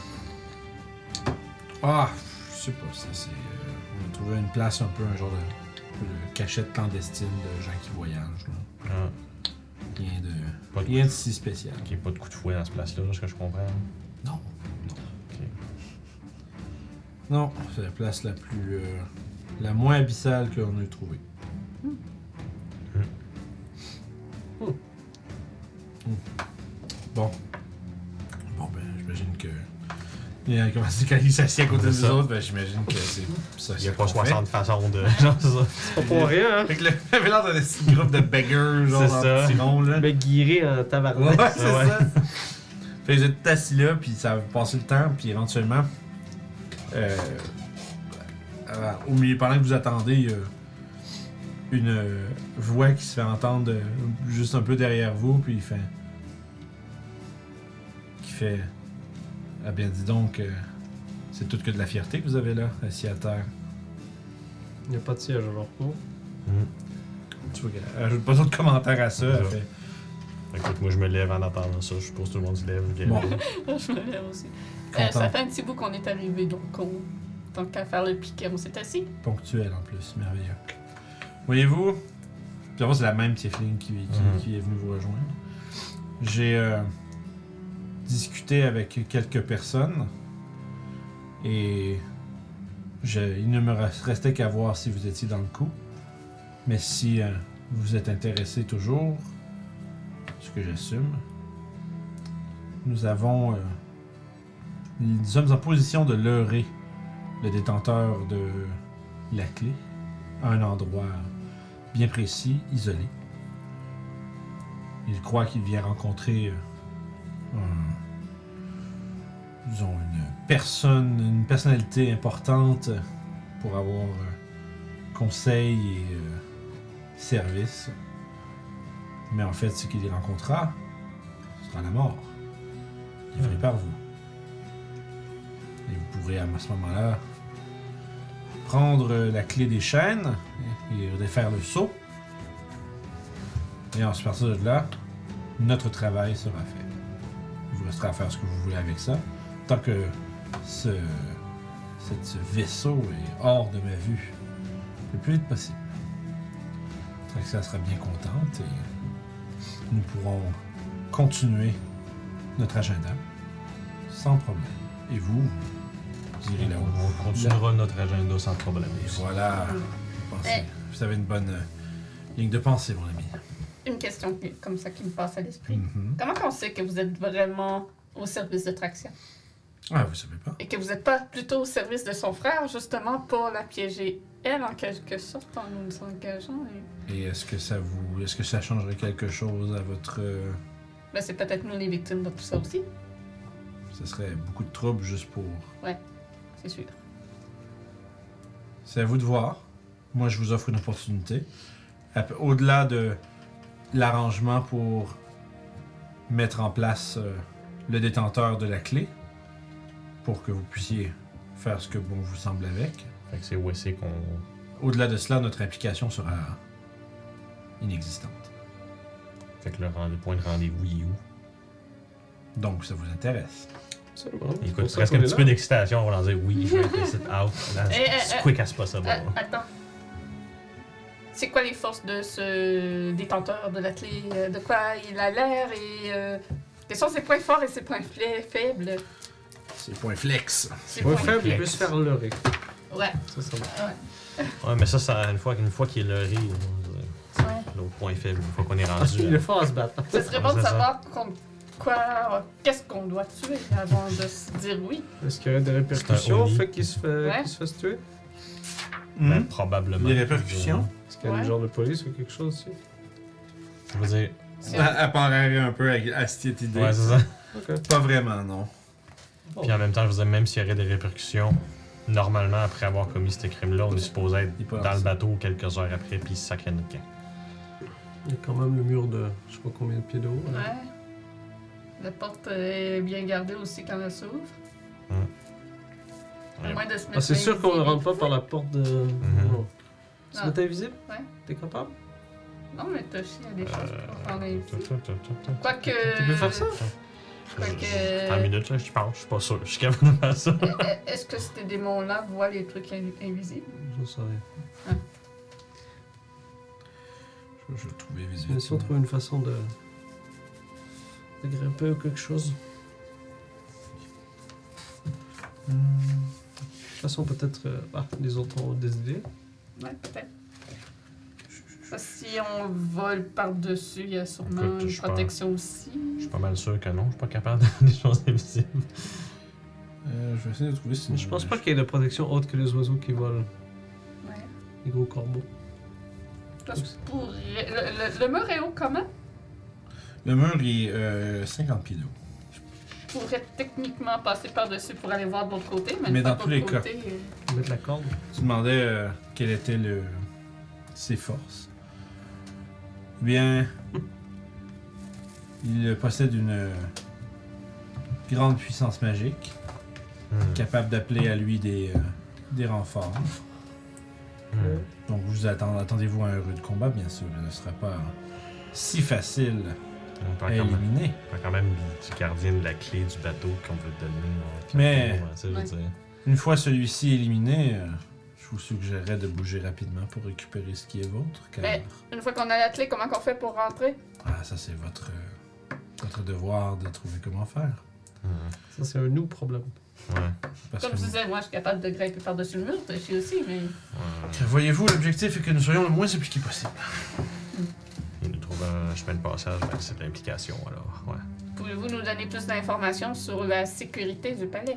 Ah, je sais pas, c'est. c'est, euh, on a trouvé une place un peu, un genre de, de cachette clandestine de gens qui voyagent. Là. Ah, Rien de. pas de Rien de si spécial. qu'il n'y ait pas de coup de fouet dans ce place-là, ce que je comprends. Non. Ok. Non, c'est la place la plus. euh, la moins abyssale qu'on ait trouvée. Hmm. Hmm. Hmm. Bon. Bon, ben, j'imagine que Et euh, comment c'est quand il s'assied à côté C'est des ça. autres, ben j'imagine que c'est ça. Il y a ça pas qu'on fait. soixante façons de. Genre, c'est ça. C'est pas pour rien, hein. Fait que le avait l'air d'un petit groupe de beggars, genre C'est en ça. petit rond, là. Mais guiré en Ouais, tabarnak. c'est Ouais. ça. Fait que vous êtes assis là, puis ça va passer le temps, puis éventuellement, euh, euh, au milieu, pendant que vous attendez, il y a une euh, voix qui se fait entendre euh, juste un peu derrière vous, puis il fait. qui fait. Ah bien, dis donc, euh, c'est tout que de la fierté que vous avez là, assis à terre. Il n'y a pas de siège alors pour. Mhm. Tu vois qu'elle ajoute pas d'autres commentaires à ça, elle Ouais. fait. Écoute, moi je me lève en attendant ça. Je suppose que tout le monde se lève. ok. Bon. Je me lève aussi. Euh, Content. ça fait un petit bout qu'on est arrivé, donc on... tant qu'à faire le piquet, on s'est assis. Ponctuel en plus, merveilleux. Voyez-vous, puis avant c'est la même Tiefling qui, qui, Mhm. qui est venue vous rejoindre. J'ai euh, discuté avec quelques personnes et je, il ne me res- restait qu'à voir si vous étiez dans le coup. Mais si euh, vous êtes intéressé toujours, ce que j'assume, nous avons, euh, nous sommes en position de leurrer le détenteur de la clé à un endroit bien précis, isolé. Il croit qu'il vient rencontrer euh, un- disons une personne, une personnalité importante pour avoir euh, conseil et euh, service. Mais en fait, ce qu'il y rencontrera, ce sera la mort, livrée par vous. Et vous pourrez à ce moment-là prendre la clé des chaînes et défaire le sceau. Et ensuite, à partir de là, notre travail sera fait. Il vous restera à faire ce que vous voulez avec ça. Tant que ce, cette- ce vaisseau est hors de ma vue, le plus vite possible. Tant que ça sera bien contente et nous pourrons continuer notre agenda sans problème. Et vous, vous irez là où vous On continuera notre agenda sans problème. Et aussi. voilà. Pensez. Eh. Vous avez une bonne euh, ligne de pensée, mon ami. Une question qui- comme ça qui me passe à l'esprit. Mhm. Comment on sait que vous êtes vraiment au service de Traxia? Ah, vous savez pas. Et que vous n'êtes pas plutôt au service de son frère, justement, pour la piéger, elle, en quelque sorte, en nous engageant? Et... Et est-ce que ça vous. Est-ce que ça changerait quelque chose à votre. euh, Ben, c'est peut-être nous les victimes de tout ça aussi, Ce serait beaucoup de troubles juste pour. c'est sûr. C'est à vous de voir. Moi, je vous offre une opportunité. Ap- Au-delà de l'arrangement pour mettre en place euh, le détenteur de la clé, pour que vous puissiez faire ce que bon vous semble avec. Fait que c'est où c'est qu'on. Au-delà de cela, notre implication sera inexistante. Fait que le rend- le point de rendez-vous, il est où? Donc, ça vous intéresse. Absolument. C'est Écoute, pour ça presque qu'on un est petit là. peu d'excitation, on va leur dire oui, je vais être ici out as, Eh, eh, as eh. quick as possible. Euh, attends. C'est quoi les forces de ce détenteur de la clé? Euh, De quoi il a l'air et... Euh... Quels sont ses points forts et ses points fla- faibles? C'est point flex. Ses Point points- faible, il peut flex. se faire leurrer. Ouais. Ça, ça va. Ouais. Ouais, mais ça, ça une fois, une fois qu'il est leurré, là, Ouais. l'autre point faible, une fois qu'on est Ah, rendu. il est fort à se battre. Ce serait Ouais, bon de c'est ça. savoir contre quoi, qu'est-ce qu'on doit tuer avant de se dire oui. Est-ce qu'il y aurait des répercussions au Oni. fait qu'il se, fait, Ouais. qu'il se fasse tuer? Ben, Hmm? probablement. Les répercussions? Est-ce qu'il y a Ouais. des genres de police ou quelque chose ici? Je veux dire. Si À, à paraît un peu à, à cette idée. Ouais, c'est ça. Ok. Pas vraiment, non. Puis en même temps, je veux dire, même s'il y aurait des répercussions, normalement, après avoir commis ce crime-là, on est supposé Il est être pas dans lancé. le bateau quelques heures après, puis sacrer notre camp. Il y a quand même le mur de je sais pas combien de pieds d'eau. Ouais. La porte est bien gardée aussi quand elle s'ouvre. À Ouais. moins de se mettre Ah, c'est sûr qu'on ne invisible. rentre pas par la porte de. Non. Tu Non. te mets invisible? Ouais. T'es capable? Non, mais Toshi a des chances Euh, pour rendre invisible. ta- ta- ta- ta- ta- Quoique... Tu peux faire ça? Quoique... En minute, là, je pense, je suis pas sûr. Je suis capable de faire ça. Eh, Est-ce que ces démons-là voient les trucs in- invisibles? Je sais rien. Je, je vais le trouver Mais visuellement. si on trouve une façon de. de grimper ou quelque chose. Hmm. De toute façon, peut-être. euh, ah, les autres ont des idées. Ouais, peut-être. Parce que si on vole par-dessus, il y a sûrement Écoute, une je pense- protection aussi. Je suis pas mal sûr que non, je suis pas capable de faire des choses invisibles. Euh, je vais essayer de trouver si. Mais je pense pas qu'il y ait de protection autre que les oiseaux qui volent. Ouais. Les gros corbeaux. Ça, je pourrais- Le, le, le mur est haut comment? Le mur est euh, cinquante pieds de haut. Je pourrais techniquement passer par-dessus pour aller voir de l'autre côté, mais, Mais pas dans de tous les l'autre cas. côté, euh, Mettre la corde. Tu demandais euh, quelles étaient le... ses forces. Eh bien, il possède une euh, grande puissance magique, Hmm. capable d'appeler à lui des, euh, des renforts. Hmm. Donc vous attendez, attendez-vous à un rude combat, bien sûr. Il ne sera pas si facile On peut à quand même, éliminer. on peut quand même du gardien de la clé du bateau qu'on veut te donner. euh, qui Mais- va- tu sais, je veux Ouais. dire. Une fois celui-ci éliminé, euh, je vous suggérerais de bouger rapidement pour récupérer ce qui est vôtre, car... Mais- une fois qu'on a la clé, comment qu'on fait pour rentrer? Ah, ça c'est votre, euh, votre devoir de trouver comment faire. Hmm. Ça, c'est un nous problème. Ouais. Parce Comme que je disais, moi, je suis capable de grimper par-dessus le mur, je suis aussi, mais... Ouais. voyez-vous, l'objectif est que nous soyons le moins impliqués possible. Il nous trouve un chemin de passage, ben, c'est de l'implication alors. Ouais. Pouvez-vous nous donner plus d'informations sur la sécurité du palais?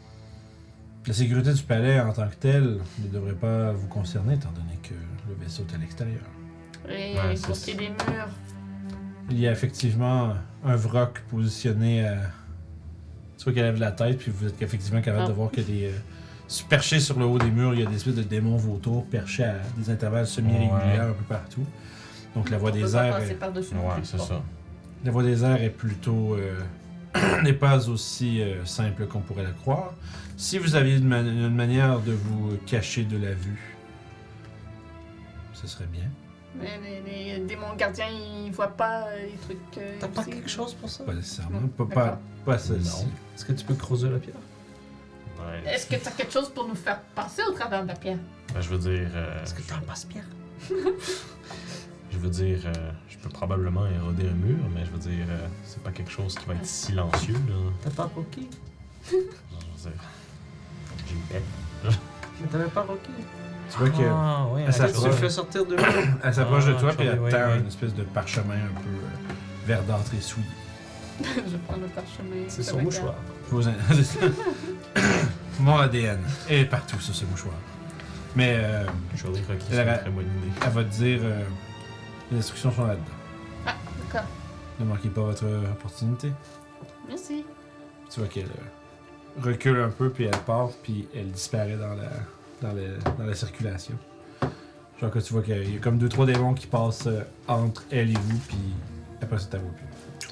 La sécurité du palais en tant que telle ne devrait pas vous concerner, étant donné que le vaisseau est à l'extérieur. Et Ouais, pour c'est ce qui est des murs, Il y a effectivement un vroc positionné à... Soit qu'elle lève la tête, puis vous êtes effectivement capable Ah. de voir que des... euh, perchés sur le haut des murs, il y a des espèces de démons vautours perchés à des intervalles semi-réguliers Ouais. un peu partout. Donc la voie on peut des pas airs... passer est- par-dessus le Ouais, mur. c'est Bon. ça. La voie des airs est plutôt... euh, n'est pas aussi euh, simple qu'on pourrait le croire. Si vous aviez une, man- une manière de vous cacher de la vue, ce serait bien. Mais les, les démons gardiens, ils voient pas euh, les trucs... euh, T'as pas aussi. quelque chose pour ça? Pas nécessairement. Non, Pas, d'accord. pas, pas celle-ci. Non. Est-ce que tu peux creuser la pierre? Ouais. Est-ce que tu as quelque chose pour nous faire passer au travers de la pierre? Ben, je veux dire. euh, Est-ce que t'as un passe-pierre? Je veux dire, euh, je peux probablement éroder un mur, mais je veux dire, euh, c'est pas quelque chose qui va être silencieux, là. T'as pas Rocky? Je veux dire, j'ai une paix. Mais t'avais pas Rocky? Tu vois que... Ah, ouais, elle Ça, Ça tu le va. fais sortir de là. Elle s'approche de Ah, toi, puis elle ouais, tend ouais. une espèce de parchemin un peu euh, verdâtre et souillé. Je prends le parchemin. C'est ça son va mouchoir. Vos in- c'est ça. Mon A D N est partout sur ce mouchoir. Mais euh, Je veux dire, Rocky, Elle c'est une avait- très bonne idée. elle va te dire... euh, les instructions sont là-dedans. Ah, d'accord. Ne manquez pas votre opportunité. Merci. Tu vois qu'elle euh, recule un peu, puis elle part, puis elle disparaît dans la, dans le- dans la circulation. Genre que tu vois qu'il y a comme deux, trois démons qui passent euh, entre elle et vous, puis après ça, t'as vu plus.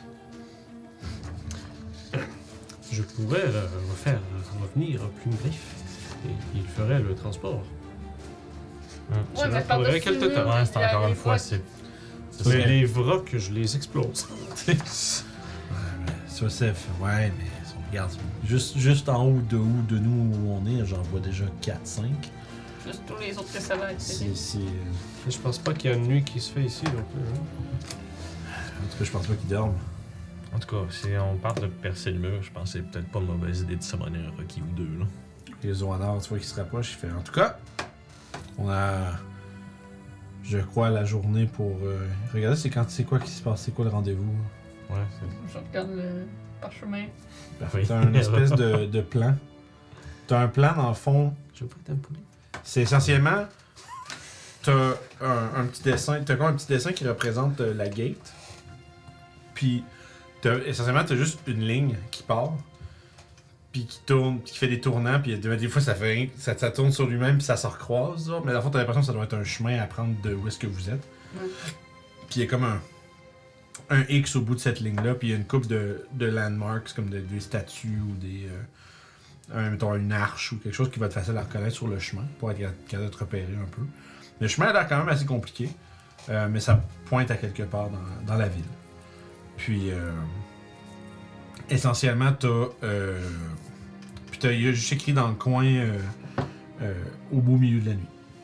Je pourrais euh, refaire revenir plus griffe et il ferait le transport. Hum. Ça mais leur par-dessus prendrait quelque le mur, temps. Ouais, c'est il y a encore les une fois, voies. c'est. c'est Ouais. Mais ça. les vrocs, je les explose. Ouais, mais Joseph, ouais, mais si on regarde juste, juste en haut de où de nous où on est, j'en vois déjà quatre cinq. Juste tous les autres que ça va être. C'est, c'est, euh, Mais je pense pas qu'il y a une nuit qui se fait ici non plus. hein. en tout cas, je pense pas qu'ils dorment. En tout cas, si on parle de percer le mur, je pense que c'est peut-être pas une mauvaise idée de summoner un Rocky ou deux, là. Les Zoanars, tu vois, qui se rapprochent, il fait en tout cas, on a, je crois, la journée pour. Euh, regardez, c'est quand, c'est quoi qui se passe, c'est quoi le rendez-vous? Ouais, c'est. Je regarde le parchemin. Parfait. Oui. T'as une espèce de, de plan. T'as un plan dans le fond. Je veux pas être un poulet. C'est essentiellement. T'as un, un petit dessin. T'as comme un petit dessin qui représente euh, la gate. Puis, t'as, essentiellement, t'as juste une ligne qui part. Puis qui tourne, puis qui fait des tournants. Puis des, des fois, ça fait rien- ça, ça tourne sur lui-même, puis ça se recroise. Là. Mais dans le fond, t'as l'impression que ça doit être un chemin à prendre de où est-ce que vous êtes. Ouais. Puis il y a comme un, un X au bout de cette ligne-là, puis il y a une coupe de, de landmarks, comme de- des statues ou des. Euh, un, mettons, une arche ou quelque chose qui va être facile à reconnaître sur le chemin, pour être capable de te repérer un peu. Le chemin a l'air quand même assez compliqué, euh, mais ça pointe à quelque part dans, dans la ville. Puis, euh, essentiellement, t'as. Euh, puis t'as il y a juste écrit dans le coin, euh, euh, au beau milieu de la nuit.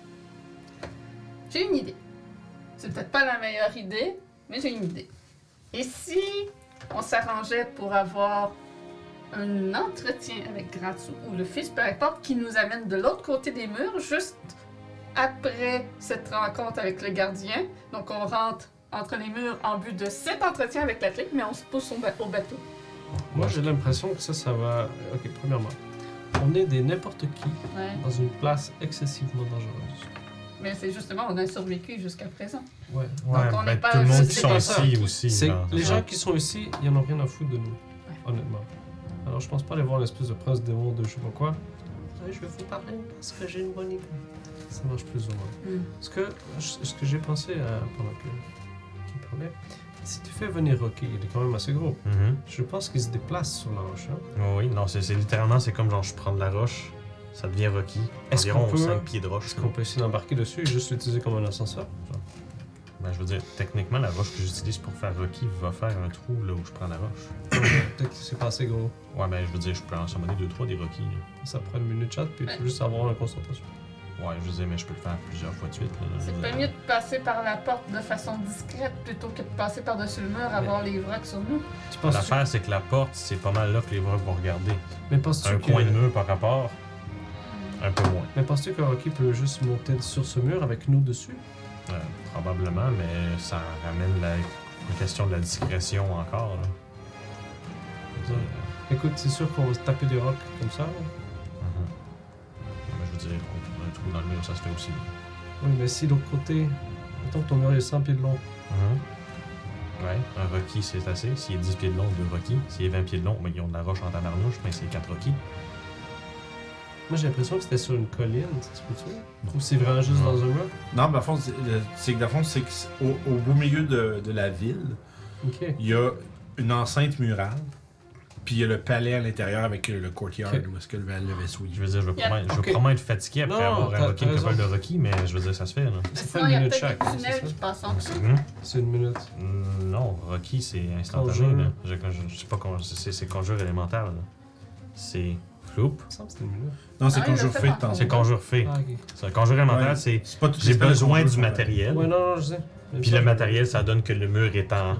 J'ai une idée. C'est peut-être pas la meilleure idée, mais j'ai une idée. Et si on s'arrangeait pour avoir un entretien avec Gratsu ou le fils, peu importe, qui nous amène de l'autre côté des murs, juste après cette rencontre avec le gardien. Donc on rentre entre les murs en but de cet entretien avec la clé, mais on se pousse au, ba- au bateau. Moi, j'ai l'impression que ça, ça va. Ok, premièrement. on est des n'importe qui Ouais. dans une place excessivement dangereuse. Mais c'est justement, on a survécu jusqu'à présent. Ouais. Ouais, on ben, n'est pas tout le monde juste qui des sont personnes. ici aussi. C'est, genre, les c'est gens ça. qui sont ici, ils en ont rien à foutre de nous, honnêtement. Alors je pense pas aller voir l'espèce de prince démon de je sais pas quoi. Ouais, je vais vous parler parce que j'ai une bonne idée. Ça marche plus ou moins. Mm. Ce que, ce que j'ai pensé à, pendant que qu'il parlait, si tu fais venir Rocky, il est quand même assez gros. Mhm. Je pense qu'il se déplace sur la roche. Hein? Oh oui, non, c'est c'est littéralement, c'est comme genre je prends de la roche, ça devient Rocky. Est-ce Environ qu'on peut- cinq pieds de roche. Est-ce qu'on peut essayer d'embarquer dessus et juste l'utiliser comme un ascenseur? Ben, je veux dire, techniquement, la roche que j'utilise pour faire Rocky va faire un trou là où je prends la roche. Peut-être que c'est pas assez gros. Ouais, ben, je veux dire, je peux en summoner deux trois des Rocky. Là. Ça prend une minute chat, puis tu peux juste avoir une concentration. Ouais, je veux dire, mais je peux le faire plusieurs fois de suite. Là, je C'est veux pas dire. mieux de passer par la porte de façon discrète plutôt que de passer par-dessus le mur, avoir les vracs sur nous. Tu penses L'affaire, c'est que la porte, c'est pas mal là que les vrais vont regarder. Mais penses-tu Un que... coin de mur par rapport, un peu moins. Mais penses-tu que Rocky peut juste monter sur ce mur avec nous dessus? Euh, probablement, mais ça ramène la, la question de la discrétion encore. Là. Je veux dire, Écoute, c'est sûr qu'on va se taper des rocs comme ça. là. Mhm. Mais je veux dire, on- un trou dans le mur, ça se fait aussi. Oui, mais si de l'autre côté, mettons que ton mur est cent pieds de long, Mhm. Ouais, un Rocky, c'est assez. S'il est dix pieds de long, deux Rocky. S'il est vingt pieds de long, ben, ils ont de la roche en tabarnouche, mais c'est quatre Rocky. moi j'ai l'impression que c'était sur une colline, ça se peut-tu? Ou c'est vraiment juste Non. dans un mur? Non, mais dans le fond, c'est le- c'est que dans le fond, c'est qu'au au beau milieu de, de la ville, Ok. il y a une enceinte murale, puis il y a le palais à l'intérieur avec euh, le courtyard Ok. où est-ce que le, le vaisseau y Je veux dire, je vais Yeah. probablement, je vais Ok. probablement être fatigué après Non, avoir t'as- invoqué t'as une couple raison. de Rocky, mais je veux dire, ça se fait. Là. C'est pas Sinon, une il y a minute peut-être chaque, un c'est tunnel ça? qui passe en dessous. Mhm. C'est une minute. Mm, Non, Rocky, c'est instantané. Conjure. Là. Je, je, je sais pas comment. C'est c'est conjure élémentaire. là. C'est floup. Il me semble que c'était une minute. Non, c'est Ah, il l'a conjure fait fait de tantôt. temps. C'est conjure fait. Ah, ok. C'est un conjure élémentaire, Ouais. c'est C'est pas tout j'ai les spells besoin conjure du sont matériel. Ouais, non, non, je sais. Il me Puis le semble- matériel, ça donne que le mur est en.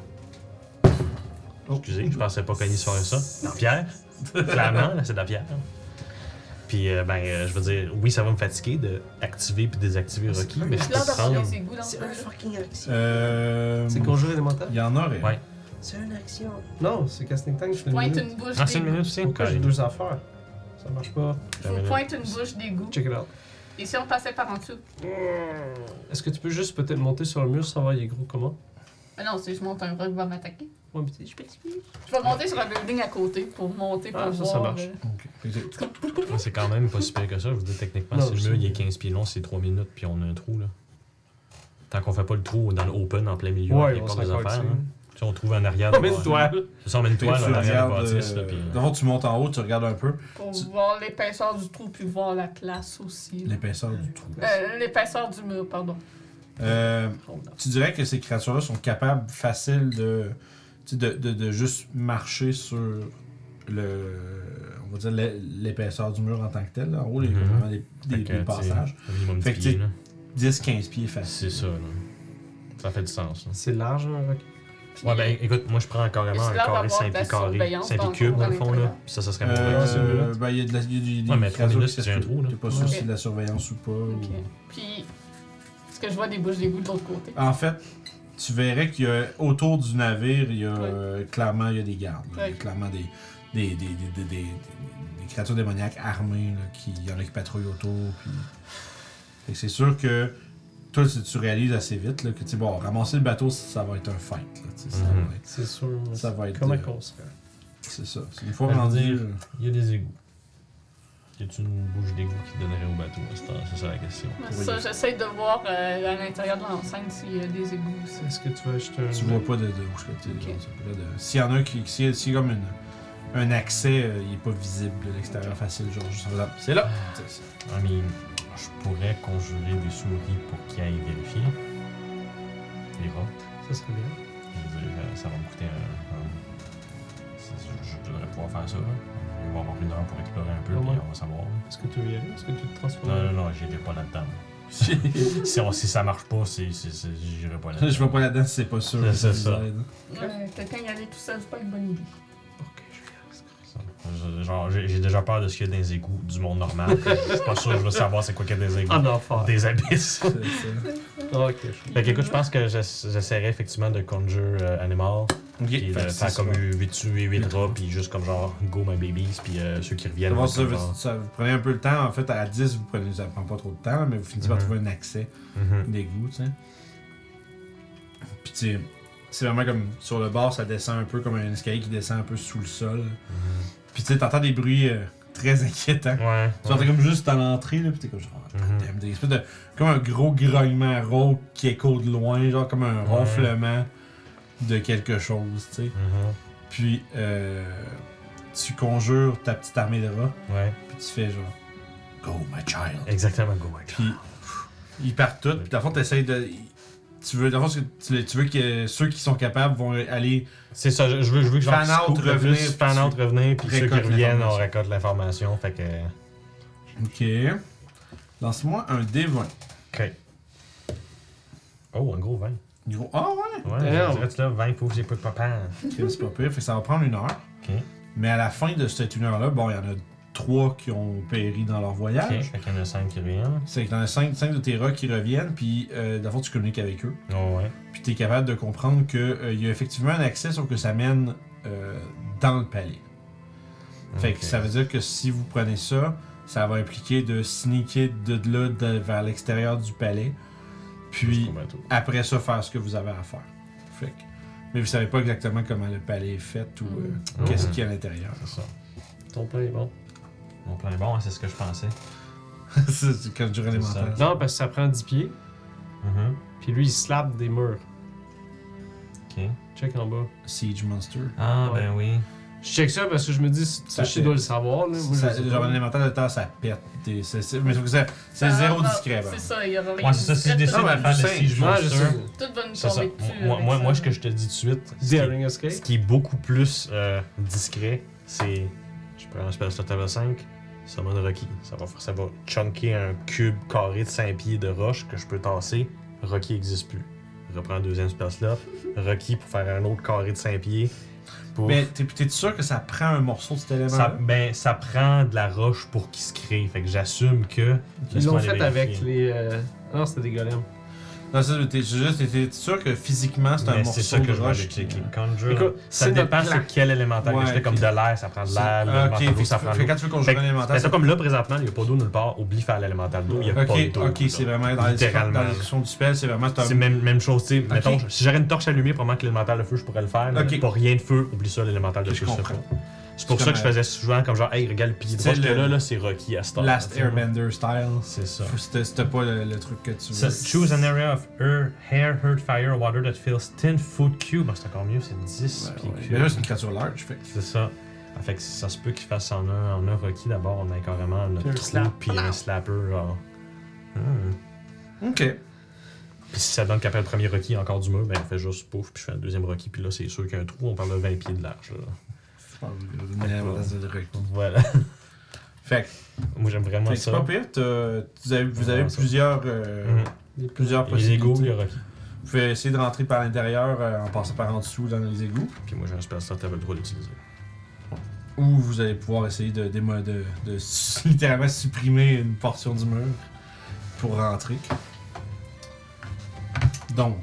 Oh. Excusez, je pensais pas qu'on y ferait ça. En pierre. Clairement, là, c'est de la pierre. Puis, euh, ben, euh, je veux dire, oui, ça va me fatiguer de activer puis désactiver Rocky, mais je C'est peux l'heure d'avoir prendre. les égouts dans ce C'est un coin-là. fucking action. Euh. C'est conjure élémentaire? Il y en aurait. Ouais. C'est une action. Non, c'est casting tank, je fais une Pointe minute. une bouche Ah, c'est une d'égout. minute aussi? Pourquoi j'ai Ok. deux affaires? Ça marche pas. Je vous pointe une bouche d'égout. Check it out. Et si on passait par en dessous? Est-ce que tu peux juste peut-être monter sur le mur sans voir il est gros comment? Mais non, si je monte un roc, il va m'attaquer. Ouais, mais t'es- je peux Je vais monter sur un building à côté pour monter pour Ah, ça, voir. ça marche. euh, Ok. Fait que c'est- Ouais, c'est quand même pas super que ça. Je veux dire, techniquement, Non, si le je mur sais. il est quinze pieds long, c'est trois minutes, puis on a un trou, là. Tant qu'on fait pas le trou dans l'open en plein milieu, Ouais, il y a on pas s'en des colle, affaires. c'est- Hein. Tu sais, on trouve un arrière. On met une toile. C'est ça, on met une Puis toile tu en arrière de la regardes, bâtisse, là, euh, puis. d'abord, tu montes en haut, tu regardes un peu Pour voir l'épaisseur du trou, puis voir la classe aussi. là. l'épaisseur du trou. Euh, l'épaisseur du mur, pardon. Euh, tu dirais que ces créatures-là sont capables facile de, tu sais, de, de, de juste marcher sur le, on va dire l'é- l'épaisseur du mur en tant que tel. Là. En haut, il y a Mhm. vraiment des, des, Fait que, des tu sais, passages. un minimum de Fait que, pieds, tu sais, là. dix quinze pieds facile. C'est ça, là. Ça fait du sens, là. C'est large, un roc. Puis, Ouais, ben écoute, moi je prends carrément c'est un là carré d'avoir cinq de la pieds carrés, surveillance cinq pieds dans le cubes fond, dans le dans fond, là. l'intérieur. Puis ça, ça serait mon roc. Euh, c'est une minute. ben, il y a de la, il y a des, des Ouais, mais trois créatures minutes, qui c'est un s'assurent- trou, là. T'es pas sûr Ok. si c'est de la surveillance ou pas. ou- Ok. Puis, est-ce que je vois des bouches d'égout de l'autre côté? En fait, tu verrais qu'il y a autour du navire, il y a Ouais. euh, clairement il y a des gardes. Il y a Ouais. clairement des, des, des, des, des, des- des créatures démoniaques armées là, qui il y en a qui patrouillent autour. Puis... Fait que c'est sûr que toi, si tu réalises assez vite là, que tu sais, bon, ramasser le bateau, ça va être un fight. Là, tu sais, ça, Mhm. va être- C'est sûr. ça va être. Comment euh, qu'on se fait? c'est ça. C'est une fois Ben, je veux rendu. dire- euh, Il y a des égouts. Y a-tu une bouche d'égout qui donnerait au bateau? C'est c'est ça la question. C'est ça, j'essaie de voir euh, à l'intérieur de l'enceinte s'il y a des égouts aussi. Est-ce que tu veux acheter un. Tu vois pas de, de où je que Ok. S'il y en a un qui. S'il y a, s'il y a comme une, un accès, euh, il est pas visible de l'extérieur facile, genre juste là. C'est là! C'est ça. I mean, je pourrais conjurer des souris pour qu'ils aillent vérifier. Les rats. Ça serait bien. Je veux dire, euh, ça va me coûter un. un- c'est- Je, je devrais pouvoir faire ça. Là. On va avoir une heure pour explorer un peu, Ouais, puis ouais. on va savoir. Est-ce que tu veux y aller? Est-ce que tu te transformes? Non, non, non, j'irai pas là-dedans. si, si, on- si ça marche pas, c'est, c'est, c'est- j'irai pas là-dedans. Je vais pas là-dedans si c'est pas sûr. C'est que ça ça. nous aide. Euh, Quelqu'un y aller tout seul, c'est pas une bonne idie. Ok, je vais y aller. Ça. Je, ça. Genre, j'ai j'ai déjà peur de ce qu'il y a dans les égouts du monde normal. Je suis pas sûr que je veux savoir c'est quoi qu'il y a dans les égouts. Ah non, fort. Des abysses. C'est ça. Ok, je Fait qu'écoute, je pense que j'ess- j'essaierai effectivement de conjure euh, Animal. Ok, Puis de fait que faire c'est comme ça. huit tuer huit rats, puis juste comme genre go my babies, puis euh, ceux qui reviennent. D'abord, vont ça, comme vous, genre- ça, vous prenez un peu le temps. En fait, à dix, vous prenez, ça prend pas trop de temps, mais vous finissez par Mhm. trouver un accès Mhm. d'égout, tu sais. Puis, tu sais, c'est vraiment comme sur le bord, ça descend un peu comme un escalier qui descend un peu sous le sol. Mhm. Puis, tu sais, t'entends des bruits euh, très inquiétants. Ouais. Tu entends comme juste à l'entrée, là, pis t'es comme genre, ah, Mhm. damn, des espèces de. Comme un gros grognement rauque qui écho de loin, genre comme un Ouais. ronflement de quelque chose, tu sais. Mhm. Puis, euh, tu conjures ta petite armée de rats, Ouais. puis tu fais genre, Go, my child. Exactement, go my Puis, ils partent tous, puis dans le fond, t'essayes de. Tu veux, dans le fond, tu, tu veux que ceux qui sont capables vont aller. C'est ça, je je veux, je veux que Fan genre out, scoop le revenir, plus, fan out, revenir, puis ceux qui récolte reviennent, on l'information. récolte l'information, fait que... Ok. Lance-moi un D vingt. Ok. Oh, un gros vingt. Gros. Ah ouais! Ouais, Damn. je dirais que là, vingt pauvres, j'ai pas de papa. Ok, c'est pas pire. Fait que ça va prendre une heure. Ok. Mais à la fin de cette une heure-là, bon, il y en a trois qui ont péri dans leur Ok, voyage. fait qu'il y en a cinq qui reviennent. C'est que t'en as cinq, cinq de tes rats qui reviennent, puis euh, dans le fond, tu communiques avec eux. Oh, ouais. Puis t'es capable de comprendre qu'il y a effectivement un accès, sauf que ça mène euh, dans le palais. Fait Ok. que ça veut dire que si vous prenez ça, ça va impliquer de sneaker de là de- vers l'extérieur du palais. Puis Jusqu'au bateau. après ça, faire ce que vous avez à faire. Fait que- mais vous savez pas exactement comment le palais est fait ou euh, Mhm. qu'est-ce qu'il y a à l'intérieur. C'est ça. Ton plan est bon. Mon plan est bon, hein, c'est ce que je pensais. c'est c'est quand je C'est ça. élémentaire. Non, parce que ça prend dix pieds, Mhm. puis lui, il slap des murs. Ok. Check en bas. Siege Monster. Ah, Ouais. ben oui. Je check ça parce que je me dis, Ça ça, je fait- dois le savoir. Là. Moi, Ça- je sais genre pas. un élémentaire de terre, ça pète. Des- c'est- c'est- mais sauf que c'est c'est Ah, zéro ah, discret. C'est ben. ça, il y aura rien Ouais, c'est ça, si je discret, décide Ah, de ben, faire le du Siege Ouais, je sais. Monster, Tout va nous c'est ça. tomber dessus. Moi, avec moi, ça. moi, ce que je te dis tout de suite, ce qui, Daring est, escape. ce qui est beaucoup plus euh, discret, c'est. Je prends un spell slot level cinq, Summon Rocky. Ça va, faire- ça va chunker un cube carré de cinq pieds de roche que je peux tasser. Rocky n'existe plus. Je reprends un deuxième spell slot. Rocky pour faire un autre carré de cinq pieds. Pour... Mais t'es t'es sûr que ça prend un morceau de cet élément Ça, ben, ça prend de la roche pour qu'il se crée. Fait que j'assume que. Ils l'ont Laisse-moi fait aller avec vérifier. les. Euh... Ah non, c'était des golems. Non, ça, t'es juste, t'es t'es sûr que physiquement, c'est un Mais morceau c'est ça que de je vais roche. aller qui- checker. Conjure. Écoute, ça c'est dépend notre sur plan. quel élémental que Ouais, je fais. Comme puis- de l'air, ça prend de C'est- l'air. Ah, ok, L'élémental d'eau, fait, ça que- prend fait l'eau. que quand tu veux conjurer Fait- un Ben, élémental, c'est comme là, présentement, il n'y a pas d'eau nulle part. Oublie faire l'élémental d'eau. Il n'y a pas Ok, d'eau. ok, c'est vraiment dans la description- dans la Littéralement. description du spell, c'est vraiment c'est un- C'est même, même chose, tu sais. Ok. Mettons, si j'aurais une torche allumée, probablement que l'élémental de feu, je pourrais le faire. Mais Ok. pas rien de feu, oublie ça, l'élémental de Ok, feu, je je sais comprends. pas. C'est pour C'est ça que je comme, faisais souvent comme genre, hey, regarde le pied de C'est roche que le- là, là, c'est Rocky à ce temps. Last Airbender style. C'est ça. Faut- C'était c'était pas le, le truc que tu Ça, veux. choose an area of air, hair, earth, fire, or water that fills ten foot cube. Ah, c'est encore mieux, c'est dix Ouais, pieds ouais. cubes. Mais là, c'est une créature large, fait que- C'est ça. Ah, fait que ça se peut qu'il fasse en un, en un Rocky d'abord, on a carrément notre Puis un trou, slap. puis un slapper. Genre. Hmm. Ok. Puis si ça donne qu'après le premier Rocky, encore du mur, ben on fait juste pouf, puis je fais un deuxième Rocky, puis là c'est sûr qu'il y a un trou, on parle de vingt pieds de large. Là. Mais voilà, c'est le truc. Voilà. Fait que Moi j'aime vraiment fait que c'est ça. pas pire, t'as- vous avez, vous avez Ouais, ça. plusieurs, euh, Mhm. plusieurs Les égouts, possibilités. il y a Rocky. Vous pouvez essayer de rentrer par l'intérieur euh, en passant par en dessous dans les égouts. Puis moi j'ai un spell slot, t'avais le droit d'utiliser. Ou vous allez pouvoir essayer de, démo- de, de su- littéralement supprimer une portion du mur pour rentrer. Donc,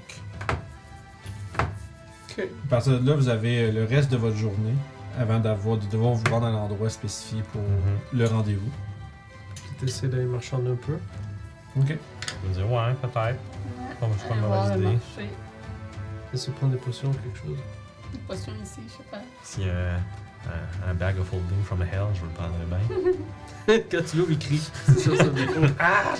Ok. à partir de là, vous avez euh, le reste de votre journée avant d'avoir, de devoir vous rendre à l'endroit spécifié pour Mhm. le rendez-vous. Puis t'essaies d'aller marchander un peu. Ok. Je me dire, ouais, peut-être. Pas- c'est pas une Allez voir mauvaise le idée. marché. Essaie de prendre des potions ou quelque chose. Une potion ici, je sais pas. S'il y a un, un bag of holding from hell, je le prendrais bien. Quand tu l'ouvres, il crie. C'est sûr, ça me défaut. Ah!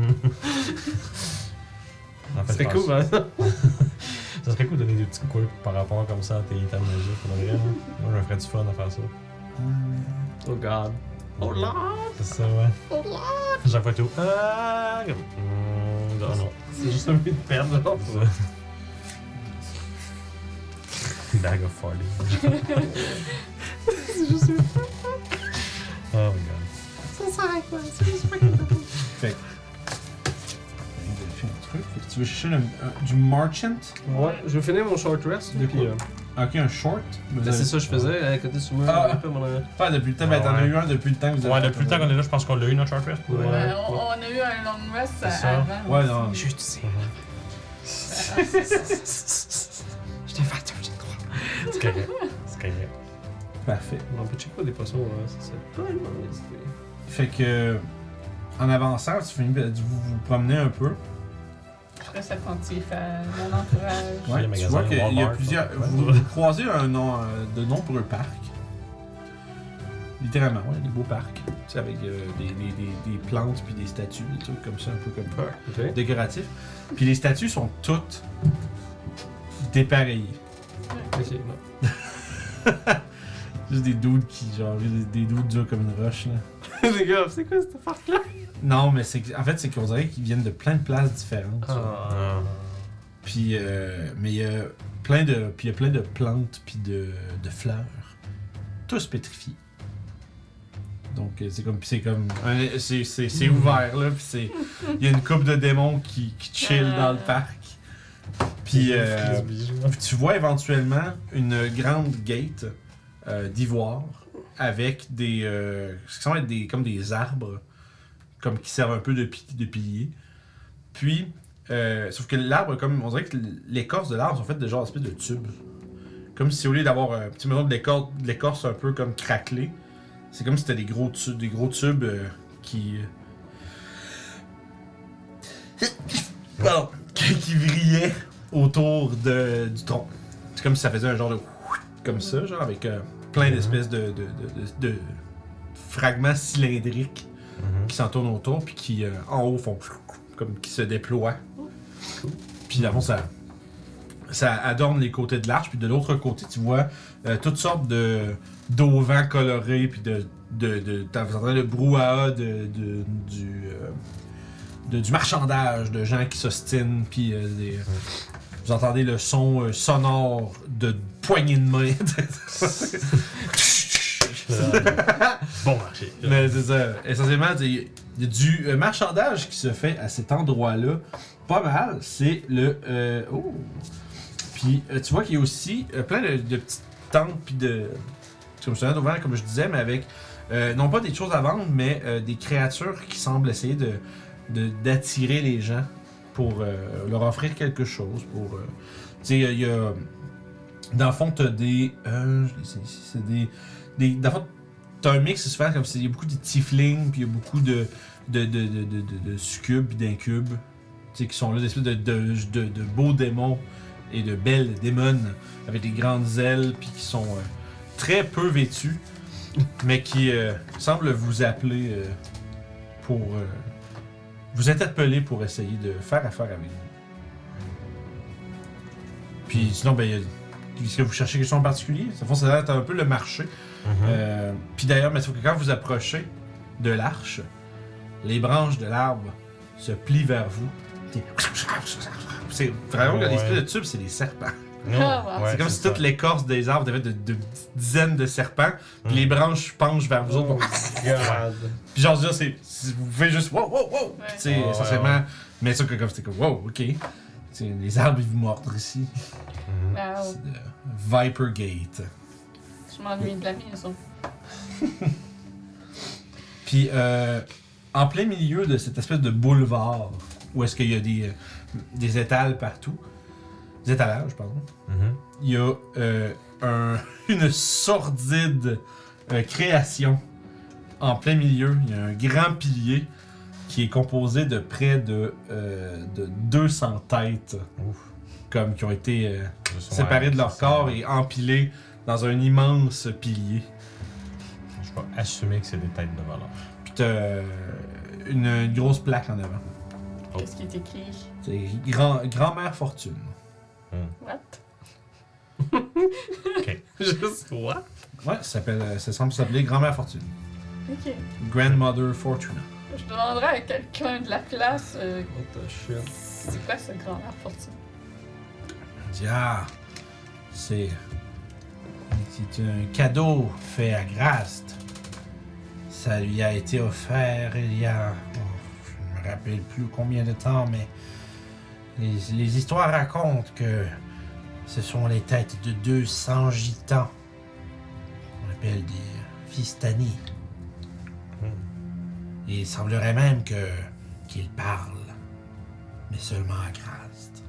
En fait, C'est je cool, pense- hein? Ça serait cool de donner des petits coups par rapport comme ça à tes items magiques. Pour vrai, là. Moi, je me ferais du fun à faire ça. Oh god. Oh là! C'est ça, ouais. Oh là! Chaque fois que tu ah! Comme, mm, non, non. C'est juste un peu de perdre, là. C'est ça. Bag of farting. C'est juste une... Oh my god. Fait que. Je vais vérifier un truc. Fait que tu tu veux chercher le- un- du Merchant? Ouais, je vais finir mon short rest. De Puis, quoi? euh, Ok, un short. ben, c'est ça que je faisais à côté sur moi. Ah. un peu, mon- Pas depuis le temps, Ah ben t'en as ouais. eu un depuis le temps que vous avez Ouais, fait depuis le temps ton- qu'on est là, je pense qu'on l'a eu notre short rest. Ouais. Ouais, ouais. on, on a eu un long rest C'est ça. avant. Ouais, aussi. non. Je sais. Ah, c'est ça. Je t'ai fait un jet. C'est correct. C'est correct. Parfait. On peut checker pas des poissons, là. C'est pas une mauvaise idée. Fait que. En avançant, tu finis de vous, vous promener un peu. Je reste attentif à mon entourage. Ouais, le tu magasin vois qu'il y a Walmart, plusieurs. ça. Vous, vous croisez un nom, euh, de nombreux parcs. Littéralement, ouais, des beaux parcs. Tu sais, avec euh, des, des, des, des plantes puis des statues, des trucs comme ça, un peu comme Ok. décoratifs. Puis les statues sont toutes dépareillées. Ok, non. Juste des dudes qui, genre, des, des dudes durs comme une roche, là. Les gars, c'est quoi cette parc-là? Non, mais c'est que- en fait, c'est qu'on dirait qu'ils viennent de plein de places différentes. Ah. Puis, euh, mais il y a plein de, puis il y a plein de plantes puis de, de fleurs, tous pétrifiés. Donc euh, c'est comme, puis c'est comme, un- c'est, c'est, c'est ouvert là, puis c'est, il y a une couple de démons qui, qui chill dans le parc. Puis euh, puis tu vois éventuellement une grande gate euh, d'ivoire avec des, euh, ce qui semble être des, comme des arbres, comme qui servent un peu de, pi- de piliers. Puis Euh, sauf que l'arbre, comme on dirait que l'écorce de l'arbre sont faites de genre espèce de tubes. Comme si au lieu d'avoir un petit moment de l'écorce, de l'écorce un peu comme craquelée, c'est comme si c'était des gros tubes, des gros tubes euh, qui. Pardon, qui, qui vrillaient autour de, du tronc. C'est comme si ça faisait un genre de. Comme ça, genre avec euh, plein d'espèces de, de, de, de, de fragments cylindriques qui s'entournent autour, puis qui euh, en haut font. Comme qui se déploient. Puis dans le fond, ça, ça adorne les côtés de l'arche. Puis de l'autre côté, tu vois euh, toutes sortes de d'auvents colorés. Puis de. de, de t'as- vous entendez le brouhaha de, de, du, euh, de- du marchandage de gens qui s'ostinent. Puis euh, des- vous entendez le son euh, sonore de poignées de main. Bon marché. Mais c'est ça. Essentiellement, il y a du euh, marchandage qui se fait à cet endroit-là. Pas mal. C'est le. Euh, oh! Puis euh, tu vois qu'il y a aussi euh, plein de, de petites tentes, puis de. Comme je, ouvert, comme je disais, mais avec. Euh, non pas des choses à vendre, mais euh, des créatures qui semblent essayer de, de- d'attirer les gens pour euh, leur offrir quelque chose. Pour. Euh, tu sais, il y a. Dans le fond, t'as des. Euh, je les sais ici, c'est des. des dans le fond, t'as un mix souvent comme c'est il y a beaucoup de tieflings, puis il y a beaucoup de de de de de, de, de succubes puis d'incubes, tu sais, qui sont là, des espèces de, de, de, de beaux démons et de belles démones avec des grandes ailes, puis qui sont euh, très peu vêtus, mais qui euh, semblent vous appeler euh, pour euh, vous interpeller pour essayer de faire affaire avec vous. Puis sinon, ben, il y a- est-ce que vous cherchez quelque chose en particulier? Ça fait, ça a l'air d'être un peu le marché. Mhm. Euh, Puis d'ailleurs, mais sauf que quand vous approchez de l'arche, les branches de l'arbre se plient vers vous. C'est vraiment Ouais. l'esprit de tube, c'est des serpents. Non, Ah, ouais, c'est comme si ça. toute l'écorce des arbres était de, de dizaines de serpents, puis Mm. les branches penchent vers vous Oh autres. God. Puis genre, dire, c'est, c'est- vous pouvez juste wow, wow, wow. Puis tu sais, Ouais, ouais, essentiellement, ouais. mais ça, que comme c'était comme wow, ok. Tu sais, les arbres, ils vous mordent ici. Mhm. Ah, C'est de Viper Gate. je m'ennuie de la maison. Puis, euh, en plein milieu de cette espèce de boulevard, où est-ce qu'il y a des, euh, des étals partout, des étalages, pardon, Mhm. il y a euh, un, une sordide euh, création en plein milieu. Il y a un grand pilier qui est composé de près de, euh, de deux cents têtes, Ouf. comme qui ont été euh, Je suis- séparées ouais, de leur c'est corps ça. et empilées dans un immense pilier. Je vais assumer que c'est des têtes de voleurs. Puis t'as euh, une, une grosse plaque en avant. Oh. Qu'est-ce qui est écrit? C'est grand, grand-mère Fortune. What? Juste what? Ouais, ça s'appelle, euh, ça semble s'appeler grand-mère Fortune. Ok. Grandmother Fortuna. Je demanderais à quelqu'un de la classe euh, What the shit? c'est quoi ce grand-mère fortune? Elle dit, ah, c'est, c'est un cadeau fait à Grast. Ça lui a été offert il y a, oh, je ne me rappelle plus combien de temps, mais Les, les histoires racontent que ce sont les têtes de deux cents gitans. On appelle des Fistani. Et il semblerait même que qu'ils parlent, mais seulement à Grast.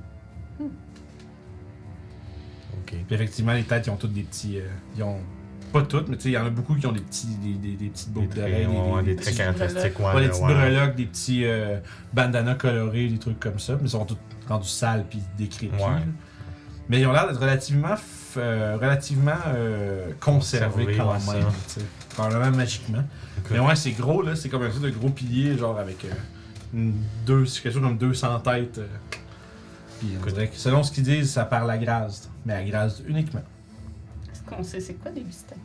Ok. Puis effectivement, les têtes, ils ont toutes des petits. Euh, ils ont. Pas toutes, mais tu sais, il y en a beaucoup qui ont des petits. des, des, des petites Des boucles traits, d'oreilles. ouais, des, des des, traits petits- caractéristiques, ouais. Ouais, des là, petites ouais. breloques, des petits euh, bandanas colorés, des trucs comme ça, mais ils sont tous rendus sales puis décrépits. Ouais. là. Mais ils ont l'air d'être relativement, f- euh, relativement euh, conservés Conservés, quand ouais, même, ça. tu sais. Probablement magiquement. Écoute, Mais ouais, c'est gros, là, c'est comme un truc de gros pilier, genre avec euh, une, deux, c'est quelque chose comme deux cents têtes. euh. Puis on dirait que selon ce qu'ils disent, ça parle à Grazd, mais à Grazd uniquement. Est-ce qu'on sait c'est quoi des Vistani?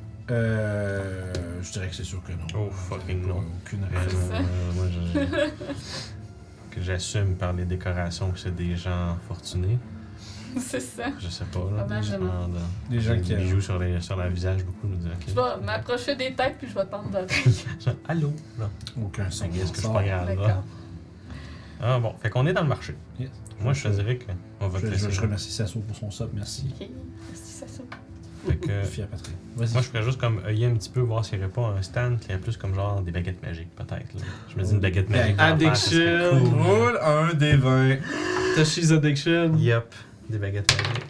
Euh. Je dirais que c'est sûr que non. Oh, fucking non. Aucune euh, raison. ça. moi, je- que j'assume par les décorations que c'est des gens fortunés. C'est ça. Je sais pas, là. Probablement. Genre de- Des gens des qui. bijoux sur, les, sur le visage, beaucoup nous disent Je ok. vais m'approcher des têtes puis je vais tendre l'oreille. Genre, allô? Non. Aucun son. Qu'est-ce que je sort. pas grave, là? D'accord. Ah bon, fait qu'on est dans le marché. Yes. Moi, je te dirais qu'on va te Je, je, laisser. je remercie Sasso pour son sub, merci. Ok. Merci, ça saute. Fait que, Fier Patrick. Vas-y. moi, je ferais juste comme œiller un petit peu, voir s'il n'y aurait pas un stand qui a plus comme genre des baguettes magiques, peut-être. là. Je me dis une baguette magique. d'en face, ça serait Addiction. cool. Roule un des vingt. Tashi's Addiction. Yup, des baguettes magiques.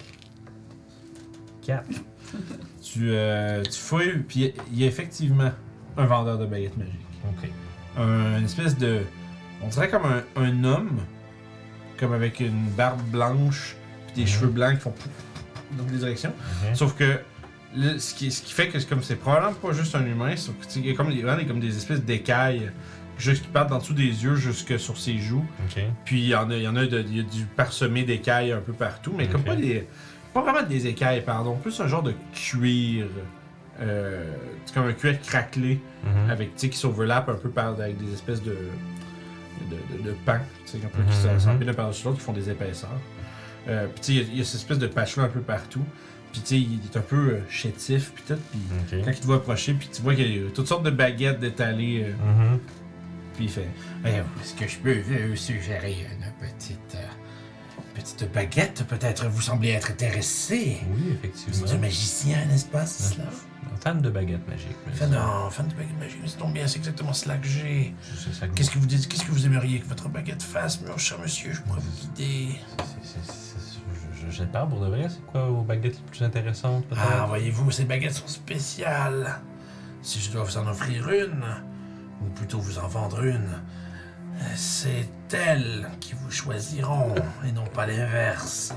quatre. Tu, euh, tu fouilles, puis il y a effectivement un vendeur de baguettes magiques. Ok. Un une espèce de. On dirait comme un, un homme, comme avec une barbe blanche, puis des Mhm. cheveux blancs qui font pouf, pouf, pouf dans toutes les directions. Ok. Sauf que le- ce, qui, ce qui fait que c'est comme c'est probablement pas juste un humain, sauf que tu sais, il y a comme, des- vraiment des- comme des espèces d'écailles juste qui partent en dessous des yeux jusque sur ses joues. Ok. Puis il y en a, il y en a, de- il y a du parsemé d'écailles un peu partout, mais comme Ok. pas des. Pas vraiment des écailles, pardon, plus un genre de cuir. Euh, c'est comme un cuir craquelé, Mhm. avec, tu sais, qui s'overlappe un peu par, avec des espèces de. de, de, de pans, tu sais, un peu Mhm, qui mhm. s'empilent un par-dessus l'autre, qui font des épaisseurs. Euh, puis tu sais, il y a- il y, a cette espèce de patch-là un peu partout. Puis tu sais, il est un peu euh, chétif, puis tout. Puis quand Ok. il te voit approcher, puis tu vois qu'il y a toutes sortes de baguettes d'étalées. euh, Mhm. puis il fait. Voyons, est-ce que je peux euh, suggérer une petite, euh, petite baguette? Peut-être vous semblez être intéressé. Oui, Vous effectivement. êtes un magicien, n'est-ce pas, c'est cela? Un fan de baguettes magiques. mais Fan, ça, non, fan de baguette magique, mais c'est donc bien, c'est exactement cela que j'ai. c'est ça que- Qu'est-ce que vous dites, qu'est-ce que vous aimeriez que votre baguette fasse, mon cher monsieur? Je pourrais vous guider. c'est- c'est- c'est- je- je sais pas, pour de vrai, c'est quoi vos baguettes les plus intéressantes, peut-être? Ah, voyez-vous, ces baguettes sont spéciales. Si je dois vous en offrir une, ou plutôt vous en vendre une, euh, c'est elles qui vous choisiront, et non pas l'inverse.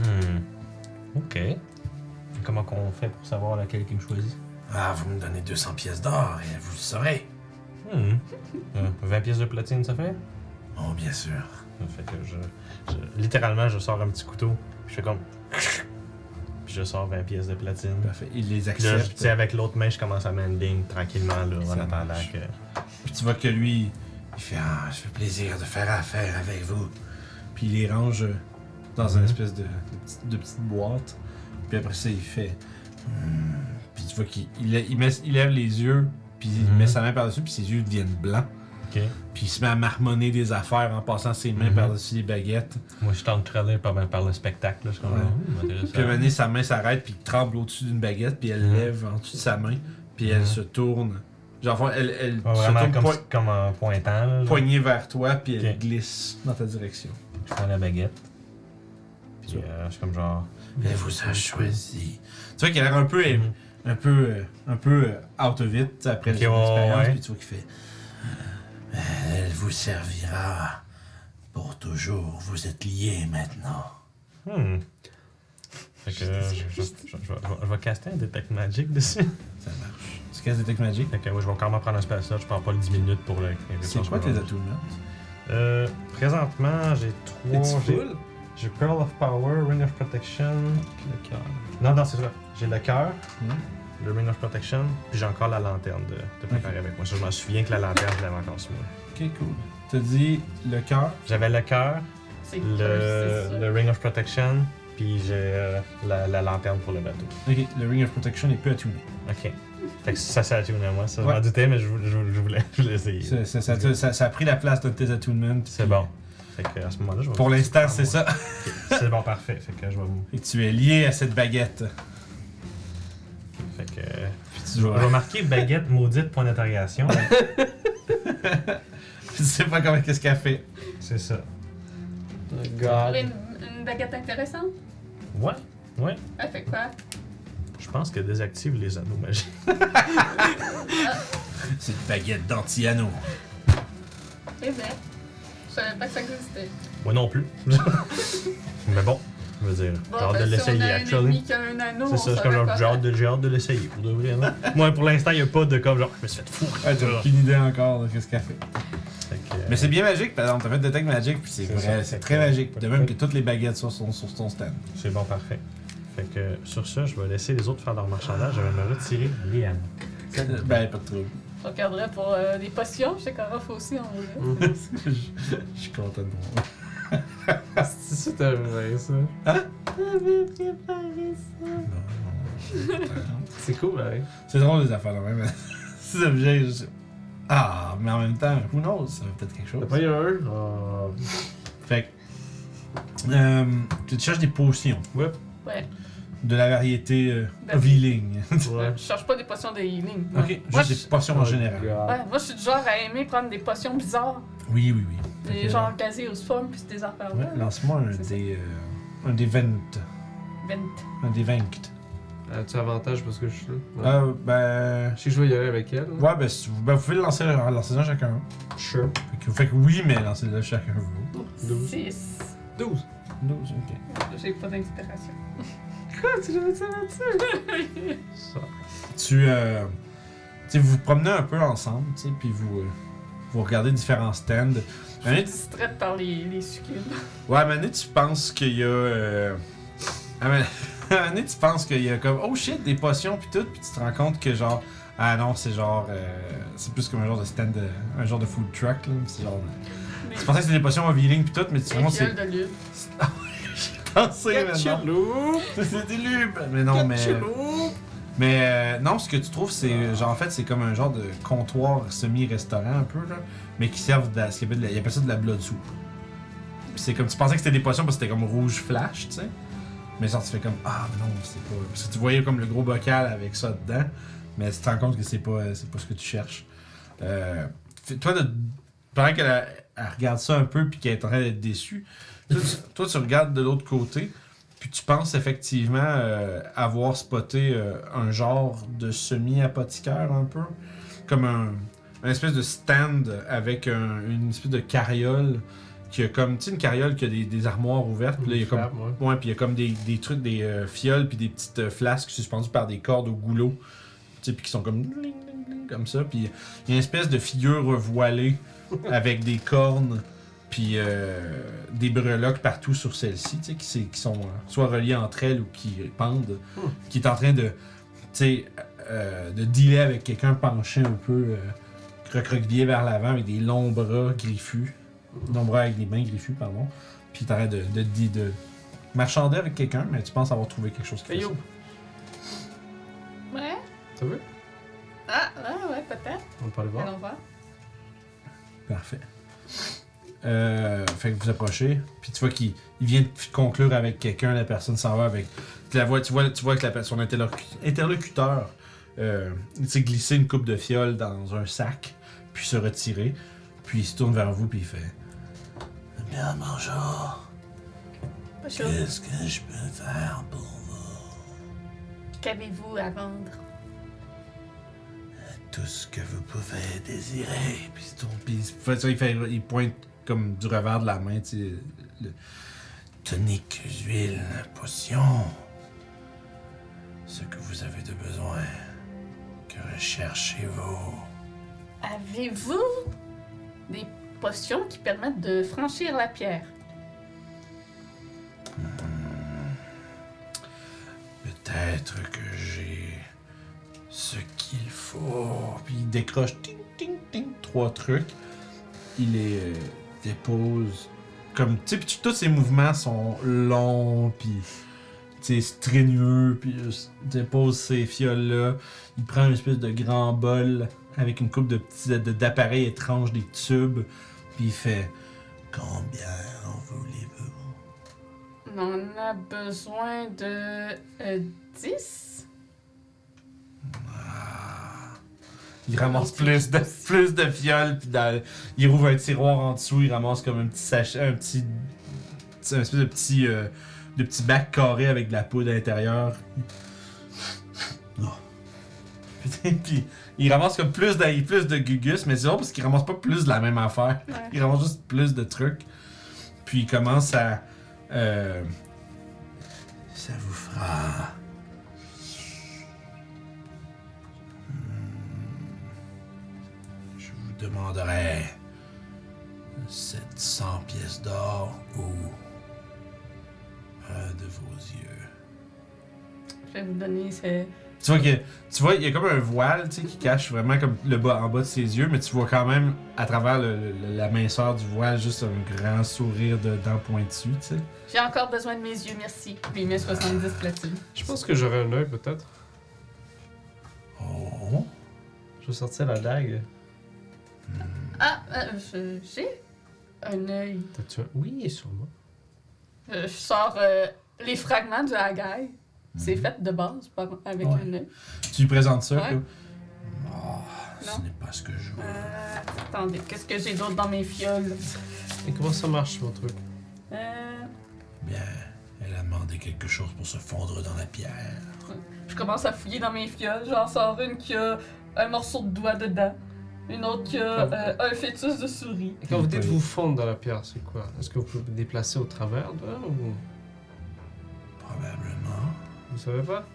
Hmm. Ok. Comment qu'on fait pour savoir laquelle qui me choisit? Ah, vous me donnez deux cents pièces d'or, et vous le saurez. Hmm. Euh, vingt pièces de platine, ça fait? Oh, bien sûr. Ça fait que je, je- Littéralement, je sors un petit couteau, puis je fais comme... Puis je sors vingt pièces de platine. Parfait. Il les Puis là, je- accepte. tu sais, avec l'autre main, je commence à mending tranquillement, là, en Ça attendant marche. que... Puis tu vois que lui, Il fait, ah, ça fait plaisir de faire affaire avec vous. puis il les range euh, dans une Mhm. espèce de, de, petite, de petite boîte. Puis après ça, il fait. Hmm. Puis tu vois qu'il il, il met- il lève les yeux, puis il Mhm. met sa main par-dessus, puis ses yeux deviennent blancs. Ok. Puis il se met à marmonner des affaires en passant ses mains Mhm. par-dessus les baguettes. Moi, je tente de trailer par, par le spectacle, là. Je suis comme... Ouais. Hmm, intéressant. Puis à un moment donné, sa main s'arrête, puis il tremble au-dessus d'une baguette, puis elle Mhm. lève en dessous de sa main, puis elle Mhm. se tourne. Genre, enfin, elle, elle Ouais, se vraiment tourne comme, poi- comme en pointant, là. genre. poignée vers toi, puis elle Ok. glisse dans ta direction. Je prends la baguette. Puis Ça. euh, je suis comme genre... Elle vous a choisi. Tu vois qu'il a l'air un peu, Mhm. un peu, euh, un peu euh, out of it tu sais, après Ok, son ouais, expérience, ouais. puis tu vois qu'il fait. Elle vous servira pour toujours. Vous êtes liés maintenant. Hmm. Fait que euh, je, je, je, je, vais- je vais caster un Detect Magic dessus. Ça marche. Tu casses Detect Magic. Fait que ouais, je vais quand même prendre un spell slot, je prends pas le dix minutes pour le... C'est quoi tes attunements? Euh, présentement, j'ai trois... Es-tu J'ai, full? j'ai Pearl of Power, Ring of Protection... Puis le cœur. Non, non, c'est ça. J'ai le cœur, Ouais. le Ring of Protection, puis j'ai encore la lanterne de, de préparer avec moi. Ça, je m'en souviens que la lanterne, je l'avais encore sur moi. Ok, cool. T'as dit le cœur. J'avais le cœur, C'est le, c'est ça. le Ring of Protection, puis j'ai euh, la, la lanterne pour le bateau. Ok, le Ring of Protection est peu attuné. Ok. Fait que ça, c'est attuné à moi. Ça, je Ouais. m'en doutais, mais je, vou- je, je voulais, je voulais essayer. Ça, ça, ça, ça- ça a pris la place de tes attunements. C'est puis bon. Fait que à ce moment-là, je vais. Pour l'instant, c'est ça. C'est bon, parfait. Fait que je vais. Et tu es lié à cette baguette. Fait que. Puis tu Je vas. vais marquer baguette maudite, point d'interrogation. Je sais pas comment qu'est-ce qu'elle fait. C'est ça. Oh Tu God. trouves une, une baguette intéressante? Ouais, ouais. Elle fait quoi? Je pense qu'elle désactive les anneaux magiques. C'est une baguette d'anti-anneau. Eh bien, je savais pas que ça existait. Moi non plus. Mais bon, je veux dire, Bon, j'ai hâte ben, de si l'essayer, on a un actually. ennemi qui a un anneau, C'est on ça, c'est saurait comme genre, quoi j'ai hâte faire. de, j'ai hâte de l'essayer, pour de vrai, non? Moi, pour l'instant, il n'y a pas de comme genre, je me suis fait fou. Ouais, t'as aucune idée encore de qu'est-ce qu'elle fait. Fait que, euh, Mais c'est bien magique, par exemple, t'as fait Detect Magic, puis c'est C'est vrai, ça. c'est Fait très que- magique. De fait même que- que toutes les baguettes sont sur, sur ton stand. C'est bon, parfait. Fait que sur ça, je vais laisser les autres faire leur marchandage. Je vais me retirer les hameaux. Ben, pas de trouble. Je regarderais pour euh, des potions. Je sais qu'Arof aussi en voulait. je, je suis content de moi. C'est ça, t'as vrai, ça. C'est cool, hein. C'est drôle les affaires là même. Ces objets, je... Ah, mais en même temps, who knows, ça va peut-être quelque chose. T'as pas eu un? Oh. Fait que. Euh, tu cherches des potions. Ouais. Ouais. De la variété euh, Ben, of healing. Ouais. Je cherche pas des potions de healing. non. Ok, Moi, juste je... des potions en Oh, général. God. ouais, moi, je suis du genre à aimer prendre des potions bizarres. Oui, oui, oui. Fait Des que, genre gazées aux pommes puis des affaires Ouais, là. lance-moi un C'est ça. des. Euh, un des vingt. Vent. Un des vingt. As-tu avantage parce que je suis là? Ouais. Euh, ben. Je sais que je vais y aller avec elle. là. Ouais, ben, si vous, ben, vous pouvez le lancer, lancer-en chacun. Sure. Fait que, fait que oui, mais lancez-le chacun vous. douze. six. douze. douze, ok. J'ai pas d'inspiration. Quoi? Tu l'avais ça là-dessus? Ça. Tu, euh, tu sais, vous vous promenez un peu ensemble, tu sais, puis vous, euh, vous regardez différents stands. Je suis distraite par les, les succubes. Ouais, à un moment donné, tu penses qu'il y a. Euh... À un moment à un moment donné, tu penses qu'il y a comme. Oh shit, des potions, puis tout, puis tu te rends compte que genre. Ah non, c'est genre. Euh... C'est plus comme un genre de stand, de... un genre de food truck, là. C'est genre. Des, Tu pensais que c'était des potions of healing, puis tout, mais tu des vraiment, fioles c'est. de lune. Pensé maintenant. C'est des lubes! Mais non, mais. Mais euh, non, ce que tu trouves, c'est genre en fait, c'est comme un genre de comptoir semi-restaurant un peu, là, mais qui servent de la, ce qu'ils appellent, ils appellent ça de la blood soup. Puis c'est comme, tu pensais que c'était des potions parce que c'était comme rouge flash, tu sais. Mais genre, tu fais comme, ah, mais non, c'est pas. Parce que tu voyais comme le gros bocal avec ça dedans, mais tu te rends compte que c'est pas, c'est pas ce que tu cherches. Euh, fait- toi, de, pendant qu'elle a- elle regarde ça un peu puis qu'elle est en train d'être déçue, toi, tu, toi, tu regardes de l'autre côté. Puis tu penses effectivement euh, avoir spoté euh, un genre de semi-apothicaire un peu. Comme un, un espèce de stand avec un- une espèce de carriole qui a comme, tu sais, une carriole qui a des, des armoires ouvertes. Puis là, il y a comme, Ouais. ouais, puis il y a comme des, des trucs, des euh, fioles puis des petites euh, flasques suspendues par des cordes au goulot. Tu sais, puis qui sont comme, ling, ling, ling, comme ça. Puis il y a une espèce de figure voilée avec des cornes. Puis euh, des breloques partout sur celle-ci, tu sais, qui, c'est- qui sont euh, soit reliées entre elles ou qui pendent, Hmm. qui est en train de, tu sais, euh, de dealer avec quelqu'un penché un peu, euh, recroquevillé vers l'avant avec des longs bras griffus, longs bras avec des mains griffus, pardon. Puis t'arrêtes de, de, de, de marchander avec quelqu'un, mais tu penses avoir trouvé quelque chose qui fait Hey ça. yo, Ouais. t'as vu? Ah, ah ouais, peut-être. On peut aller voir. Allons voir. Parfait. Euh, fait que vous approchez, puis tu vois qu'il il vient de conclure avec quelqu'un, la personne s'en va avec. Tu la vois, tu vois, tu vois que la, son interlocu- interlocuteur euh, il s'est glissé une coupe de fiole dans un sac, puis se retirer, puis il se tourne vers vous, puis il fait Bien, bonjour. Pas chaud. Qu'est-ce que je peux faire pour vous? Qu'avez-vous à vendre? Tout ce que vous pouvez désirer. Puis il se tourne, puis il, fait ça, il, fait, il pointe comme du revers de la main, tu sais. le- Tonique, huile, potion. Ce que vous avez de besoin. Que recherchez-vous? Avez-vous des potions qui permettent de franchir la pierre? Peut-être que j'ai ce qu'il faut. Puis il décroche ting, ting, ting, trois trucs. Il les euh, dépose comme. Tu sais, puis tous ses mouvements sont longs, puis. Tu sais, strenueux, puis il dépose ces fioles-là. Il prend une espèce de grand bol avec une coupe de petits de- d'appareils étranges, des tubes, puis il fait Combien en voulez-vous? On en a besoin de euh, dix. Ah, Il ramasse plus de, plus de fioles, puis dans- il rouvre un tiroir en dessous, il ramasse comme un petit sachet, un petit. Un espèce de petit. euh, de petit bac carré avec de la poudre à l'intérieur. Non. Puis, puis il ramasse comme plus de, plus de gugus, mais c'est bon parce qu'il ramasse pas plus de la même affaire. Ouais. Il ramasse juste plus de trucs. Puis il commence à. Euh, ça vous fera... Hmm. Je vous demanderai sept cents pièces d'or ou un de vos yeux. Je vais vous donner ce... Tu vois que tu vois, il y a comme un voile, tu sais, qui cache vraiment comme le bas en bas de ses yeux, mais tu vois quand même à travers le- le- la minceur du voile juste un grand sourire de dents pointues, tu sais. J'ai encore besoin de mes yeux, merci. Puis il met soixante-dix platines. Je pense que j'aurais un œil peut-être. Oh. Je vais sortir la dague. Ah, euh, je- j'ai un œil. T'as-tu un? Oui, sûrement. Euh, je sors euh, les fragments du hagaï. C'est Mhm. fait de base par- avec Ouais. un œil. Tu lui présentes ça, Ouais. quoi. Ah, Non. ce n'est pas ce que je veux. Euh, attendez, qu'est-ce que j'ai d'autre dans mes fioles? Et comment ça marche, mon truc? Euh, Bien, elle a demandé quelque chose pour se fondre dans la pierre. je commence à fouiller dans mes fioles. J'en sors une qui a un morceau de doigt dedans. Une autre qui a euh, un fœtus de souris. Et quand vous dites Oui. vous fondre dans la pierre, c'est quoi? Est-ce que vous pouvez vous déplacer au travers de là ou Probablement. vous savez pas?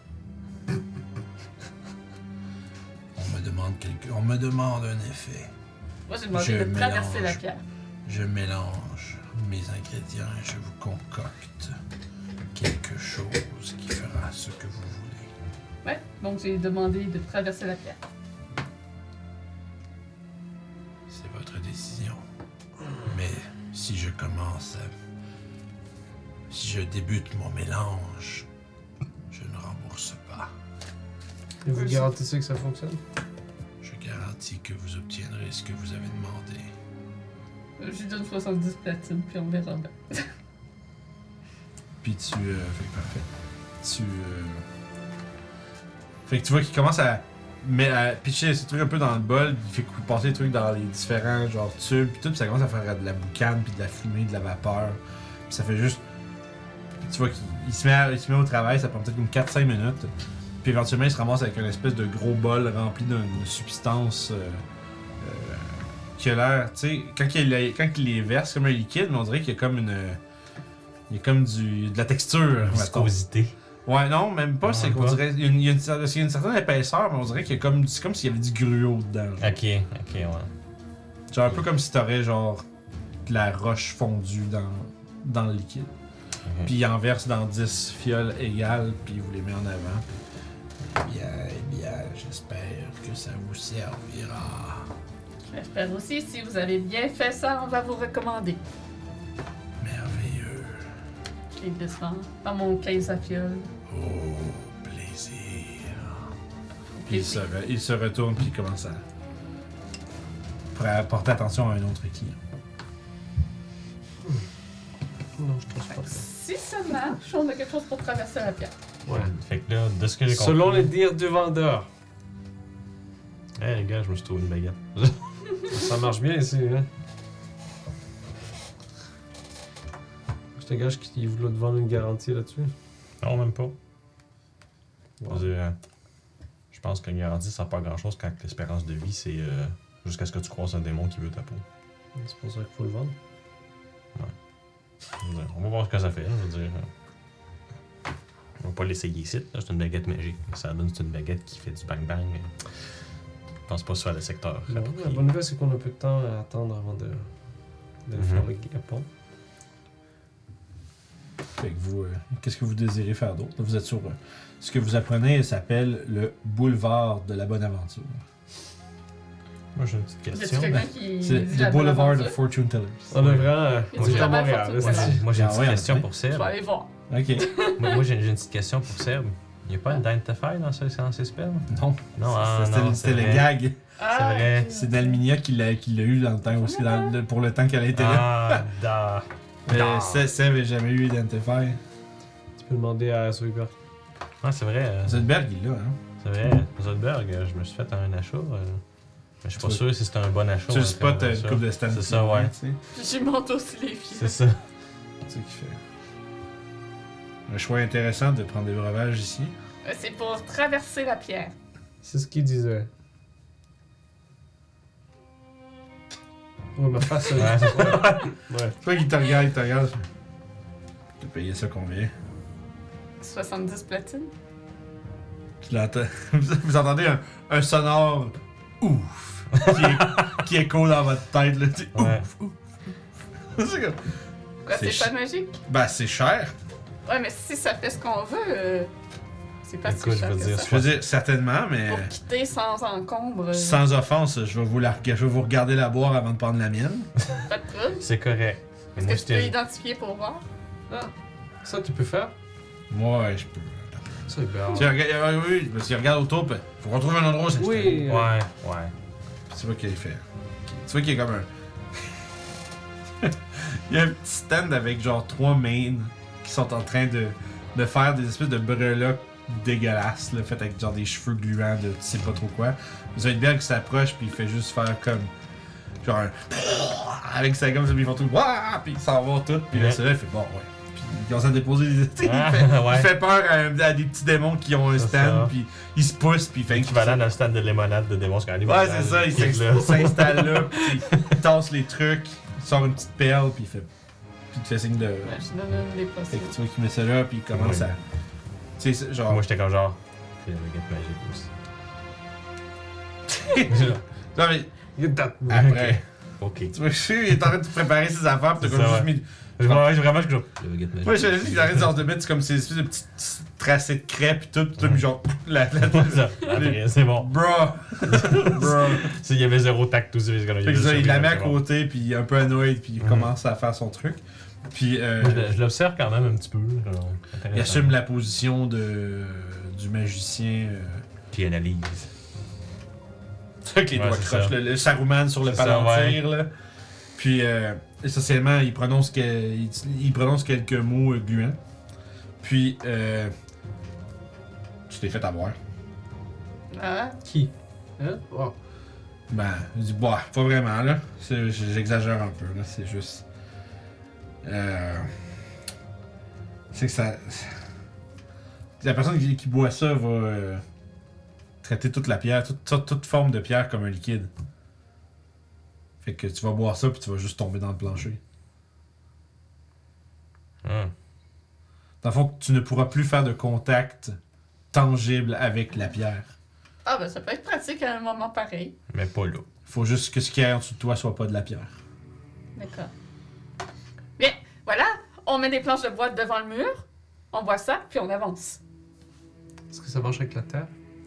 On me demande quelque... On me demande un effet. Moi, j'ai demandé Je de traverser mélange. la pierre. Je mélange mes ingrédients et je vous concocte quelque chose qui fera ce que vous voulez. Ouais, donc j'ai demandé de traverser la pierre. C'est votre décision. Mais si je commence à... Si je débute mon mélange, je ne rembourse pas. Et vous Oui, garantissez que ça fonctionne? Je garantis que vous obtiendrez ce que vous avez demandé. Euh, Je lui donne soixante-dix platines, puis on verra bien. Puis tu. Euh, fait que parfait. Tu. Euh... Fait que tu vois qu'il commence à, mais, à pitcher ses trucs un peu dans le bol, puis il fait cou- passer les trucs dans les différents genre tubes, puis tout, puis ça commence à faire de la boucane, puis de la fumée, de la vapeur. Puis ça fait juste. Puis tu vois qu'il il se, met à- il se met au travail, ça prend peut-être une quatre cinq minutes. Puis éventuellement, il se ramasse avec une espèce de gros bol rempli d'une substance. Euh, euh, qui a l'air, tu sais, quand, il les- quand il les verse comme un liquide, mais on dirait qu'il y a comme une. Il y a comme du, de la texture. mettons. Viscosité. Ouais, non, même pas. Non, c'est même qu'on pas. dirait. Il y, a une, il y a une cer- il y a une certaine épaisseur, mais on dirait qu'il y a comme. C'est comme s'il y avait du gruau dedans. genre. Ok, ok, ouais. Genre un peu comme si t'aurais genre de la roche fondue dans, dans le liquide. Ok. Puis il en verse dans dix fioles égales, puis il vous les met en avant. Bien, eh bien, j'espère que ça vous servira. J'espère aussi, si vous avez bien fait ça, on va vous recommander. Merveilleux. Je les descends dans mon caisse à fioles. Oh, plaisir. Puis il se, re- il se retourne, puis il commence à. pour à porter attention à un autre client. Non, je pense pas. Si ça marche, on a quelque chose pour traverser la pierre. Ouais. Fait que là, de ce que j'ai compris. Selon les dires du vendeur. Eh les gars, je me suis trouvé une baguette. Ça marche bien ici, hein? Je te gage qu'il voulait te vendre une garantie là-dessus. Non, même pas. Je Wow. veux dire, euh, je pense que la garantie, ça n'a pas grand-chose quand l'espérance de vie, c'est euh, jusqu'à ce que tu croises un démon qui veut ta peau. C'est pour ça qu'il faut le vendre. Je veux dire, on va voir ce que ça fait. là, Je veux dire, euh, on va pas l'essayer ici. là, C'est une baguette magique. Ça donne c'est une baguette qui fait du bang-bang. Je pense pas que ce soit le secteur. Non, approprié. la bonne nouvelle, c'est qu'on a peu de temps à attendre avant de, de Mhm. faire le Japon. Fait que vous. euh, Qu'est-ce que vous désirez faire d'autre? Vous êtes sur. euh, ce que vous apprenez s'appelle le boulevard de la bonne aventure. Moi, j'ai une petite Y a-tu question. quelqu'un Ben, qui. C'est dit the la bonne boulevard aventure? of fortune tellers. On a vraiment. euh, Y a-tu On est à vraiment Montréal. fortune là, teller? c'est- moi, j'ai une Ah petite ouais, en question effet. pour Je Seb. vais aller voir. Ok. Moi, moi, j'ai j'ai une petite question pour Seb. Y'a pas une Identify dans, ce, dans ces spells? Non. Non, ah, C'était non, c'était c'est le vrai. gag. Ah, vrai. ok. C'est Dalminia qui l'a qui l'a eu dans le temps aussi, dans le- pour le temps qu'elle a été là. Ah, da. Mais da. Sev Sev n'a jamais eu Identify. Tu peux demander à Zoidberg. Ouais, c'est vrai. euh, Zodberg, il est là, hein. C'est vrai. Zoidberg, euh, je me suis fait un achat. euh, Mais je suis pas Tu- sûr si c'est un bon achat. Tu le ou un spot très bon une achat. coupe de stand. C'est ça, ouais. Tu sais. Puis je monte aussi les filles. C'est ça. C'est ça qui fait. Un choix intéressant de prendre des breuvages ici. Euh, C'est pour traverser la pierre. C'est ce qu'il disait. Ouais, ma face. Ouais, euh, c'est ça. ouais. Toi qui te regarde, il te regarde. Tu as payé ça combien? soixante-dix platines. Tu l'entends. Vous entendez un, un sonore ouf qui, est, qui écho dans votre tête. Là, tu sais, Ouais. ouf, ouf, ouf. C'est comme. Quoi, C'est c'est pas ch- magique? Ben, c'est cher. Ouais, mais si ça fait ce qu'on veut, euh, c'est pas Écoute, si cher je veux que dire, ça. Je veux dire, certainement, mais Pour quitter sans encombre, euh, sans offense, je vais vous, la, je vais vous regarder la boire avant de prendre la mienne. pas de trouble. C'est correct. Mais Est-ce moi, que tu peux c'était. identifier pour voir? Ah, ça tu peux faire? Moi, ouais, je peux. Zoidberg. Tu regardes, euh, oui, parce qu'il regarde autour, pis faut qu'on trouve un endroit où c'est Oui. euh, Ouais, ouais. Tu vois qu'il fait. Tu vois qu'il y a comme un. Il y a un petit stand avec genre trois mains qui sont en train de, de faire des espèces de breloques dégueulasses, là, faites avec genre des cheveux gluants de tu sais pas trop quoi. Zoidberg s'approche puis il fait juste faire comme. Genre un. Avec sa gomme, ils font tout. Wouah! Puis ils s'en vont tout. Puis là, Ouais. c'est là, il fait bon, ouais. Puis il commence à déposer des. il, fait, Ah, il ouais. fait peur à, à des petits démons qui ont un C'est stand, ça. puis il se pousse, puis il fait Équivalent d'un stand de limonade de démons quand Ouais, c'est ça, il s'inst- il s'installe là, puis il tasse les trucs, il sort une petite perle, puis il fait. Puis il te fait signe de. Ouais, je donne une des Fait potions. que tu vois qu'il met ça là, puis il commence Oui. à. Tu sais, c'est genre. Moi, j'étais comme genre. C'est le baguette magique aussi. Non, mais Get that. après. Ok. Tu vois, je suis, il est en train de préparer ses affaires, puis t'as C'est comme ça, juste ouais. mis. Je vois vraiment, je suis genre. Le baguette magique. Moi, je suis qu'il arrête genre de mettre comme ces espèces de petites tracés de crêpes, puis tout, puis t'as mis genre. La, la, C'est ça. Après, c'est bon. Bro! Bro! S'il y avait zéro tact aussi, parce qu'il y Fait que ça, avait il la met à c'est bon. côté, puis un peu annoyed, puis il Mhm. commence à faire son truc. Puis. euh, Moi, je- Je l'observe quand même un petit peu. genre, Il intéressant. assume la position de, du magicien. Euh, Puis analyse. avec les Ouais, doigts c'est croches, ça. le, le Saruman sur le C'est ça, palantir. Là. Puis, euh, essentiellement, il prononce, que, il, il prononce quelques mots euh, gluants. Puis, euh, tu t'es fait avoir. Ah, Qui? Hein? Wow. Ben, il dit, bah, pas vraiment, là. C'est- J'exagère un peu, là. C'est juste. Euh, c'est que ça. La personne qui, qui boit ça va euh, traiter toute la pierre, toute, toute, toute forme de pierre comme un liquide. Fait que tu vas boire ça puis tu vas juste tomber dans le plancher. Hum. Dans le fond, tu ne pourras plus faire de contact tangible avec la pierre. ah, ben ça peut être pratique à un moment pareil. Mais pas là. Faut juste que ce qui est en dessous de toi soit pas de la pierre. D'accord. Bien, voilà, on met des planches de bois devant le mur, on voit ça, puis on avance. Est-ce que ça marche avec la terre?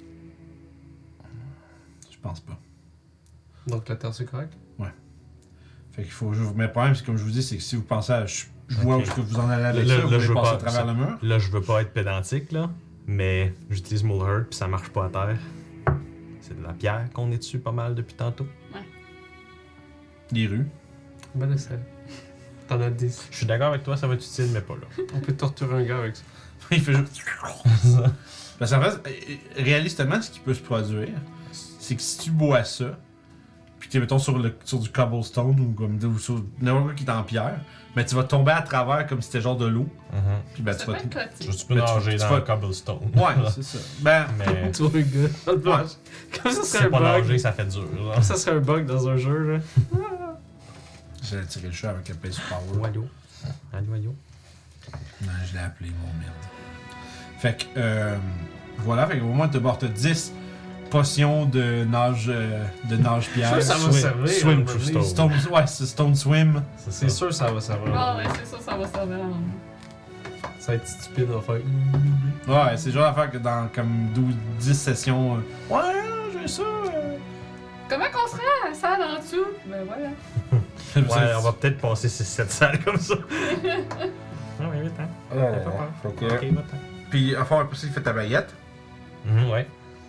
Je pense pas. Donc la terre c'est correct? Fait qu'il faut juste. Mais le problème, c'est comme je vous dis, c'est que si vous pensez à. Je, je vois Ok. où est-ce que vous en allez avec Là- ça, là, vous je voulez veux passer pas- à travers ça- le mur. Là, je veux pas être pédantique, là. Mais j'utilise Mold Hurt, puis ça marche pas à terre. C'est de la pierre qu'on est dessus pas mal depuis tantôt. Les rues. Bon essai. T'en as dix. Je suis d'accord avec toi, ça va être utile, mais pas là. On peut torturer un gars avec ça. Il fait juste. Parce qu'en fait, euh, réalistement, ce qui peut se produire, c'est que si tu bois ça, puis tu es, mettons, sur, le, sur du cobblestone ou comme ou sur n'importe quoi qui est en pierre, mais tu vas tomber à travers comme si c'était genre de l'eau, puis ben tu Ça vas. peut être te- pratique. Je peux Mais tu- nager tu dans vas- le cobblestone. Ouais, c'est ça. Ben, Mais Tu vois un gars dans le bug. Comme ça si serait c'est un pas bug. nager, ça fait dur. Là. Ça serait un bug dans un jeu là. j'ai tiré le chat avec un Pace Power. Wayo. Allô, wayo. Non, je l'ai appelé, mon merde. Fait que, euh, voilà, fait qu'au moins, tu as dix potions de nage, euh, de nage pierre. Je suis sûr que ça va Swim- servir. swim à un moment through donné. stone. Stone, ouais, c'est Stone Swim. C'est C'est ça. sûr que ça va servir. Ah ouais, c'est ça, ça va servir. Ça va être stupide en fait. Ouais, c'est le genre d'affaire que dans comme douze, dix sessions. euh, ouais, j'ai ça. euh. Comment qu'on se rend à la salle en dessous? Ben voilà. Ouais, on va peut-être passer ces sept salles comme ça. Ah oui, vite, hein. Ouais, T'as pas peur. fait que- Ok, va-t'en. Puis, à fond, après ça, il fait ta baguette. Mhm, ouais.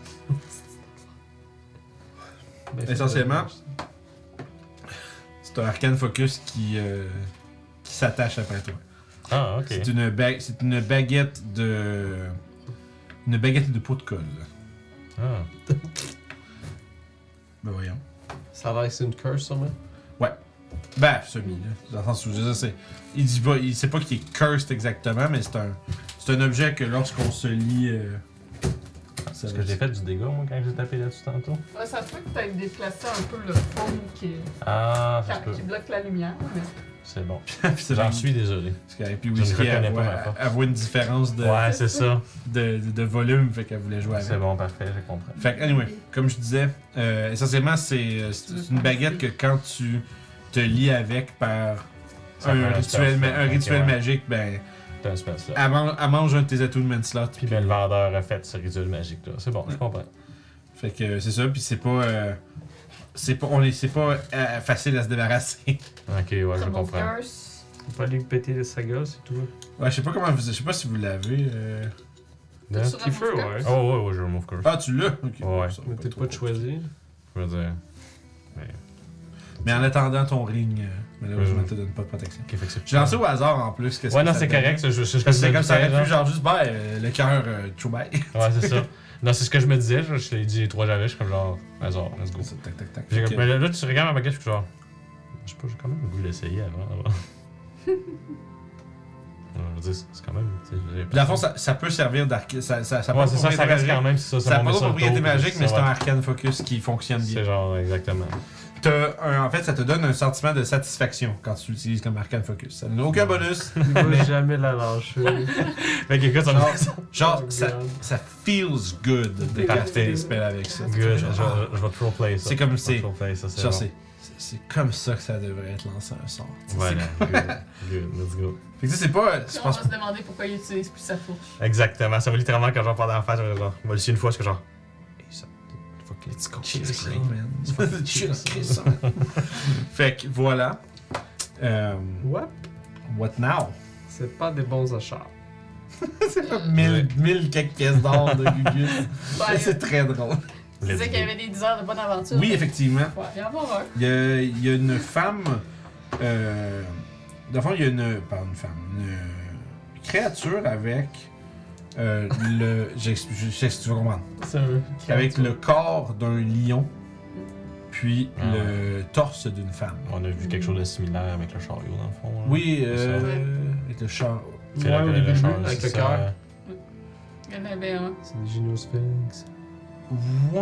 Ben, Essentiellement. fait, C'est un arcane focus qui, euh, qui s'attache après toi. Ah, ok. C'est une, ba- c'est une baguette de. Une baguette de peau de colle. Ah. Ben voyons. Ça a l'air que c'est une curse, sûrement. Ben, semi, là. Dans le sens où je veux dire, c'est. Il dit pas. Il sait pas qu'il est cursed exactement, mais c'est un. C'est un objet que lorsqu'on se lie. Euh, ça Est-ce va- que j'ai fait du dégât, moi, quand j'ai tapé là-dessus tantôt? Ouais, ça se peut que tu aies déplacé un peu le fond qui, Ah, ça se peut. qui bloque la lumière. Mais... C'est bon. Puis c'est J'en genre- suis désolé. Parce que- puis Je ne Whisky reconnais elle pas voit, ma force. elle voit une différence de, Ouais, c'est ça. de, de, de volume, fait qu'elle voulait jouer avec. C'est bon, parfait, j'ai compris. Fait que, anyway, comme je disais, euh, essentiellement, c'est c'est une baguette que quand tu te lies avec par Ça un fait un rituel, spell ma- slot, un ok, rituel ouais. magique, ben, T'as un spell slot. elle, man- elle mange un de tes attunement slots. Puis ben, le vendeur a fait ce rituel magique-là. C'est bon, je comprends. Fait que euh, c'est ça, puis c'est pas. Euh, c'est pas, on est, c'est pas euh, facile à se débarrasser. Ok, ouais, je Comme comprends. curse. Faut pas lui péter le saga, c'est tout. Ouais, je sais pas comment vous. Je sais pas si vous l'avez. Euh... Hein? Sur un Kiefer, move ouais. curse. Oh, ouais, ouais, je remove curse. Ah, tu l'as? Ok. Ouais. Ça va Mais t'es trop pas de trop. choisir. Je veux dire. Mais en attendant ton ring, euh, malheureusement, Euh. te donne pas de protection. Ok, fait que c'est. J'ai lancé au hasard en plus. qu'est-ce Ouais, que non, ça c'est donnait. correct. ça, Je, je, je, Parce que c'est je- comme ça aurait genre. pu, genre, juste, ben, euh, le cœur, euh, true bye. Ouais, c'est ça. Non, c'est ce que je me disais. Je, je t'ai dit les trois j'avais. Je suis comme genre, hasard, let's go. Ça, tac, tac, tac. J'ai Fait comme- que- Mais là, là, tu regardes ma baguette, je suis genre. Je sais pas, j'ai quand même le goût de l'essayer avant. avant. Ouais, je veux dire, c'est quand même. tu sais, j'ai- Puis dans le fond, ça, ça peut servir d'arcane. Ça, ça, ça Ouais, pas c'est ça, ça reste quand même. C'est ça, Ça n'a mon pas de message propriété d'autre, magique, mais c'est un ouais. arcane focus qui fonctionne bien. C'est genre, exactement. T'as un- en fait, ça te donne un sentiment de satisfaction quand tu l'utilises comme arcane focus. Ça n'a aucun bonus. Il va jamais la lâcher. Fait que écoute, ça Genre, me genre Oh, ça, God. ça feels good de Parfait. caster des spells avec ça. Good, je, Genre, je vais trop play ça. C'est comme Je vais c'est- trop play ça, c'est genre, bon. c'est c'est- c'est comme ça que ça devrait être lancé un sort. Tu sais, Voilà, good, good, let's go. Fait que tu sais, c'est pas. Puis Je on pense va se demander pourquoi il utilise plus sa fourche. Exactement, ça va littéralement quand j'en parle d'en face, je vais genre, moi aussi une fois, je suis genre. Hey, ça. Fuck it. Let's go. Cheers, Cheers, man. man. Cheers, Chris, man. Fait que voilà. Euh, What? what now? C'est pas des bons achats. C'est pas mille, mille quelques pièces d'or de Gugus. Ouais, C'est très drôle. tu Let's disais qu'il y go. avait des dix heures de bonne aventure. Oui, effectivement. Ouais, il y en va avoir un. Il y a, il y a une femme. Euh, dans le fond, il y a une. Pardon, une femme. Une créature avec. Euh, le. J'explique, je sais si tu vas comprendre. C'est un. Avec le corps d'un lion, puis Ah le torse d'une femme. On a vu quelque chose de similaire avec le chariot dans le fond. là. Oui, C'est ça. euh, avec le char. C'est Ouais, là au que début, le chariot, avec c'est le ça. cœur. Il y en avait un. C'est des gynosphinx. Ouais.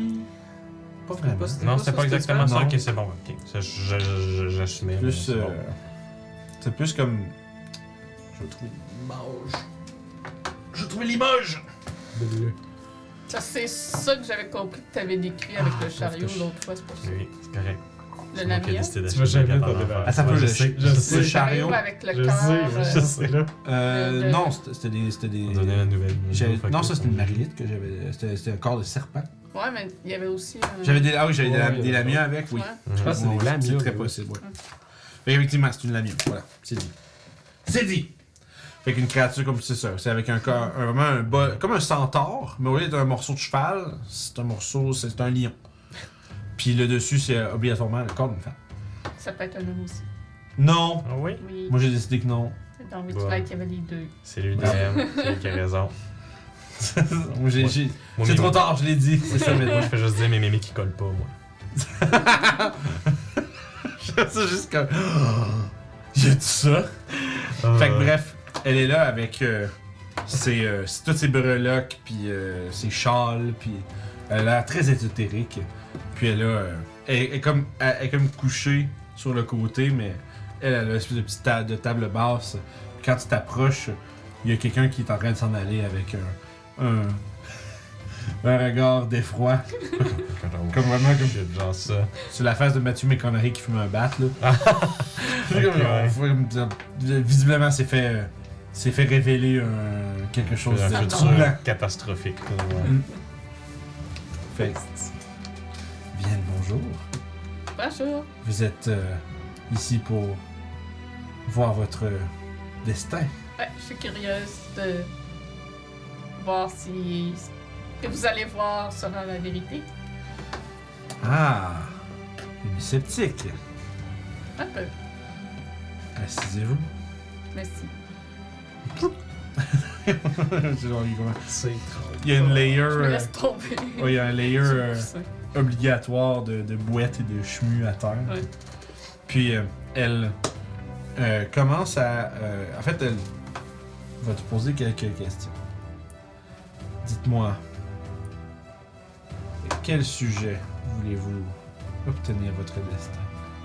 Pas vraiment. Non, c'était pas exactement ça. Non. Ok, c'est bon. Ok, Ça, je- je- je- j'assumais. mais Plus. c'est euh, bon. C'est plus comme. Je vais trouver l'image. Je vais trouver l'image! Bleu. Ça, c'est ça que j'avais compris que tu avais décrit avec Ah, le chariot parce que je- l'autre fois, c'est pour ça. Oui, c'est correct. Le C'est moi qui ai Lamia. décidé Tu d'acheter vas le jamais baguette t'en en débarrasser. enfer. Ah, ça peut, Ouais, le- je sais, je le sais. Le chariot. chariot avec le Je cœur. sais, euh, je sais là. Euh, Le- le- non, c'était c'était des. C'était des... On donnait la nouvelle. J'avais- Fait Non, que- ça c'était une marilite que j'avais. C'était c'était un corps de serpent. Ouais, mais il y avait aussi. un- J'avais des. Ah oui, j'avais des, Ouais, lam- des ouais. lamias avec, oui. Ouais. Je pense que c'est Ouais, des lamias. C'est très oui. possible, ouais. Fait qu'effectivement, c'est une lamia. Voilà, c'est dit. C'est dit! Fait qu'une créature comme c'est ça. C'est avec un corps. un- vraiment un bas. Comme un centaure, mais au lieu d'un morceau de cheval, c'est un morceau. C'est un lion. Puis le dessus, c'est euh, obligatoirement le corps d'une femme. Ça peut être un homme aussi. Non! Ah oui? Oui. Moi j'ai décidé que non. Dans Bon. Witchlight, il y avait les deux. C'est lui le D M, c'est lui qui a raison. Moi j'ai. Ouais. j'ai- Moi, C'est mes- trop tard, je l'ai dit. C'est ça Moi, maintenant. je fais juste dire mes mémés qui collent pas, moi. Je fais ça juste comme. J'ai dit ça. Fait que bref, elle est là avec euh, ses, euh, ses- toutes ses breloques, puis euh, ses châles, puis elle a l'air très ésotérique. Puis elle a. euh, elle, elle est comme, elle, elle est comme couchée sur le côté, mais elle, elle a une espèce de petite ta- de table basse. Puis quand tu t'approches, il y a quelqu'un qui est en train de s'en aller avec un. un un regard d'effroi. Comme vraiment comme Shit, genre ça. sur la face de Matthew McConaughey qui fume un bat là. Ok, Comme, ouais. on voit comme- visiblement c'est fait euh, c'est fait révéler un, quelque chose C'est de un futur troublant. catastrophique. là, ouais. Mm. Fait bien le bonjour. Bonjour. Vous êtes euh, ici pour voir votre destin. Ouais, je suis curieuse de voir si ce que vous allez voir sera la vérité. Ah, une sceptique. Un peu. Assisez-vous. Merci. C'est genre, il, comment- C'est trop. il y a une layer. Je me euh, laisse tomber. ouais, il y a un layer Sur euh, le coussin. obligatoire de, de boîtes et de chemus à terre. Ouais. Puis euh, elle euh, commence à. euh, en fait, elle va te poser quelques questions. Dites-moi, quel sujet voulez-vous obtenir votre destin?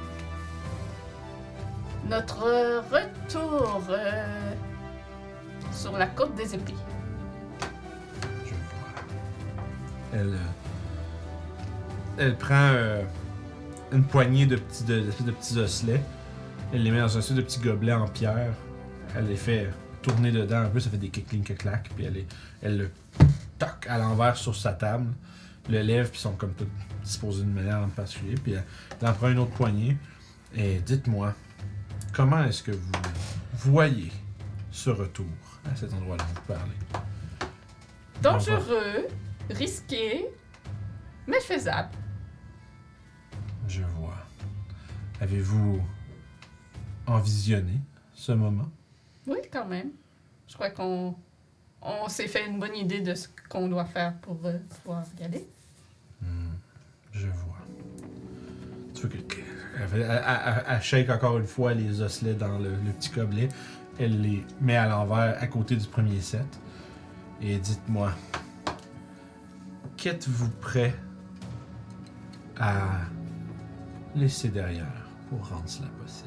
Notre retour euh, sur la côte des épées. Je vois. Elle. euh, elle prend euh, une poignée de petits, de, de petits osselets. Elle les met dans un espèce de petits gobelets en pierre. Elle les fait tourner dedans un peu, ça fait des clic clic clac. Puis elle, les- elle le toc à l'envers sur sa table. Le lève, puis ils sont comme tout disposés d'une manière en particulier. Puis elle, elle en prend une autre poignée. Et dites-moi, comment est-ce que vous voyez ce retour à cet endroit-là dont vous parlez? Dangereux, risqué, mais faisable. Je vois. Avez-vous envisionné ce moment? Oui, quand même. Je crois qu'on on s'est fait une bonne idée de ce qu'on doit faire pour euh, pouvoir y aller. Hmm, je vois. Tu vois que. Elle, fait- elle- elle- elle shake encore une fois les osselets dans le, le petit gobelet. Elle les met à l'envers à côté du premier set. Et dites-moi, qu'êtes-vous prêt à laisser derrière pour rendre cela possible?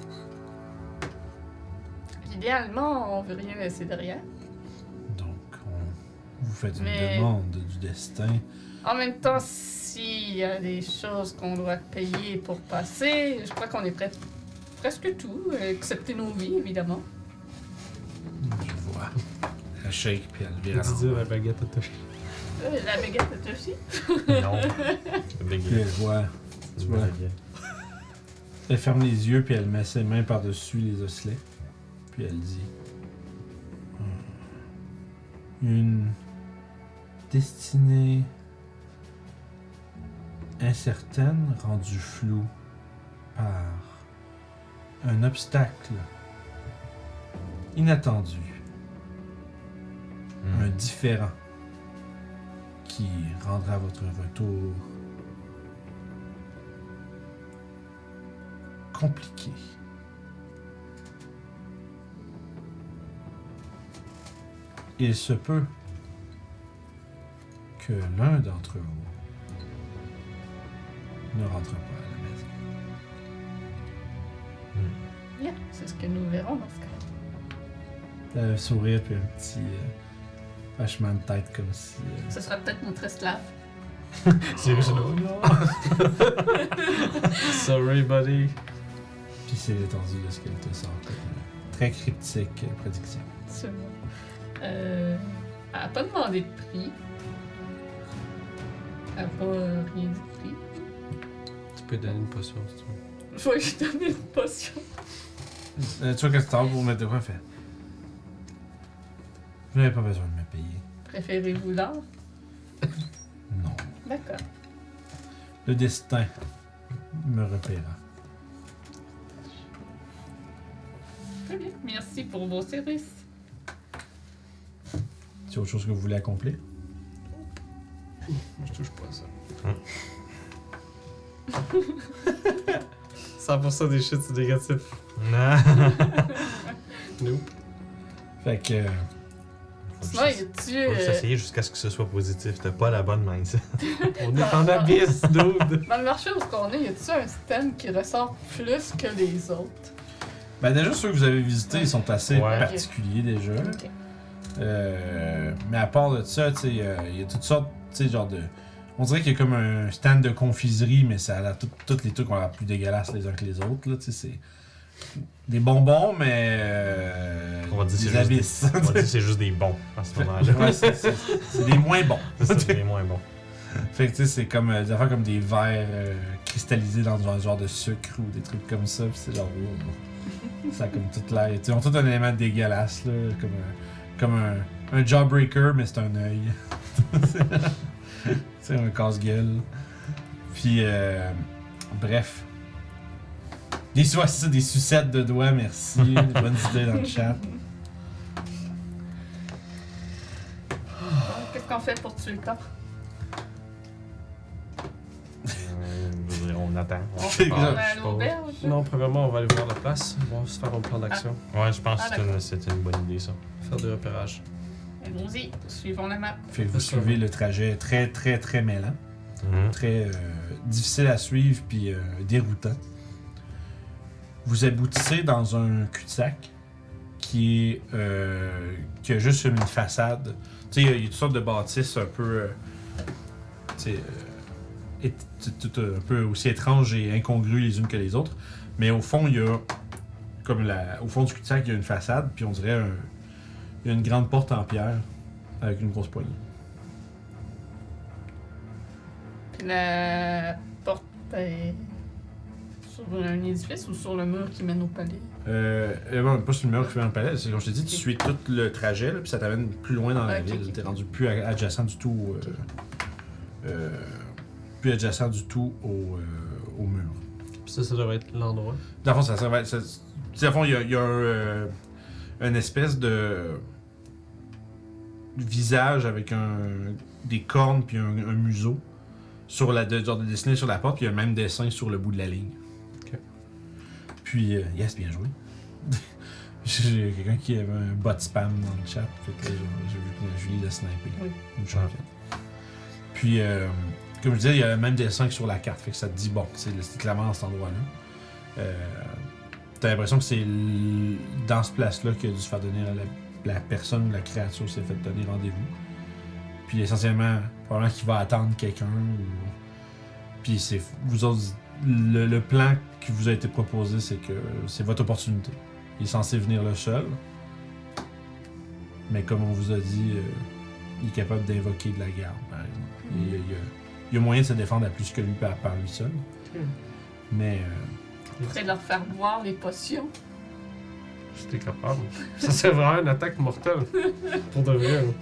Idéalement, on veut rien laisser derrière. Donc, on, vous faites une Mais- demande du destin. En même temps, s'il y a des choses qu'on doit payer pour passer, je crois qu'on est prêt presque tout, excepté nos vies, évidemment. Je vois. Elle shake puis elle vire à Dis dire l'envers. la baguette à toucher. Euh, la baguette est aussi. Non. Puis elle voit. Tu vois. Elle ferme les yeux puis elle met ses mains par-dessus les osselets. Puis elle dit Hmm. Une destinée incertaine rendue floue par un obstacle inattendu, un différent qui rendra votre retour compliqué. Il se peut que l'un d'entre vous ne rentre pas à la maison. Bien, c'est ce que nous verrons dans ce cas. T'as un sourire puis un petit euh, hochement de tête comme si... euh, Ce sera peut-être notre esclave. C'est juste là. Sorry, buddy. Puis c'est l'étendue de ce qu'elle te sort comme euh, très cryptique euh, prédiction. Absolument. Euh, elle n'a pas demandé de prix. Elle n'a pas euh, rien dit de prix. Tu peux donner une potion si tu veux. Je vais lui donner une potion. Euh, tu vois que tu pour mettre de quoi fait? Vous n'avez pas besoin de me payer. Préférez-vous l'or? Non. D'accord. Le destin me repérera. Très bien. Merci pour vos services. C'est autre chose que vous voulez accomplir? Je touche pas à ça. cent pour cent des shit, c'est négatif. Non. Nope. Fait que... euh, Sinon, y a-tu. Faut juste euh, essayer jusqu'à ce que ce soit positif. T'as pas la bonne mindset. On est en abysse, dude. Dans le marché où on est, y a-tu un stand qui ressort plus que les autres? Ben déjà, ceux que vous avez visités, ils sont assez Ouais. particuliers déjà. Ok. Euh, mais à part de ça, tu sais, euh, il y a toutes sortes, tu sais, genre de... On dirait qu'il y a comme un stand de confiserie, mais ça a l'air... tout- Tous les trucs ont l'air plus dégueulasses les uns que les autres, là, tu sais, c'est... Des bonbons, mais... Euh, On va dire des c'est juste abysses. des- on va dire que c'est juste des bons à ce moment-là. Ouais, c'est- c'est c'est des moins bons. C'est des moins bons. Fait que tu sais, c'est comme euh, des affaires comme des verres euh, cristallisés dans un genre de sucre ou des trucs comme ça, pis c'est genre... oh, ça a comme toute l'air... tu sais, Ils ont tout un élément dégueulasse, là, comme un... Comme un un jawbreaker, mais c'est un œil. C'est un casse-gueule. Puis, euh, bref. Des, ouais, c'est ça, des sucettes de doigts, merci. Bonne idée dans le chat. Qu'est-ce qu'on fait pour tuer le temps? Euh, je veux dire, on attend. On On C'est on grave, va à je suppose. l'auberge? Non, premièrement, on va aller voir la place. On va se faire un plan d'action. Ouais, je pense Ah, que c'est une- d'accord. c'était une bonne idée, ça. Faire des repérages. Allons-y, suivons la map. Fait que vous C'est ça. suivez le trajet très, très, très mêlant. Mhm. Très euh, difficile à suivre, puis euh, déroutant. Vous aboutissez dans un cul-de-sac qui est euh, qui a juste une façade. Tu sais, il y a- il y a toutes sortes de bâtisses un peu, euh, tu sais, euh, et- tout- tout un peu aussi étranges et incongrues les unes que les autres. Mais au fond, il y a comme la, au fond du cul-de-sac, il y a une façade, puis on dirait un, il y a une grande porte en pierre avec une grosse poignée. Puis la porte est sur un édifice ou sur le mur qui mène au palais? Euh, euh, bon, pas sur le mur qui fait dans le palais, c'est comme je t'ai dit, tu suis tout le trajet, là, puis ça t'amène plus loin dans la Ok, ville. ok. T'es rendu plus a- adjacent du tout. Euh, euh, plus adjacent du tout au, euh, au mur. Puis ça, ça devrait être l'endroit. Dans le fond, ça, ça va être. ça- tu sais, dans le fond, il y a, il y a un, euh, une espèce de visage avec un, des cornes puis un, un museau sur la, de, genre de dessiné sur la porte, puis il y a le même dessin sur le bout de la ligne. Ok. Puis, euh, yes, bien joué. J'ai quelqu'un qui avait un bot spam dans le chat, fait que j'ai j'ai vu que Julie l'a snipé. Oui. Une championne. Puis, euh, comme je disais, il y a le même dessin que sur la carte, fait que ça te dit, bon, c'est c'est clairement à cet endroit-là. Euh, T'as l'impression que c'est l- dans ce place-là qu'il a dû se faire donner à la, la personne ou la créature s'est fait donner rendez-vous. Puis essentiellement, probablement qu'il va attendre quelqu'un. Ou... Puis c'est vous autres, le, le plan qui vous a été proposé, c'est que c'est votre opportunité. Il est censé venir le seul. Mais comme on vous a dit, euh, il est capable d'invoquer de la garde, par exemple. Il, y a, il y a- il y a moyen de se défendre à plus que lui par, par lui seul. Mais euh, Après de leur faire boire les potions. Si t'es capable. Ça, c'est vraiment une attaque mortelle. Pour de vrai. là.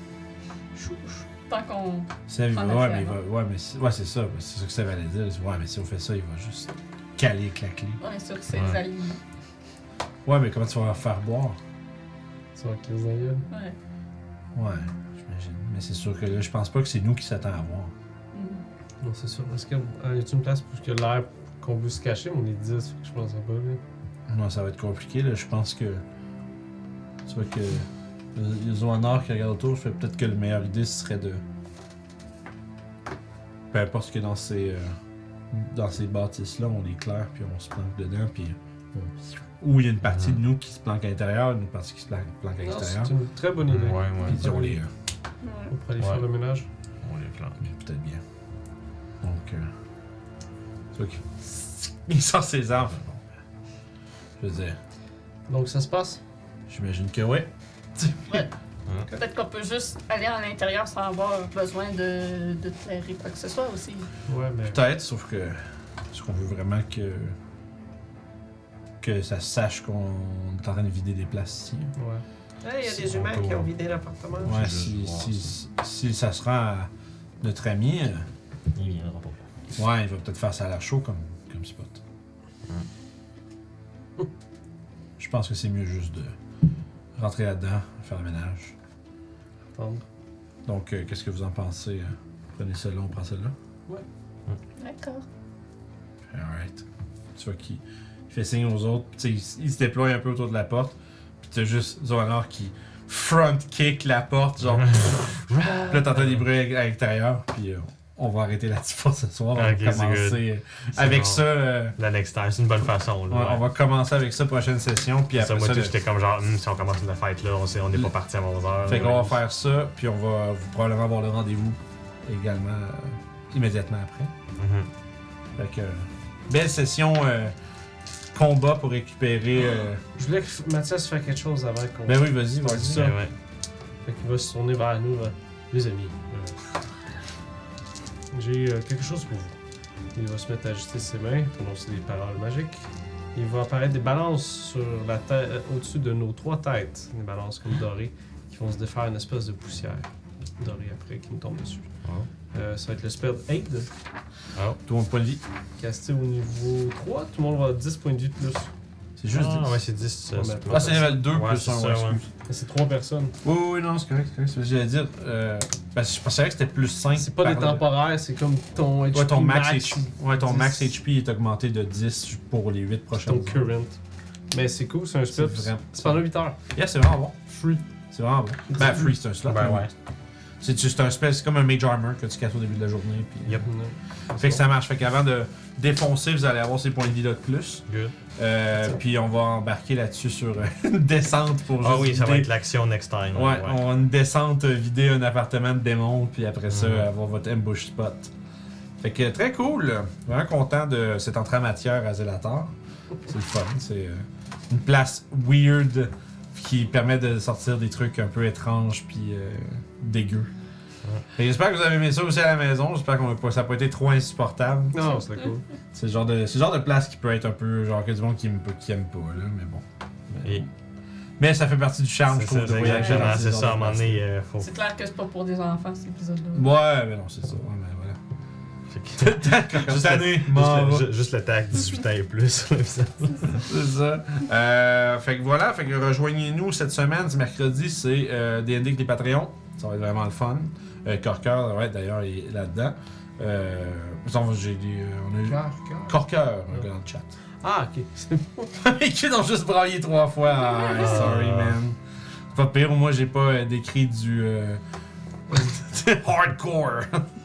Tant qu'on. ça, il va- En ouais, effet, mais il va- ouais, mais c'est ouais, c'est ça. C'est ça que ça valait dire. Ouais, mais si on fait ça, il va juste caler, claquer. On est sur ses Ouais. alliés. Ouais, mais comment tu vas leur faire boire? Ça va crise la gueule. Ouais. Ouais, j'imagine. Mais c'est sûr que là, je pense pas que c'est nous qui s'attend à voir. Mm. Non, c'est sûr. Est-ce qu'il y a y a une place pour que l'air qu'on veut se cacher? On est dix, fait que je pense pas. Là. Non, ça va être compliqué, là. Je pense que. Tu vois que. Il y a Zoanor qui regarde autour. Je fais peut-être que la meilleure idée, ce serait de. Peu importe ce qu'il y a dans ces. euh, dans ces bâtisses-là, on éclaire, puis on se planque dedans, puis. on- Ou il y a une partie de nous qui se planque à l'intérieur, une partie qui se planque, planque à Non, l'extérieur. c'est une très bonne idée. Ouais, ouais. Puis on les. euh, Ouais. On pourrait aller Ouais. faire le ménage. On les planque. Peut-être bien. Donc. Euh, tu vois qu'il. Il sort ses armes. Bon. Je veux dire, Donc ça se passe? j'imagine que ouais. Peut-être qu'on peut juste aller à l'intérieur sans avoir besoin de, de clairer quoi que ce soit aussi. Ouais, mais. Peut-être, sauf que. Est-ce qu'on veut vraiment que. que ça sache qu'on est en train de vider des places ici? Ouais. Il y a C'est des humains encore- qui ont vidé l'appartement. Ouais, juste si, voir si, si, si ça se rend à notre ami, euh, Il viendra pas. ouais, il va peut-être faire ça à l'air chaud comme, comme spot. Je pense que c'est mieux juste de rentrer là-dedans, faire le ménage. Attendre. Donc, euh, qu'est-ce que vous en pensez? euh? Prenez celle-là, on prend celle-là? D'accord. Alright. Tu vois qu'il il fait signe aux autres, tu sais, il, il se déploie un peu autour de la porte, puis t'as juste Zoanor qui front kick la porte, genre. Puis là, t'entends des bruits à l'extérieur, puis euh, on va arrêter là-dessus pour ce soir. On va Ok, c'est commencer euh, C'est avec bon. ça. euh, La next time, c'est une bonne façon. Là, ouais, ouais. On va commencer avec ça prochaine session, puis Ça, après moi, ça. tu sais, le- j'étais comme genre, Hum, si on commence une fête là, on sait- on n'est pas parti à onze heures. Fait qu'on va faire ça, puis on va vous- probablement avoir le rendez-vous également euh, immédiatement après. Mhm. Fait que, euh, belle session euh, combat pour récupérer. euh, Je voulais que Mathias fasse quelque chose avant qu'on. Ben oui, vas-y, Ouais, vas-y. c'est ça. Ouais, ouais. Fait qu'il va se tourner vers nous, là. Les amis. euh, J'ai euh, quelque chose pour vous. Il va se mettre à agiter ses mains, prononcer des paroles magiques. Il va apparaître des balances sur la tête, euh, au-dessus de nos trois têtes. Des balances comme dorées qui vont se défaire une espèce de poussière dorée après qui me tombe dessus. Oh. Euh, ça va être le spell Aid, Oh. Tout mon point de vie. casté au niveau trois. Tout le monde va avoir dix points de vie de plus. C'est juste Ah, dix. ouais, c'est dix. Ouais, euh, c'est mais- pas- Ah, c'est level deux Ouais, plus c'est un, ça, ouais, ouais. excuse. Mais c'est trois personnes. Oui, oui, non, c'est correct, c'est correct. C'est ce que j'allais dire. Euh, parce que je pensais que c'était plus cinq. C'est pas des par- temporaires, c'est comme ton H P Ouais, ton max, max, H P. Ouais, ton dix. max H P est augmenté de dix pour les huit prochaines. ton current. Mais c'est cool, c'est un C'est spell. vraiment- C'est pendant huit heures. Yeah, c'est vraiment bon. Free. C'est vraiment bon. Ben, free, c'est un slot. Ben mais ouais. C'est c'est un spell, c'est comme un Mage Armor que tu casses au début de la journée. Puis... Yep. Fait que ça marche. Fait qu'avant de défoncer, vous allez avoir ces points de vie là de plus. Good. Euh, puis on va embarquer là-dessus sur euh, une descente pour Ah juste oui, ça va vider- être l'action next time. Ouais, on va une descente, euh, vider un appartement de démons, puis après ça, Mhm. avoir votre ambush spot. Fait que très cool. Vraiment content de cette entrée en matière à Zelator. C'est le fun. C'est euh, une place weird qui permet de sortir des trucs un peu étranges puis euh, dégueux. Fait que j'espère que vous avez aimé ça aussi à la maison. J'espère que ça n'a pas été trop insupportable. Non, c'est cool. C'est le genre de, c'est le genre de place qui peut être un peu genre que du monde qui aime pas, qui aime pas là, mais bon. Mais, Et mais ça fait partie du charme, je c'est trouve, ça, de c'est voyager exactement, dans ces c'est genres ça, à de un moment places. donné, euh, faut. C'est clair que c'est pas pour des enfants, cet épisode-là. Ouais, mais non, c'est ça. Ouais, mais voilà. Fait que- Cette année, Juste m'en le- va. ju- Juste le tag dix-huit ans et plus. C'est ça. Euh, fait que voilà, fait que rejoignez-nous cette semaine, ce mercredi, c'est euh, D and D avec les Patreons. Ça va être vraiment le fun. Euh, Corker, ouais, d'ailleurs, il est là-dedans. Euh, on, j'ai des, euh, on a eu Cœur, cœur. Corker, un gars dans le chat. Ah, ok. C'est bon. Mais qui ont juste braillé trois fois. Ah, sorry, man. C'est pas pire, moi, j'ai pas euh, décrit du. Euh, hardcore.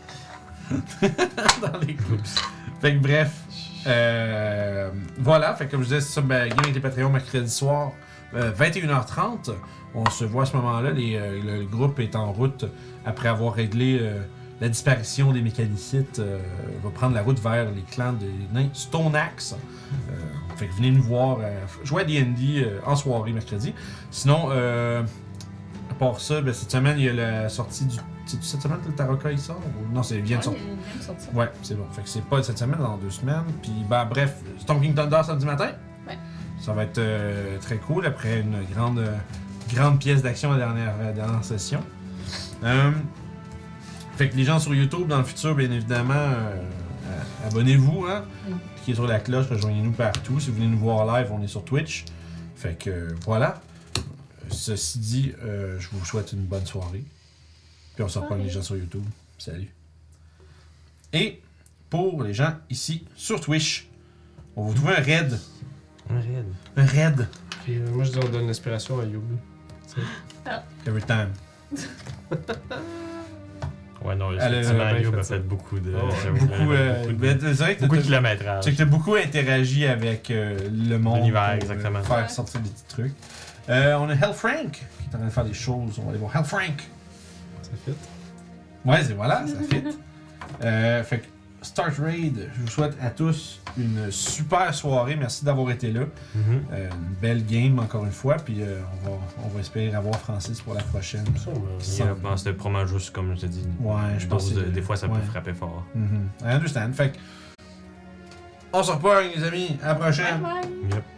Dans les groupes. Fait que bref. Euh, voilà, fait que comme je disais, c'est ça, ben, Game avec les Patreons mercredi soir, euh, vingt et une heures trente. On se voit à ce moment-là. Les, euh, le groupe est en route après avoir réglé euh, la disparition des mécanicites. Euh, va prendre la route vers les clans des nains Stone Axe. Euh, fait que venez nous voir euh, jouer à D and D euh, en soirée mercredi. Sinon, euh, à part ça, ben, cette semaine, il y a la sortie du. C'est cette semaine que le Taraka il sort ou... Non, c'est vient de Ouais, sortir. il vient de sortir. Ouais, c'est bon. Fait que c'est pas cette semaine, dans deux semaines. Puis, bah, bref, Storm King Thunder samedi matin. Ouais. Ça va être euh, très cool après une grande, euh, grande pièce d'action à la dernière, à la dernière session. Euh, fait que les gens sur YouTube, dans le futur, bien évidemment, euh, euh, abonnez-vous, hein. Mm. Cliquez sur la cloche, rejoignez-nous partout. Si vous voulez nous voir live, on est sur Twitch. Fait que euh, voilà. Ceci dit, euh, je vous souhaite une bonne soirée. Puis on se reprend les gens sur YouTube. Salut. Et pour les gens ici sur Twitch, on va vous trouver un raid. Un raid. Un raid. Puis euh, moi, je dis on donne l'inspiration à Yobu. Every time. Ouais, non, Elle a- effectivement, elle a bien Youb fait a ça. fait beaucoup de. Oh, ouais. j'avoue, Beaucoup, elle a euh, beaucoup de- ben, c'est vrai que beaucoup de t'as- kilométrage. c'est que t'as beaucoup interagi avec euh, le monde. L'univers, pour, euh, exactement. faire Ouais. sortir des petits trucs. Euh, on a Hell Frank qui est en train de faire des choses. On va aller voir Hell Frank. Ça fit. Ouais, c'est voilà, ça fit. Euh, fait que Start Raid, je vous souhaite à tous une super soirée. Merci d'avoir été là. Mhm. Euh, une belle game encore une fois. Puis euh, on, va, on va espérer avoir Francis pour la prochaine. Ça, on va- Ça- Je pense que c'était probablement juste, comme je te dis, une Ouais, je pense dose que de- c'est- des fois ça ouais. peut frapper fort. Mhm. I understand. Fait que on se reprend les amis. À la prochaine. Bye bye! Yep.